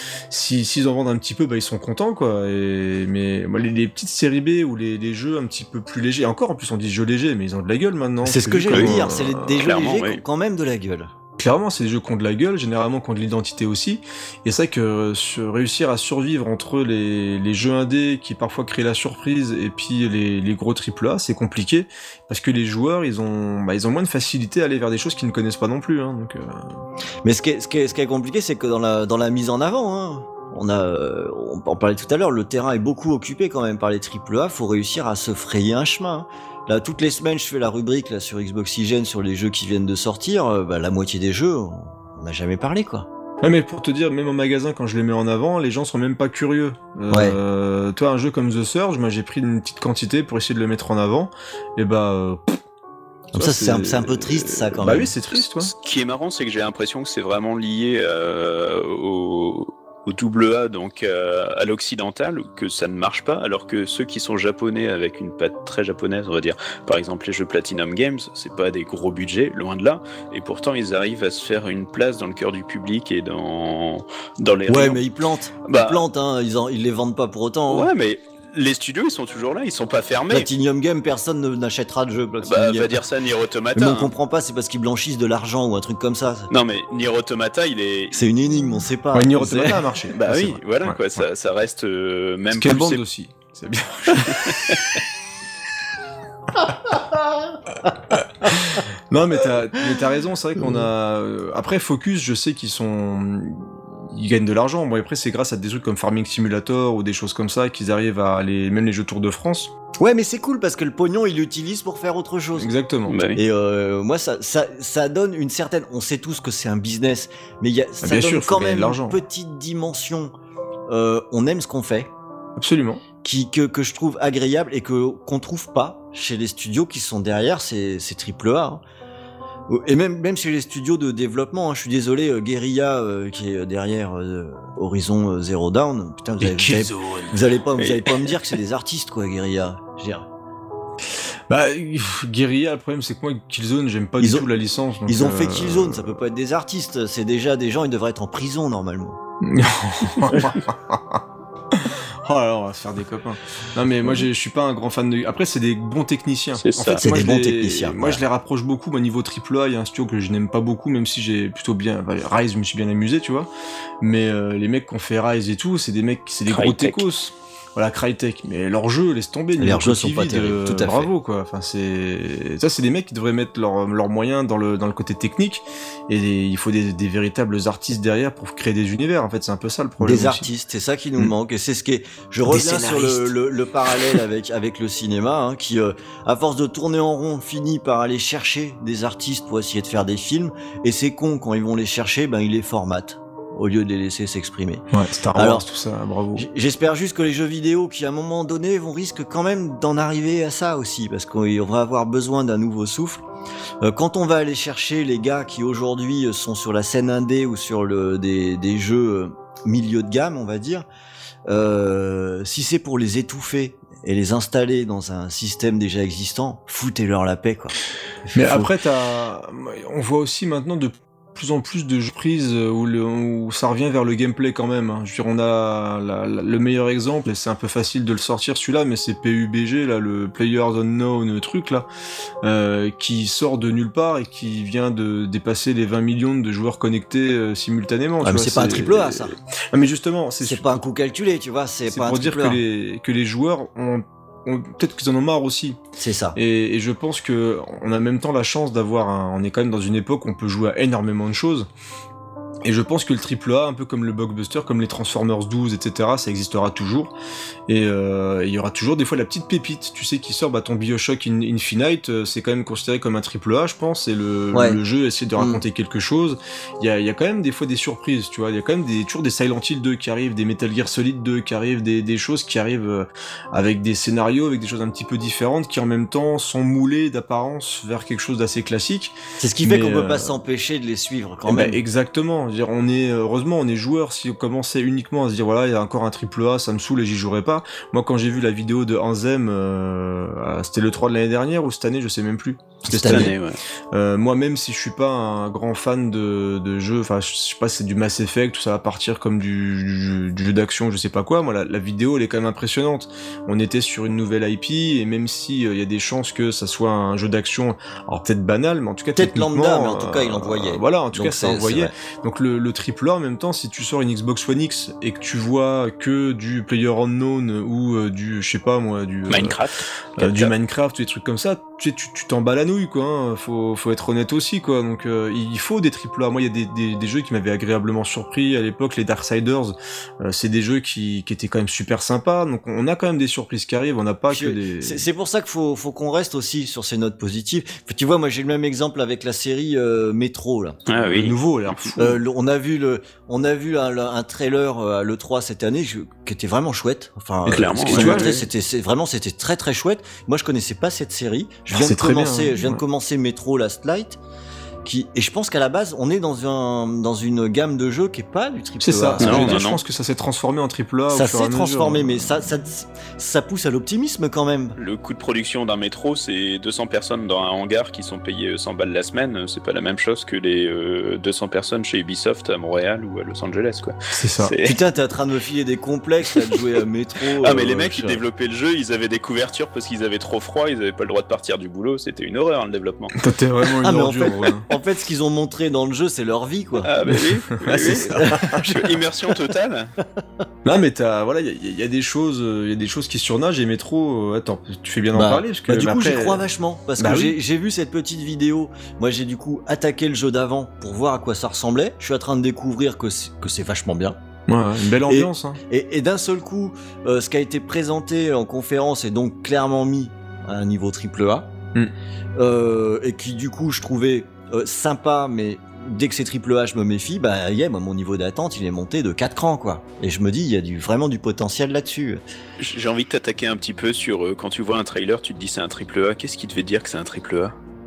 si s'ils en vendent un petit peu, bah ils sont contents quoi. Et mais moi, les, les petites séries B ou les, les jeux un petit peu plus légers, encore en plus on dit jeux légers, mais ils ont de la gueule maintenant. C'est ce que j'ai j'allais dire, c'est les- des jeux clairement, légers oui. qui ont quand même de la gueule. Clairement, c'est des jeux qui ont de la gueule, généralement qui ont de l'identité aussi. Et c'est vrai que euh, sur- réussir à survivre entre les, les jeux indés qui parfois créent la surprise et puis les, les gros triple A, c'est compliqué parce que les joueurs, ils ont, bah, ils ont moins de facilité à aller vers des choses qu'ils ne connaissent pas non plus. Hein, donc, euh... Mais ce qui est, ce qui est, ce qui est compliqué, c'est que dans la, dans la mise en avant, hein, on a, euh, on en parlait tout à l'heure, le terrain est beaucoup occupé quand même par les triple A. Faut réussir à se frayer un chemin. hein. Là, toutes les semaines, je fais la rubrique là sur Xboxygène sur les jeux qui viennent de sortir. Euh, bah, la moitié des jeux, on on n'a jamais parlé quoi. Ouais, mais pour te dire, même en magasin, quand je les mets en avant, les gens sont même pas curieux. Euh, toi, un jeu comme The Surge, moi j'ai pris une petite quantité pour essayer de le mettre en avant. Et bah. euh, pff, Comme ça, ça, c'est un, c'est un peu triste ça quand bah même. oui, c'est triste, toi. Ce qui est marrant, c'est que j'ai l'impression que c'est vraiment lié euh, au, au double A, donc euh, à l'occidental, que ça ne marche pas, alors que ceux qui sont japonais avec une patte très japonaise, on va dire, par exemple les jeux Platinum Games, c'est pas des gros budgets, loin de là, et pourtant ils arrivent à se faire une place dans le cœur du public et dans, dans les Ouais, rayons. mais ils plantent. Bah, ils plantent, hein. Ils, en, ils les vendent pas pour autant. hein. Ouais, mais les studios, ils sont toujours là, ils sont pas fermés. Platinum Game, personne ne- n'achètera de jeu. Platinum Bah, Game. va dire ça Nier Automata. Mais on hein. comprend pas, c'est parce qu'ils blanchissent de l'argent ou un truc comme ça. Non, mais Nier Automata, il est... C'est une énigme, on sait pas. Ouais, Nier C'est- Automata a marché. Bah Ça, c'est oui, vrai. voilà, Ouais, quoi, ouais. ça, ça reste euh, même plus... Scalebound c'est- aussi. C'est bien. Non, mais t'as, mais t'as raison, c'est vrai qu'on a. euh, Après, Focus, je sais qu'ils sont. Ils gagnent de l'argent. Bon, après, c'est grâce à des trucs comme Farming Simulator ou des choses comme ça qu'ils arrivent à aller. Même les jeux Tour de France. Ouais, mais c'est cool parce que le pognon, ils l'utilisent pour faire autre chose. Exactement. Bah oui. Et euh, moi, ça, ça, ça donne une certaine. On sait tous que c'est un business, mais il y a, ça bien donne sûr, faut quand gagner même de l'argent. une petite dimension. Euh, on aime ce qu'on fait, Absolument. qui que, que je trouve agréable et que qu'on trouve pas chez les studios qui sont derrière ces, ces triple A. hein. Et même, même chez les studios de développement, hein, je suis désolé, euh, Guerrilla, euh, qui est derrière euh, Horizon euh, Zero Dawn, putain, vous allez, vous allez, vous allez pas, vous allez pas me dire que c'est des artistes, quoi, Guerrilla. Je veux dire. Bah, pff, Guerrilla, le problème c'est que moi, Killzone, j'aime pas Ils du ont- tout la licence. donc, Ils ont euh, fait Killzone, ça peut pas être des artistes, c'est déjà des gens, ils devraient être en prison normalement. Oh là là, on va se faire des copains. Non mais moi j'ai- je suis pas un grand fan de... Après c'est des bons techniciens. C'est en ça. fait, C'est moi, des je bons les- techniciens, Moi voilà. je les rapproche beaucoup. Au niveau triple A, il y a un studio que je n'aime pas beaucoup, même si j'ai plutôt bien... Enfin, Rise, je me suis bien amusé, tu vois. Mais euh, les mecs qui ont fait Rise et tout, c'est des mecs, c'est des gros Crytek. techos. Voilà, Crytek. Mais leur jeu, laisse tomber. niveau Leurs jeux sont cookie pas vide, terribles, euh, tout à fait. Bravo quoi. Enfin c'est... Ça c'est des mecs qui devraient mettre leurs leurs moyens dans le, dans le côté technique. Et il faut des, des véritables artistes derrière pour créer des univers. En fait c'est un peu ça le problème. Des aussi. artistes, c'est ça qui nous Mm. manque. Et c'est ce qui est. Je reviens sur le, scénaristes. le, le parallèle avec avec le cinéma, hein, qui, euh, à force de tourner en rond, finit par aller chercher des artistes pour essayer de faire des films. Et c'est con quand ils vont les chercher, ben ils les formatent au lieu de les laisser s'exprimer. Ouais, Star Wars, Alors, tout ça, bravo. J- J'espère juste que les jeux vidéo, qui à un moment donné vont risquer quand même d'en arriver à ça aussi, parce qu'on va avoir besoin d'un nouveau souffle. Euh, quand on va aller chercher les gars qui aujourd'hui euh, sont sur la scène indé ou sur le, des, des jeux euh, milieu de gamme, on va dire, euh, si c'est pour les étouffer et les installer dans un système déjà existant, foutez-leur la paix, quoi. Mais Faut- après, t'as... on voit aussi maintenant de plus en plus de jeux prises où, le... où ça revient vers le gameplay quand même. hein. Je veux dire, on a la- la- le meilleur exemple, et c'est un peu facile de le sortir celui-là, mais c'est P U B G, là, le Players Unknown truc, là, euh, qui sort de nulle part et qui vient de dépasser les vingt millions de joueurs connectés euh, simultanément. Ah, tu mais vois, c'est pas un triple A, ça. Ah, mais justement, c'est, C'est pas un coup calculé, tu vois, c'est c'est pas un pour dire triple que A. les, que les joueurs ont, ont- peut-être qu'ils en ont marre aussi. C'est ça. Et, et je pense que on a en même temps la chance d'avoir un, on est quand même dans une époque où on peut jouer à énormément de choses. Et je pense que le triple A, un peu comme le blockbuster, comme les Transformers douze, et cetera, ça existera toujours. Et euh, il y aura toujours des fois la petite pépite, tu sais, qui sort, bah ton Bioshock In- Infinite, euh, c'est quand même considéré comme un triple A, je pense, et le, Ouais. le jeu essaie de raconter quelque chose. Il y a, il y a quand même des fois des surprises, tu vois, il y a quand même des, toujours des Silent Hill deux qui arrivent, des Metal Gear Solid deux qui arrivent, des, des choses qui arrivent euh, avec des scénarios, avec des choses un petit peu différentes, qui en même temps sont moulées d'apparence vers quelque chose d'assez classique. C'est ce qui fait Mais, qu'on peut euh, pas s'empêcher de les suivre quand Eh ben, même. exactement. Je veux dire, on est heureusement on est joueur. Si on commençait uniquement à se dire voilà il y a encore un triple A, ça me saoule et j'y jouerai pas. Moi quand j'ai vu la vidéo de Anthem, euh, c'était le trois de l'année dernière ou cette année, je sais même plus. C'était Cette cette année. année. ouais. Euh, moi même si je suis pas un grand fan de, de jeux, enfin je sais pas si c'est du Mass Effect ou ça va partir comme du, du, du jeu d'action, je sais pas quoi. Moi la, la vidéo elle est quand même impressionnante. On était sur une nouvelle I P et même si il euh, y a des chances que ça soit un jeu d'action, alors peut-être banal, mais en tout cas Peut-être techniquement, lambda, mais en tout cas, il envoyait. euh, voilà, en tout Donc cas ça c'est- c'est envoyait. vrai. Donc le, le triple A en même temps, si tu sors une Xbox One X et que tu vois que du Player Unknown ou euh, du, je sais pas moi, du euh, Minecraft. euh, du Minecraft ou des trucs comme ça, tu tu tu t'en bats la nouille quoi. Hein. Faut faut être honnête aussi quoi. Donc euh, il faut des triple A. Moi il y a des, des des jeux qui m'avaient agréablement surpris à l'époque, les Darksiders. Euh, c'est des jeux qui qui étaient quand même super sympas. Donc on a quand même des surprises qui arrivent. On n'a pas Je- que des. C'est c'est pour ça qu'il faut, faut qu'on reste aussi sur ces notes positives. Tu vois, moi j'ai le même exemple avec la série euh, Metro là. Ah Le oui. nouveau, a l'air fou. Euh, le- on a vu le, on a vu un, un trailer euh, à l'E trois cette année je- qui était vraiment chouette. Enfin, Mais clairement, ce qu'ils ouais, ont ouais, montré, ouais. c'était c'est- vraiment c'était très très chouette. Moi je connaissais pas cette série. Je Ah, viens c'est de très bien, commencer, hein. je viens de Ouais. commencer Metro Last Light. Qui, et je pense qu'à la base, on est dans un dans une gamme de jeux qui est pas du triple A. C'est ça. Non, Ce que je veux non, dire, je non. pense que ça s'est transformé en triple A. au Ça fur et à s'est mesure. transformé, mais ça, ça ça pousse à l'optimisme quand même. Le coût de production d'un métro, c'est deux cents personnes dans un hangar qui sont payées cent balles la semaine. C'est pas la même chose que les euh, deux cents personnes chez Ubisoft à Montréal ou à Los Angeles, quoi. C'est ça. C'est- Putain, t'es en train de me filer des complexes là, de jouer à Metro. Ah mais euh, les mecs qui je- développaient le jeu, ils avaient des couvertures parce qu'ils avaient trop froid, ils avaient pas le droit de partir du boulot, c'était une horreur le développement. Toi, t'es vraiment une Ah, mais en ordure. fait- ouais. En fait, ce qu'ils ont montré dans le jeu, c'est leur vie, quoi. Ah bah oui, oui, Ah, c'est oui. ça. Je- Immersion totale. Non mais t'as voilà il y, a- y a des choses euh, il y a des choses qui surnagent et Métro euh, attends tu fais bien d'en Bah, parler parce que Bah, du mais coup, après, j'y crois vachement parce Bah que oui. j'ai- j'ai vu cette petite vidéo. Moi, j'ai du coup attaqué le jeu d'avant pour voir à quoi ça ressemblait. Je suis en train de découvrir que c'est que c'est vachement bien. ouais, une belle ambiance hein. Et, et d'un seul coup, euh, ce qui a été présenté en conférence est donc clairement mis à un niveau triple A. Mm. Euh, et qui du coup, je trouvais euh, sympa, mais dès que c'est triple A, je me méfie. Bah, yeah, moi, mon niveau d'attente, il est monté de quatre crans, quoi. Et je me dis, il y a du, vraiment du potentiel là-dessus. J'ai envie de t'attaquer un petit peu sur euh, quand tu vois un trailer, tu te dis c'est un triple A. Qu'est-ce qui te fait dire que c'est un triple A?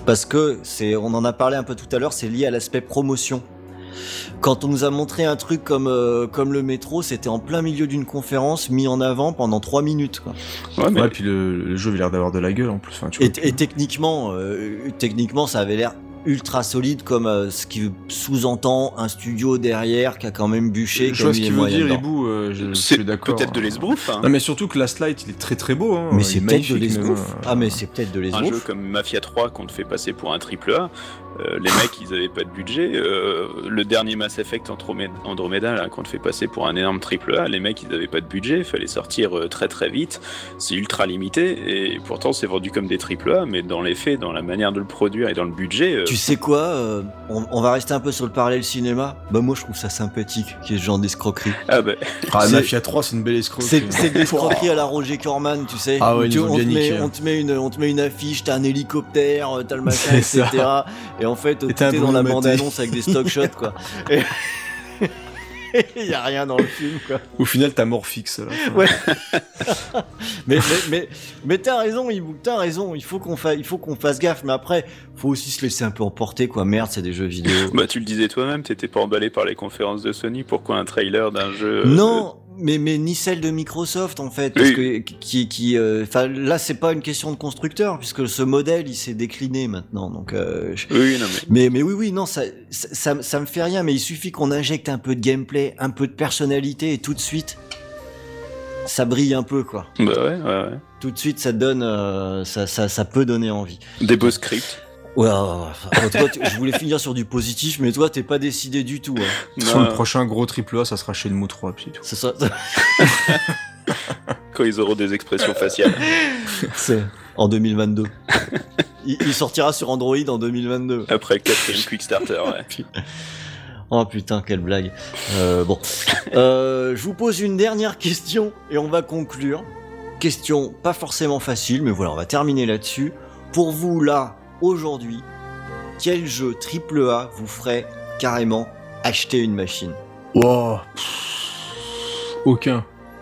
Parce que c'est, on en a parlé un peu tout à l'heure, c'est lié à l'aspect promotion. Quand on nous a montré un truc comme euh, comme le métro, c'était en plein milieu d'une conférence, mis en avant pendant trois minutes, quoi. Ouais, mais... ouais, puis le, le jeu avait l'air d'avoir de la gueule en plus. Enfin, tu et, vois, et techniquement, euh, techniquement, ça avait l'air ultra solide, comme euh, ce qui sous-entend un studio derrière qui a quand même bûché. Je vois ce qu'il veut dire, Hibou, euh, je c'est suis d'accord. Peut-être de l'esbrouf. Hein. Non, mais surtout que Last Light, il est très très beau. Hein. Mais c'est peut-être de l'esbrouf. Même... Ah, mais c'est peut-être de l'esbrouf. Un jeu comme Mafia trois qu'on te fait passer pour un triple A. Euh, les mecs, ils avaient pas de budget. Euh, le dernier Mass Effect Andromeda, là, qu'on te fait passer pour un énorme triple A, les mecs, ils avaient pas de budget. Il fallait sortir euh, très très vite. C'est ultra limité. Et pourtant, c'est vendu comme des triple A. Mais dans les faits, dans la manière de le produire et dans le budget. Euh... Tu sais quoi euh, on, on va rester un peu sur le parallèle cinéma. Bah, moi, je trouve ça sympathique, qu'il y ait ce genre d'escroquerie. Ah, bah. Ah, Mafia trois, c'est une belle escroquerie. C'est, c'est de l'escroquerie à la Roger Corman, tu sais. Ah ouais, tu, ils ont on, bien te met, niqué, hein. on, te met une, on te met une affiche, t'as un hélicoptère, t'as le machin, et cetera. Et en fait, tout est dans la bande-annonce avec des stock shots, quoi. Et... il y a rien dans le film, quoi. Au final, t'as Morphix, là. Ouais. mais, mais, mais, mais t'as raison, Hibou, t'as raison. Il faut qu'on fasse, il faut qu'on fasse gaffe. Mais après, faut aussi se laisser un peu emporter, quoi. Merde, c'est des jeux vidéo. Bah, tu le disais toi-même, t'étais pas emballé par les conférences de Sony. Pourquoi un trailer d'un jeu? Non. Euh... Mais, mais ni celle de Microsoft, en fait, parce oui. que qui qui enfin euh, là c'est pas une question de constructeur puisque ce modèle il s'est décliné maintenant, donc euh, je... oui non mais... mais mais oui oui non ça, ça ça ça me fait rien, mais il suffit qu'on injecte un peu de gameplay, un peu de personnalité et tout de suite ça brille un peu, quoi. Bah ouais ouais ouais. Tout de suite ça donne euh, ça ça ça peut donner envie. Des beaux scripts. Ouais, ouais, toi, tu, je voulais finir sur du positif, mais toi, t'es pas décidé du tout. Hein. Sur le prochain gros triple A, ça sera Shenmue trois, puis tout. C'est ça. Quand ils auront des expressions faciales. C'est en deux mille vingt-deux. il, il sortira sur Android en deux mille vingt-deux. Après le quatrième Quickstarter, ouais. Oh putain, quelle blague. Euh, bon, euh, je vous pose une dernière question et on va conclure. Question pas forcément facile, mais voilà, on va terminer là-dessus. Pour vous, là, aujourd'hui, quel jeu triple A vous ferait carrément acheter une machine? Wow. Aucun.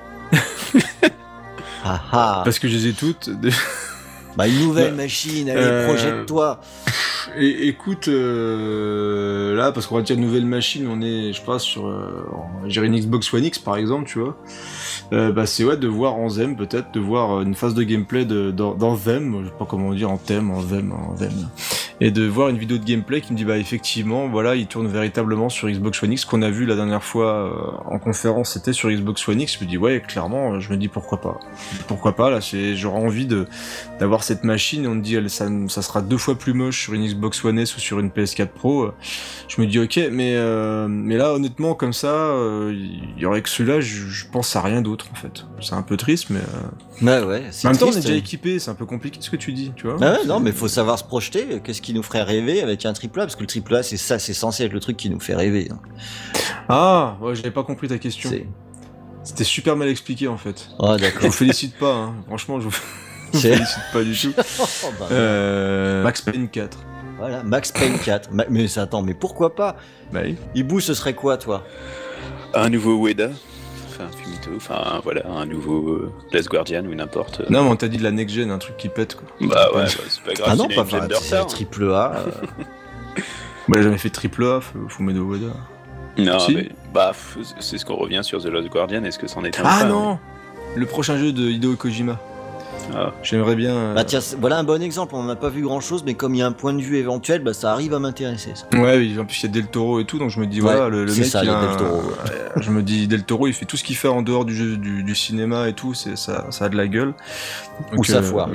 Ah ah. Parce que je les ai toutes. Bah une nouvelle bah, machine, allez, euh... projette-toi. Et, écoute, euh, là, parce qu'on va dire nouvelle machine, on est, je pense, sur, euh, j'ai une Xbox One X par exemple, tu vois. Euh, bah c'est ouais de voir en thème peut-être, de voir une phase de gameplay de, dans, dans thème, je sais pas comment dire, en thème, en thème, en thème, et de voir une vidéo de gameplay qui me dit bah effectivement voilà il tourne véritablement sur Xbox One X, qu'on a vu la dernière fois euh, en conférence c'était sur Xbox One X. Je me dis ouais clairement, je me dis pourquoi pas, pourquoi pas là, c'est j'aurais envie de d'avoir cette machine, et on me dit elle, ça, ça sera deux fois plus moche sur une Xbox One S ou sur une P S quatre Pro. Je me dis ok, mais euh, mais là honnêtement comme ça il euh, y aurait que celui-là, je, je pense à rien d'autre en fait. C'est un peu triste, mais euh... bah ouais, c'est en même temps triste, on est déjà équipé, c'est un peu compliqué ce que tu dis, tu vois. Ah ouais, non mais faut savoir se projeter, qu'est-ce qui nous ferait rêver avec un triple A, parce que le triple A c'est ça, c'est censé être le truc qui nous fait rêver. Hein. Ah ouais, j'avais pas compris ta question. C'est... C'était super mal expliqué en fait. Ah d'accord. Je vous félicite pas, hein. Franchement je vous, je vous félicite pas du tout. oh, bah, euh... Max Payne quatre. Voilà, Max Payne quatre. Ma... Mais attends, mais pourquoi pas? Bah oui. Hibou, ce serait quoi toi? Un nouveau Ueda. Enfin, Fumito, enfin voilà, un nouveau euh, Last Guardian ou n'importe. Euh... Non, mais on t'a dit de la next gen, un truc qui pète quoi. Bah ouais, bah, c'est pas grave. Ah non, pas vrai, c'est triple A. Euh... bah, j'ai jamais fait triple A, Fumedo Ueda. Non, si. mais bah, c'est ce qu'on revient sur The Last Guardian, est-ce que c'en est un? Ah pas, non mais... Le prochain jeu de Hideo Kojima. Ah. J'aimerais bien. Euh... Bah tiens, voilà un bon exemple. On n'a pas vu grand chose, mais comme il y a un point de vue éventuel, bah ça arrive à m'intéresser. Ça. Ouais, oui, en plus il y a Del Toro et tout, donc je me dis ouais, voilà, le, le mec ça, il a Del Toro. Un... je me dis Del Toro, il fait tout ce qu'il fait en dehors du jeu, du, du cinéma et tout, c'est ça, ça a de la gueule. Donc, ou euh... sa foire.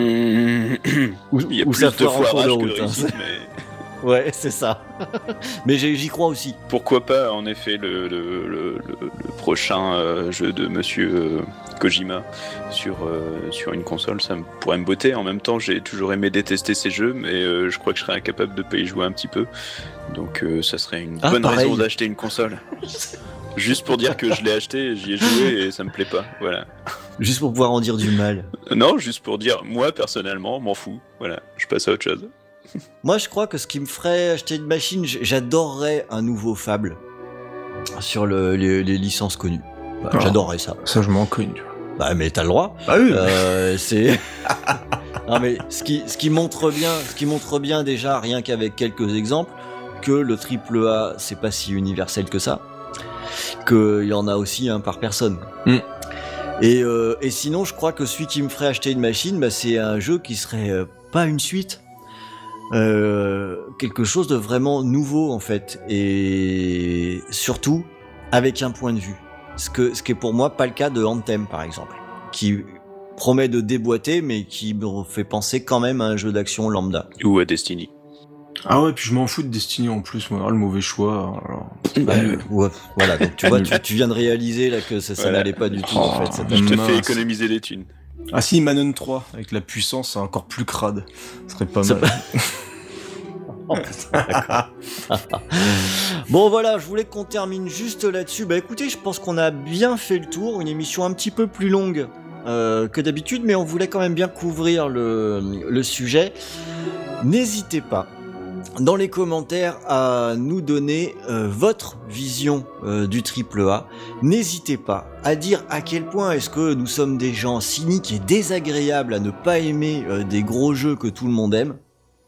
ou il y a ou plus sa de foire en cours de route. Que de réussite, mais... Ouais, c'est ça. Mais j'y crois aussi. Pourquoi pas, en effet, le, le, le, le, le prochain euh, jeu de Monsieur euh, Kojima sur, euh, sur une console, ça me, pourrait me botter. En même temps, j'ai toujours aimé détester ces jeux, mais euh, je crois que je serais incapable de pas y jouer un petit peu. Donc euh, ça serait une ah, bonne pareil. raison d'acheter une console. Juste pour dire que je l'ai acheté, j'y ai joué et ça me plaît pas. Voilà. Juste pour pouvoir en dire du mal. Non, juste pour dire, moi, personnellement, m'en fous. Voilà, je passe à autre chose. Moi, je crois que ce qui me ferait acheter une machine, j'adorerais un nouveau Fable sur le, les, les licences connues. Bah, oh, j'adorerais ça. Ça, je m'en cogne. Bah, mais t'as le droit. Bah oui. Euh, c'est. Non mais ce qui, ce qui montre bien, ce qui montre bien déjà, rien qu'avec quelques exemples, que le triple A c'est pas si universel que ça, qu'il y en a aussi un par personne. Mm. Et, euh, et sinon, je crois que celui qui me ferait acheter une machine, bah, c'est un jeu qui serait euh, pas une suite, euh, quelque chose de vraiment nouveau en fait, et surtout avec un point de vue. Ce que, ce qui est pour moi pas le cas de Anthem par exemple, qui promet de déboîter, mais qui me fait penser quand même à un jeu d'action lambda. Ou à Destiny. Ah ouais, puis je m'en fous de Destiny en plus, moi, le mauvais choix. Alors... Bah, euh, ouais, voilà, donc tu vois, tu, tu viens de réaliser là que ça, ça Voilà. n'allait pas du tout Oh, en fait. Ça t'a- Je te mince. fais économiser les thunes. Ah si, Manon trois, avec la puissance, c'est encore plus crade. Ce serait pas C'est mal. Bon voilà, je voulais qu'on termine juste là-dessus. Bah écoutez, je pense qu'on a bien fait le tour, une émission un petit peu plus longue euh, que d'habitude, mais on voulait quand même bien couvrir le, le sujet. N'hésitez pas dans les commentaires à nous donner euh, votre vision euh, du triple A. N'hésitez pas à dire à quel point est-ce que nous sommes des gens cyniques et désagréables à ne pas aimer euh, des gros jeux que tout le monde aime.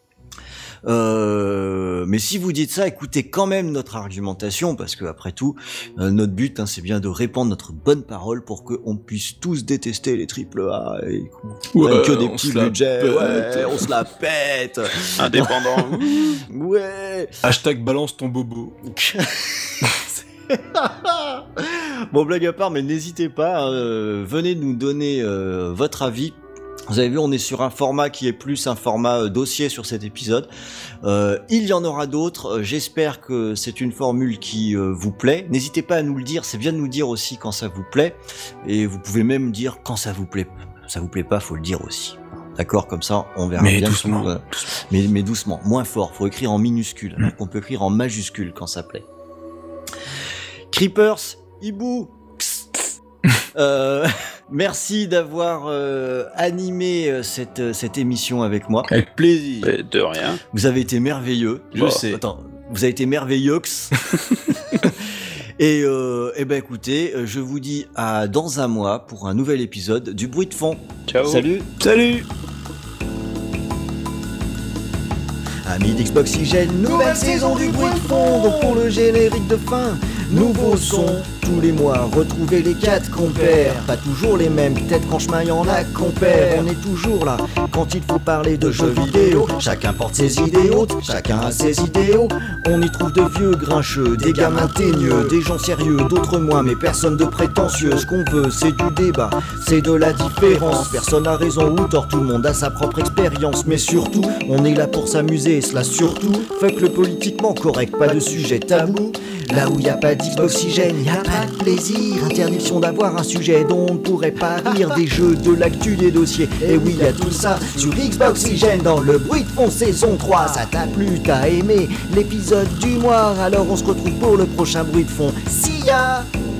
Euh, mais si vous dites ça, écoutez quand même notre argumentation, parce que après tout, euh, notre but, hein, c'est bien de répandre notre bonne parole pour qu'on puisse tous détester les triple A et qu'on Ouais, prenne que des on petits se la budgets. pète. Ouais, on se la pète. Indépendant. Ouais. Hashtag balance ton bobo. Bon, blague à part, mais n'hésitez pas, euh, venez nous donner euh, votre avis. Vous avez vu, on est sur un format qui est plus un format euh, dossier sur cet épisode. Euh, il y en aura d'autres. Euh, J'espère que c'est une formule qui euh, vous plaît. N'hésitez pas à nous le dire. C'est bien de nous dire aussi quand ça vous plaît. Et vous pouvez même dire quand ça vous plaît. Ça vous plaît pas, faut le dire aussi. D'accord, comme ça, on verra Mais bien. doucement. Tout, euh, mais, mais doucement, moins fort. Faut écrire en minuscule. Alors qu'on peut écrire en majuscule quand ça plaît. Creepers, Hibou. Euh, merci d'avoir euh, animé euh, cette, euh, cette émission avec moi. Avec plaisir. Euh, De rien. Vous avez été merveilleux. Je Bon, sais. Attends, vous avez été merveilleux. Et, euh, eh ben écoutez, euh, je vous dis à dans un mois pour un nouvel épisode du Bruit de fond. Ciao. Salut. Salut. Amis d'Xboxygène, nouvelle saison du Bruit de fond. Donc pour le générique de fin, nouveau son tous les mois. Retrouvez les quatre compères, pas toujours les mêmes. Peut-être qu'en chemin y en a compères. On est toujours là quand il faut parler de jeux vidéo. Chacun porte ses idées hautes, chacun a ses idéaux. On y trouve de vieux grincheux, des gamins teigneux, des gens sérieux, d'autres moins, mais personne de prétentieux. Ce qu'on veut, c'est du débat, c'est de la différence. Personne a raison ou tort, tout le monde a sa propre expérience. Mais surtout, on est là pour s'amuser, et cela surtout. Fuck le politiquement correct, pas de sujet tabou. Là où y a pas d'Xboxygène, y a pas de plaisir. Interdiction d'avoir un sujet dont on ne pourrait pas rire. Des jeux, de l'actu, des dossiers. Et oui, y a tout ça sur Xboxygène dans le Bruit de fond saison trois. Ça t'a plu, t'as aimé l'épisode du mois. Alors on se retrouve pour le prochain Bruit de fond. See ya!